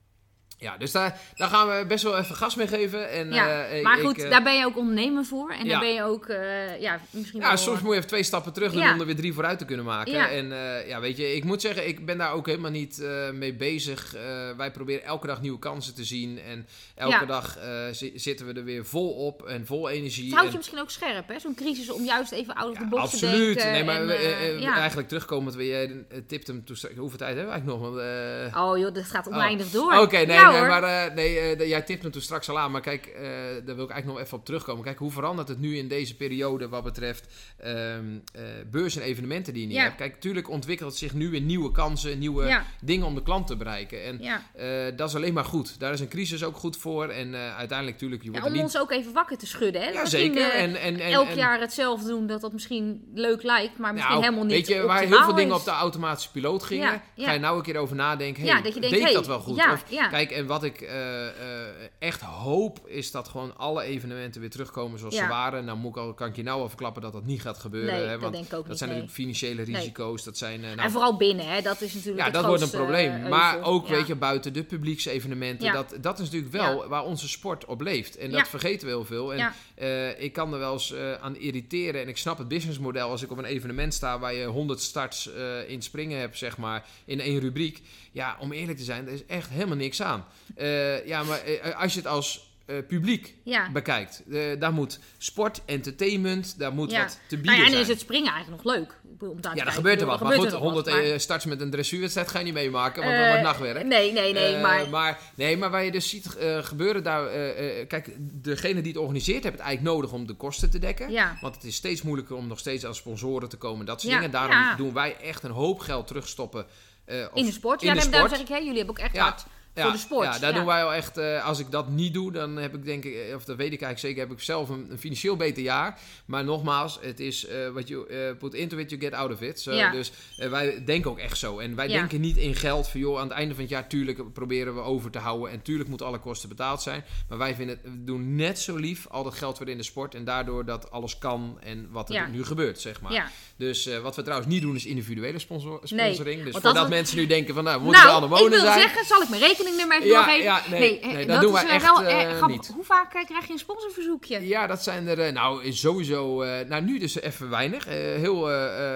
Ja, dus daar, daar gaan we best wel even gas mee geven. En, ja, uh, maar ik, goed, uh, daar ben je ook ondernemer voor. En ja. daar ben je ook, uh, ja, misschien Ja, wel... soms moet je even twee stappen terug doen ja. om er weer drie vooruit te kunnen maken. Ja. En uh, ja, weet je, ik moet zeggen, ik ben daar ook helemaal niet uh, mee bezig. Uh, wij proberen elke dag nieuwe kansen te zien. En elke ja. dag uh, z- zitten we er weer vol op en vol energie. Het houdt je en... misschien ook scherp, hè? Zo'n crisis, om juist even out of the box absoluut. te denken. Nee, maar en, uh, uh, ja. eigenlijk terugkomend, jij uh, tipt hem toen straks. Hoeveel tijd hebben we eigenlijk nog? Want, uh... Oh joh, dat gaat oneindig oh. door. Oké, okay, nee, ja, nee, maar uh, nee, uh, jij tipt hem toen straks al aan. Maar kijk, uh, daar wil ik eigenlijk nog even op terugkomen. Kijk, hoe verandert het nu in deze periode wat betreft um, uh, beurs en evenementen die je niet ja. hebt? Kijk, natuurlijk ontwikkelt het zich nu in nieuwe kansen, nieuwe ja. dingen om de klant te bereiken. En ja. uh, dat is alleen maar goed. Daar is een crisis ook goed voor. En uh, uiteindelijk natuurlijk... Je ja, wordt om niet... ons ook even wakker te schudden. Hè? Ja, misschien, zeker. Uh, en, en, en, elk en, jaar hetzelfde doen, dat dat misschien leuk lijkt, maar misschien nou, helemaal niet. Weet je, waar heel veel dingen op de automatische piloot gingen, ja, ja. ga je nou een keer over nadenken. Hey, ja, dat je denkt, deed hey, dat wel goed? Ja, of, ja. Kijk, en wat ik uh, uh, echt hoop, is dat gewoon alle evenementen weer terugkomen zoals ja. ze waren. Nou moet ik al, kan ik je nou al verklappen dat dat niet gaat gebeuren. Nee, hè, dat want denk ik ook dat niet, zijn nee. natuurlijk financiële risico's. Dat zijn, uh, nou, en vooral binnen, hè? Dat is natuurlijk ja, het dat wordt een grootste, probleem. Uh, maar ook, ja. weet je, buiten de publieksevenementen, ja. dat, dat is natuurlijk wel ja. waar onze sport op leeft. En dat ja. vergeten we heel veel. En ja. uh, ik kan er wel eens uh, aan irriteren. En ik snap het businessmodel als ik op een evenement sta waar je honderd starts uh, in springen hebt, zeg maar, in één rubriek. Ja, om eerlijk te zijn, er is echt helemaal niks aan. Uh, ja, maar uh, als je het als uh, publiek ja. bekijkt, uh, daar moet sport, entertainment, daar moet ja. wat te bieden nou ja, en zijn. is het springen eigenlijk nog leuk. Om daar ja, dan gebeurt er wat. Maar goed, er honderd wat, maar... starts met een dressuurwedstrijd ga je niet meemaken, want uh, dat wordt nachtwerk. Nee, nee, nee, uh, maar... maar... Nee, maar waar je dus ziet uh, gebeuren daar... Uh, uh, kijk, degene die het organiseert heeft het eigenlijk nodig om de kosten te dekken. Ja. Want het is steeds moeilijker om nog steeds aan sponsoren te komen. Dat soort ja, dingen. Daarom ja. doen wij echt een hoop geld terugstoppen. Uh, of in de sport? In ja, de nee, sport. daarom zeg ik, hè, jullie hebben ook echt ja. hard... Ja, voor de sport. Ja, daar ja. doen wij al echt... Uh, als ik dat niet doe, dan heb ik denk ik... Of dat weet ik eigenlijk zeker, heb ik zelf een, een financieel beter jaar. Maar nogmaals, het is... Uh, what you uh, put into it, you get out of it. So, ja. Dus uh, wij denken ook echt zo. En wij ja. denken niet in geld. Van joh, aan het einde van het jaar... Tuurlijk proberen we over te houden. En tuurlijk moeten alle kosten betaald zijn. Maar wij vinden het, we doen net zo lief al dat geld weer in de sport. En daardoor dat alles kan. En wat er ja. nu gebeurt, zeg maar. Ja. Dus uh, wat we trouwens niet doen, is individuele sponsor- sponsoring. Nee, dus want voordat dat... mensen nu denken van... Nou, we moeten nou, er allemaal wonen zijn. zijn. Ik wil zeggen, zal ik mijn rekeningnummer even ja, doorgeven? Ja, nee, nee, nee, dat, dat doen is wij echt wel, uh, eh, niet. Hoe vaak krijg je een sponsorverzoekje? Ja, dat zijn er... Uh, nou, sowieso... Uh, nou, nu dus even weinig. Uh, heel uh,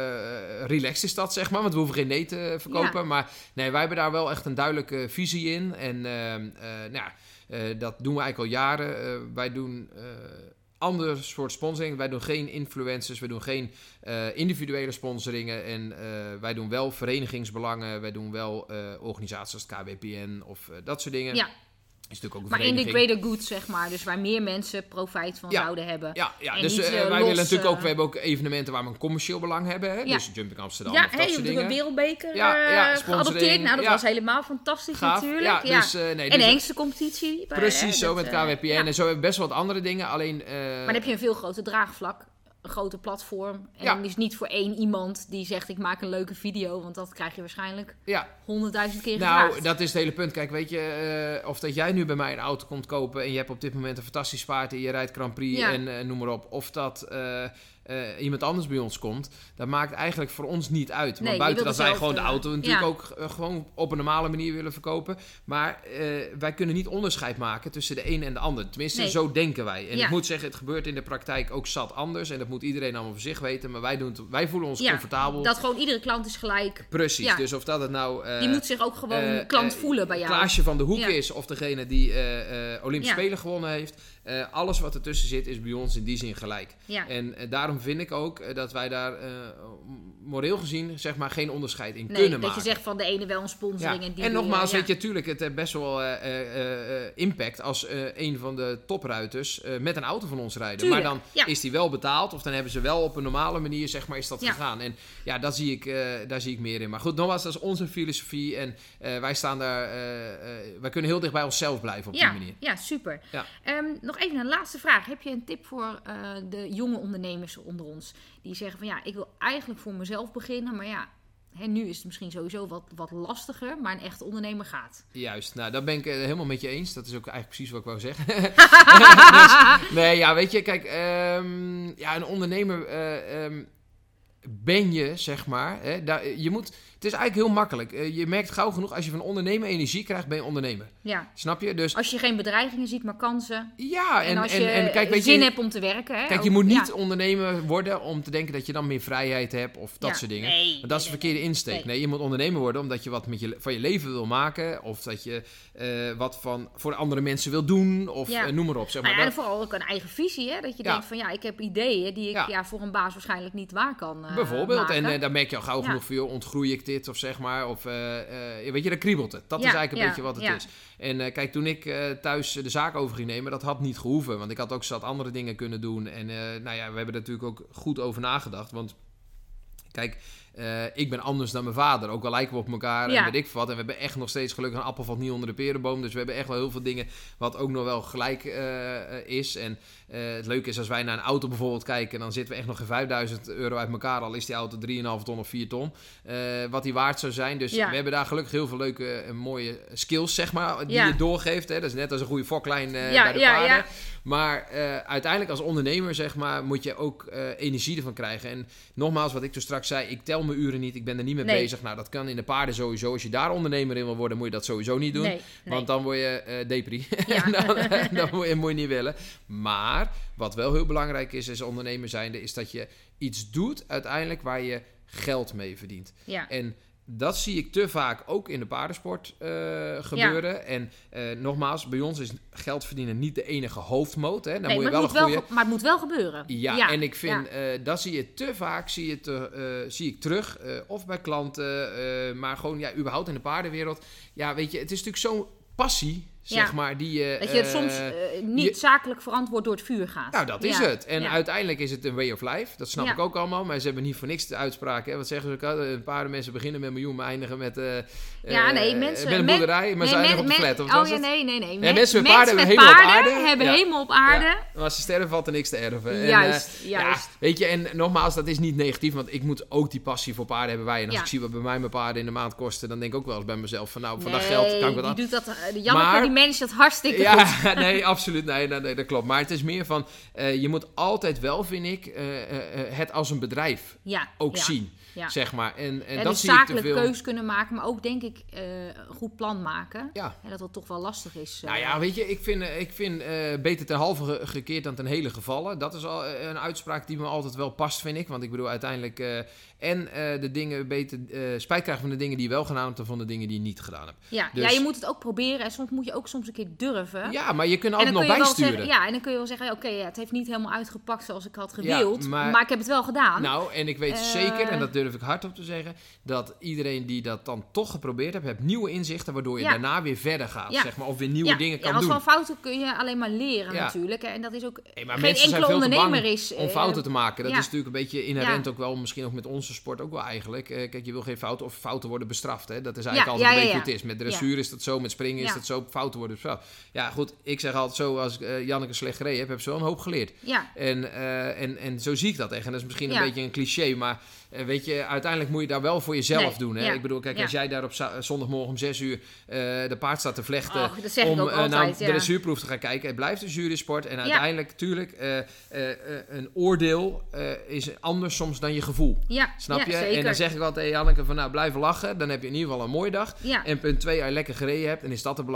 uh, relaxed is dat, zeg maar. Want we hoeven geen nee te verkopen. Ja. Maar nee, wij hebben daar wel echt een duidelijke visie in. En uh, uh, nou, uh, dat doen we eigenlijk al jaren. Uh, wij doen... Uh, ander soort sponsoring. Wij doen geen influencers, wij doen geen uh, individuele sponsoringen. En uh, wij doen wel verenigingsbelangen. Wij doen wel uh, organisaties als het K W P N of uh, dat soort dingen. Ja. Is natuurlijk ook maar in de greater good, zeg maar. Dus waar meer mensen profijt van ja. zouden hebben. Ja, ja. En dus niet, uh, uh, wij los, willen natuurlijk uh, ook... We hebben ook evenementen waar we een commercieel belang hebben. Hè? Ja. Dus Jumping Amsterdam ja, of dat hey, soort dingen. Ja, je hebt natuurlijk een wereldbeker ja, ja, uh, geadopteerd. Nou, dat ja. was helemaal fantastisch Gaaf. natuurlijk. Ja, Ja. Dus, uh, nee, en dus de engste competitie. Precies, hè, zo dat, met K W P N. Uh, ja. En zo hebben we best wel wat andere dingen. Alleen, uh, maar dan heb je een veel groter draagvlak. Een grote platform. En ja. dan is niet voor één iemand die zegt ik maak een leuke video. Want dat krijg je waarschijnlijk honderdduizend ja. keer nou, gevraagd. Dat is het hele punt. Kijk, weet je, uh, of dat jij nu bij mij een auto komt kopen en je hebt op dit moment een fantastisch paard en je rijdt Grand Prix ja. en uh, noem maar op. Of dat uh, uh, iemand anders bij ons komt. Dat maakt eigenlijk voor ons niet uit. Want nee, buiten dat wij gewoon de uh, auto natuurlijk ja. ook uh, gewoon op een normale manier willen verkopen. Maar uh, wij kunnen niet onderscheid maken tussen de een en de ander. Tenminste, nee. zo denken wij. En ja. ik moet zeggen, het gebeurt in de praktijk ook zat anders. En dat moet iedereen allemaal voor zich weten. Maar wij, doen het, wij voelen ons ja, comfortabel. Dat gewoon iedere klant is gelijk. Precies. Ja. Dus of dat het nou... Uh, die moet zich ook gewoon uh, klant uh, voelen bij jou. Klaasje van de Hoek ja. is. Of degene die uh, uh, Olympische ja. Spelen gewonnen heeft. Uh, alles wat ertussen zit is bij ons in die zin gelijk. Ja. En uh, daarom vind ik ook uh, dat wij daar uh, moreel gezien zeg maar geen onderscheid in nee, kunnen dat maken. je zegt van de ene wel een sponsoring Ja. en die En weer, nogmaals, ja. weet je, natuurlijk, het heeft best wel uh, uh, uh, impact als uh, een van de topruiters uh, met een auto van ons rijden. Tuurlijk, maar dan ja. is die wel betaald of dan hebben ze wel op een normale manier, zeg maar, is dat Ja. gegaan. En ja, dat zie ik, uh, daar zie ik meer in. Maar goed, nogmaals, dat is onze filosofie en uh, wij staan daar, uh, uh, wij kunnen heel dicht bij onszelf blijven op ja, die manier. Ja, super. Ja. Um, nog even een laatste vraag. Heb je een tip voor uh, de jonge ondernemers onder ons? Die zeggen van ja, ik wil eigenlijk voor mezelf beginnen. Maar ja, hè, nu is het misschien sowieso wat, wat lastiger. Maar een echte ondernemer gaat. Juist, nou daar ben ik uh, helemaal met je eens. Dat is ook eigenlijk precies wat ik wou zeggen. dus, nee, ja, weet je, kijk, um, ja, een ondernemer uh, um, ben je, zeg maar. Hè, daar, je moet... Het is eigenlijk heel makkelijk. Uh, je merkt gauw genoeg, als je van ondernemer energie krijgt, ben je ondernemer. Ja. Snap je? Dus, als je geen bedreigingen ziet, maar kansen. Ja, en, en als en, je en, kijk, weet zin je, hebt om te werken. Hè? Kijk, je ook, moet niet ja. ondernemer worden om te denken dat je dan meer vrijheid hebt of dat ja. soort dingen. Nee, Want dat is nee, de verkeerde nee, insteek. Nee. nee, je moet ondernemer worden omdat je wat met je, van je leven wil maken. Of dat je uh, wat van, voor andere mensen wil doen. Of ja. uh, noem maar op. Zeg maar. Nou ja, dat, en vooral ook een eigen visie. Hè? Dat je ja. denkt van ja, ik heb ideeën die ik ja. Ja, voor een baas waarschijnlijk niet waar kan uh, Bijvoorbeeld. maken. En uh, dan merk je al gauw ja. genoeg van, joh, ontgroei ik dit of zeg maar. Of uh, uh, weet je, dan kriebelt het. Dat ja, is eigenlijk een ja, beetje wat het ja. is. En uh, kijk, toen ik uh, thuis de zaak over ging nemen, dat had niet gehoeven. Want ik had ook zat andere dingen kunnen doen. En uh, nou ja, we hebben er natuurlijk ook goed over nagedacht. Want kijk, uh, ik ben anders dan mijn vader. Ook al lijken we op elkaar Ja. en weet ik wat. En we hebben echt nog steeds gelukkig een appel valt niet onder de perenboom. Dus we hebben echt wel heel veel dingen wat ook nog wel gelijk uh, is. En uh, het leuke is als wij naar een auto bijvoorbeeld kijken, dan zitten we echt nog geen vijfduizend euro uit elkaar. Al is die auto drie komma vijf ton of vier ton. Uh, wat die waard zou zijn. Dus Ja. we hebben daar gelukkig heel veel leuke en mooie skills, zeg maar, die Ja. je doorgeeft. Hè. Dat is net als een goede foklijn uh, Ja, bij de ja, paarden. ja. Maar uh, uiteindelijk als ondernemer, zeg maar, moet je ook uh, energie ervan krijgen. En nogmaals, wat ik toen straks zei, ik tel mijn uren niet, ik ben er niet mee Nee. bezig. Nou, dat kan in de paarden sowieso. Als je daar ondernemer in wil worden, moet je dat sowieso niet doen. Nee, nee. Want dan word je uh, depri. Ja. dan uh, dan moet, je, moet je niet willen. Maar wat wel heel belangrijk is, als ondernemer zijnde, is dat je iets doet uiteindelijk waar je geld mee verdient. Ja. En dat zie ik te vaak ook in de paardensport uh, gebeuren. Ja. En uh, nogmaals, bij ons is geld verdienen niet de enige hoofdmoot. Hè. Dan nee, moet je maar, wel het een moet goede... wel, maar het moet wel gebeuren. Ja, ja. en ik vind, ja. uh, dat zie je te vaak, zie, je te, uh, zie ik terug. Uh, of bij klanten, uh, maar gewoon ja, überhaupt in de paardenwereld. Ja, weet je, het is natuurlijk zo'n passie, zeg ja. maar, die je... Dat je het uh, soms uh, niet je, zakelijk verantwoord door het vuur gaat. Nou, dat is ja. het. En ja. uiteindelijk is het een way of life. Dat snap ja. ik ook allemaal. Maar ze hebben niet voor niks de uitspraak. Hè? Wat zeggen ze ook? Een paar mensen beginnen met miljoen, maar eindigen met, uh, ja, nee, uh, mensen, met een boerderij. Maar nee, ze eindigen men, op de flat. Of oh was ja, het? nee, nee, nee. Ja, Men, mensen met mensen paarden met hebben hemel op paarden aarde. hebben Ja. hemel op aarde. Ja. Maar als ze sterven, valt er niks te erven. Juist, en, uh, juist. Ja, weet je, en nogmaals, dat is niet negatief. Want ik moet ook die passie voor paarden hebben wij. En als ja. ik zie wat bij mij mijn paarden in de maand kosten, dan denk ik ook wel eens bij mezelf van, nou, van dat nee, geld kan ik wat aan. die doet dat, de Janneke maar, die managt dat hartstikke ja, goed. nee, absoluut. Nee, nee, nee, dat klopt. Maar het is meer van, uh, je moet altijd wel, vind ik, uh, uh, het als een bedrijf ja, ook ja. zien. Ja. Zeg maar. En, en ja, dat dus zie ik te zakelijk veel. keus kunnen maken, maar ook denk ik uh, een goed plan maken. Ja. En dat dat toch wel lastig is. Uh, Nou ja, weet je, ik vind, ik vind uh, beter ten halve ge- gekeerd dan ten hele gevallen. Dat is al een uitspraak die me altijd wel past, vind ik. Want ik bedoel, uiteindelijk... Uh, en uh, de dingen beter uh, spijt krijgen van de dingen die je wel gedaan hebt dan van de dingen die je niet gedaan hebt. Ja, dus, ja, je moet het ook proberen en soms moet je ook soms een keer durven. Ja, maar je kunt en altijd nog bijsturen. Zeggen, ja, en dan kun je wel zeggen, oké, okay, ja, het heeft niet helemaal uitgepakt zoals ik had gewild, ja, maar, maar ik heb het wel gedaan. Nou, en ik weet uh, zeker, en dat durf ik hardop te zeggen, dat iedereen die dat dan toch geprobeerd heeft, heeft nieuwe inzichten, waardoor je ja. daarna weer verder gaat, ja. zeg maar, of weer nieuwe ja. dingen kan ja, als doen. Van fouten kun je alleen maar leren ja. natuurlijk. En dat is ook hey, maar geen mensen enkele zijn veel ondernemer te bang is om fouten uh, te maken. Dat ja. is natuurlijk een beetje inherent ja. ook wel, misschien ook met onze sport ook wel eigenlijk. Uh, kijk, je wil geen fouten of fouten worden bestraft. Hè? Dat is eigenlijk ja, altijd ja, een beetje ja, hoe het is. Met dressuur ja. is dat zo, met springen is ja. dat zo, fouten worden bestraft. Ja, goed, ik zeg altijd zo, als uh, Janneke slecht gereden heb, heb ze wel een hoop geleerd. Ja. En, uh, en, en zo zie ik dat echt. En dat is misschien een ja. beetje een cliché, maar uh, weet je, uiteindelijk moet je daar wel voor jezelf nee. doen. Hè? Ja. Ik bedoel, kijk, ja. als jij daar op za- zondagmorgen om zes uur uh, de paard staat te vlechten Och, dat zeg om ik ook uh, altijd, naar ja. de dressuurproef te gaan kijken, het blijft een jurysport. En ja. uiteindelijk, tuurlijk, uh, uh, uh, een oordeel uh, is anders soms dan je gevoel. Ja. Snap ja, je? Zeker. En dan zeg ik altijd tegen Janneke van, nou, blijven lachen. Dan heb je in ieder geval een mooie dag. Ja. En punt twee, als je lekker gereden hebt, dan is dat het belangrijkste.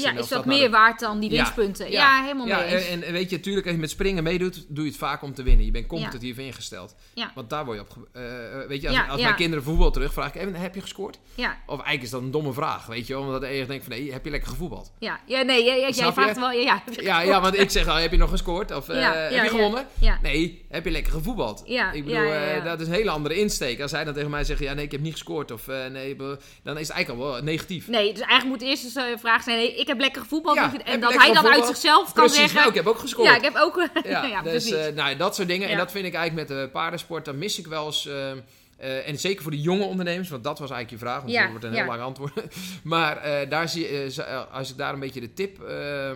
Ja, is dat meer waard dan die winstpunten. Ja, ja, ja helemaal ja, mee eens. En, en weet je, natuurlijk als je met springen meedoet, doe je het vaak om te winnen. Je bent competitief ja. ingesteld. Ja. Want daar word je op... Uh, weet je, als, ja, als ja. mijn kinderen voetbal terug vraag ik, heb je gescoord? Ja. Of eigenlijk is dat een domme vraag, weet je wel. Omdat ik denk van, nee, heb je lekker gevoetbald? Ja, ja nee, ja, ja, jij vraagt wel... Ja, ja, ja, ja, want ik zeg al, heb je nog gescoord? Of uh, ja, heb ja, je gewonnen? Ja. Nee, heb je lekker gevoetbald? Ja, ik bedoel, ja, ja, ja. Uh, dat is een hele andere insteek. Als zij dan tegen mij zeggen, ja, nee, ik heb niet gescoord. Of uh, nee, dan is het eigenlijk al wel negatief. Nee, dus eigenlijk moet de eerste vraag zijn, nee, ik heb lekker gevoetbald. Ja, en dat hij dan gevoetbald? Uit zichzelf kan precies, zeggen... Nou, ik heb ook gescoord. Ja, ik heb ook... ja, ja, dus uh, nou, dat soort dingen. Ja. En dat vind ik eigenlijk met de paardensport, dan mis ik wel eens... Uh, Uh, en zeker voor de jonge ondernemers, want dat was eigenlijk je vraag, want ja, dat wordt een heel ja. lang antwoord. maar uh, daar zie je, uh, als ik daar een beetje de tip uh,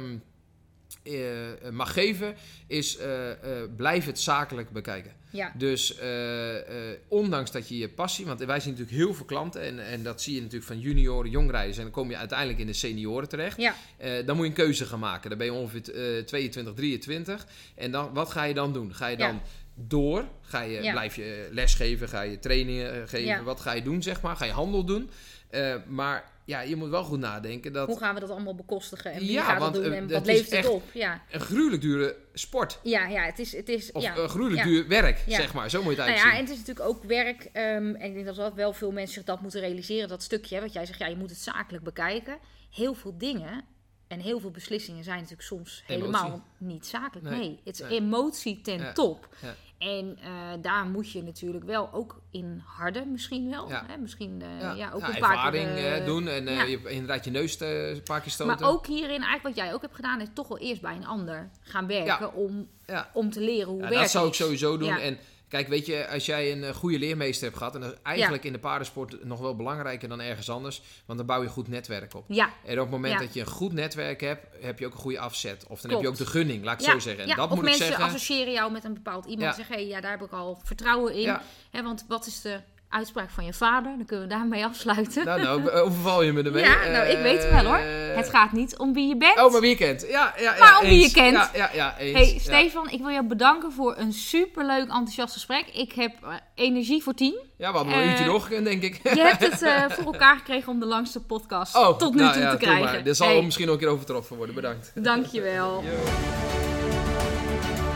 uh, mag geven, is uh, uh, blijf het zakelijk bekijken. Ja. Dus uh, uh, ondanks dat je je passie, want wij zien natuurlijk heel veel klanten en, en dat zie je natuurlijk van junioren, jongrijders en dan kom je uiteindelijk in de senioren terecht. Ja. Uh, dan moet je een keuze gaan maken. Dan ben je ongeveer uh, tweeëntwintig, drieëntwintig en dan, wat ga je dan doen? Ga je dan... Ja. Door, ga je, ja. blijf je lesgeven, ga je trainingen geven, ja. wat ga je doen, zeg maar, ga je handel doen. Uh, maar ja, je moet wel goed nadenken dat... Hoe gaan we dat allemaal bekostigen en wie ja, gaat want, dat doen en uh, wat levert het op? Ja. Een gruwelijk dure sport. Ja, ja, het is... Het is of ja. een gruwelijk ja. duur werk, ja. zeg maar. Zo moet je het eigenlijk nou ja, zien. en het is natuurlijk ook werk, um, en ik denk dat wel veel mensen zich dat moeten realiseren, dat stukje, hè, wat jij zegt, ja, je moet het zakelijk bekijken. Heel veel dingen... En heel veel beslissingen zijn natuurlijk soms emotie. helemaal niet zakelijk. Nee, nee het is nee. emotie ten ja. top. Ja. En uh, daar moet je natuurlijk wel ook in harden misschien wel. Ja. Hè? Misschien uh, ja. Ja, ook ja, een paar ervaring keer... Uh, doen en uh, ja. je, inderdaad je neus te, een paar keer stoten. Maar ook hierin, eigenlijk wat jij ook hebt gedaan, is toch wel eerst bij een ander gaan werken. Ja. Om, ja. om te leren hoe ja, werkt. Dat zou ik sowieso doen. Ja. En kijk, weet je, als jij een uh, goede leermeester hebt gehad... en dat is eigenlijk ja. in de paardensport nog wel belangrijker dan ergens anders... want dan bouw je een goed netwerk op. Ja. En op het moment ja. dat je een goed netwerk hebt... heb je ook een goede afzet. Of dan Klopt. heb je ook de gunning, laat ik ja. zo zeggen. En ja. dat of moet mensen ik zeggen. associëren jou met een bepaald iemand... Ja. en zeggen, hey, ja, daar heb ik al vertrouwen in. Ja. Hè, want wat is de... uitspraak van je vader, dan kunnen we daarmee afsluiten. Nou, nou, overval je me ermee. Ja, nou, ik weet het wel hoor. Uh, het gaat niet om wie je bent. Oh, maar wie je kent. Ja, ja, ja, maar om eens. wie je kent. Ja, ja, ja, eens. Hey, ja. Stefan, ik wil jou bedanken voor een superleuk, enthousiast gesprek. Ik heb uh, energie voor tien. Ja, we hadden uh, een uurtje nog, denk ik. Je hebt het uh, voor elkaar gekregen om de langste podcast oh, tot nu nou, toe ja, te krijgen. Er zal hey. misschien nog een keer overtroffen worden. Bedankt. Dank je wel.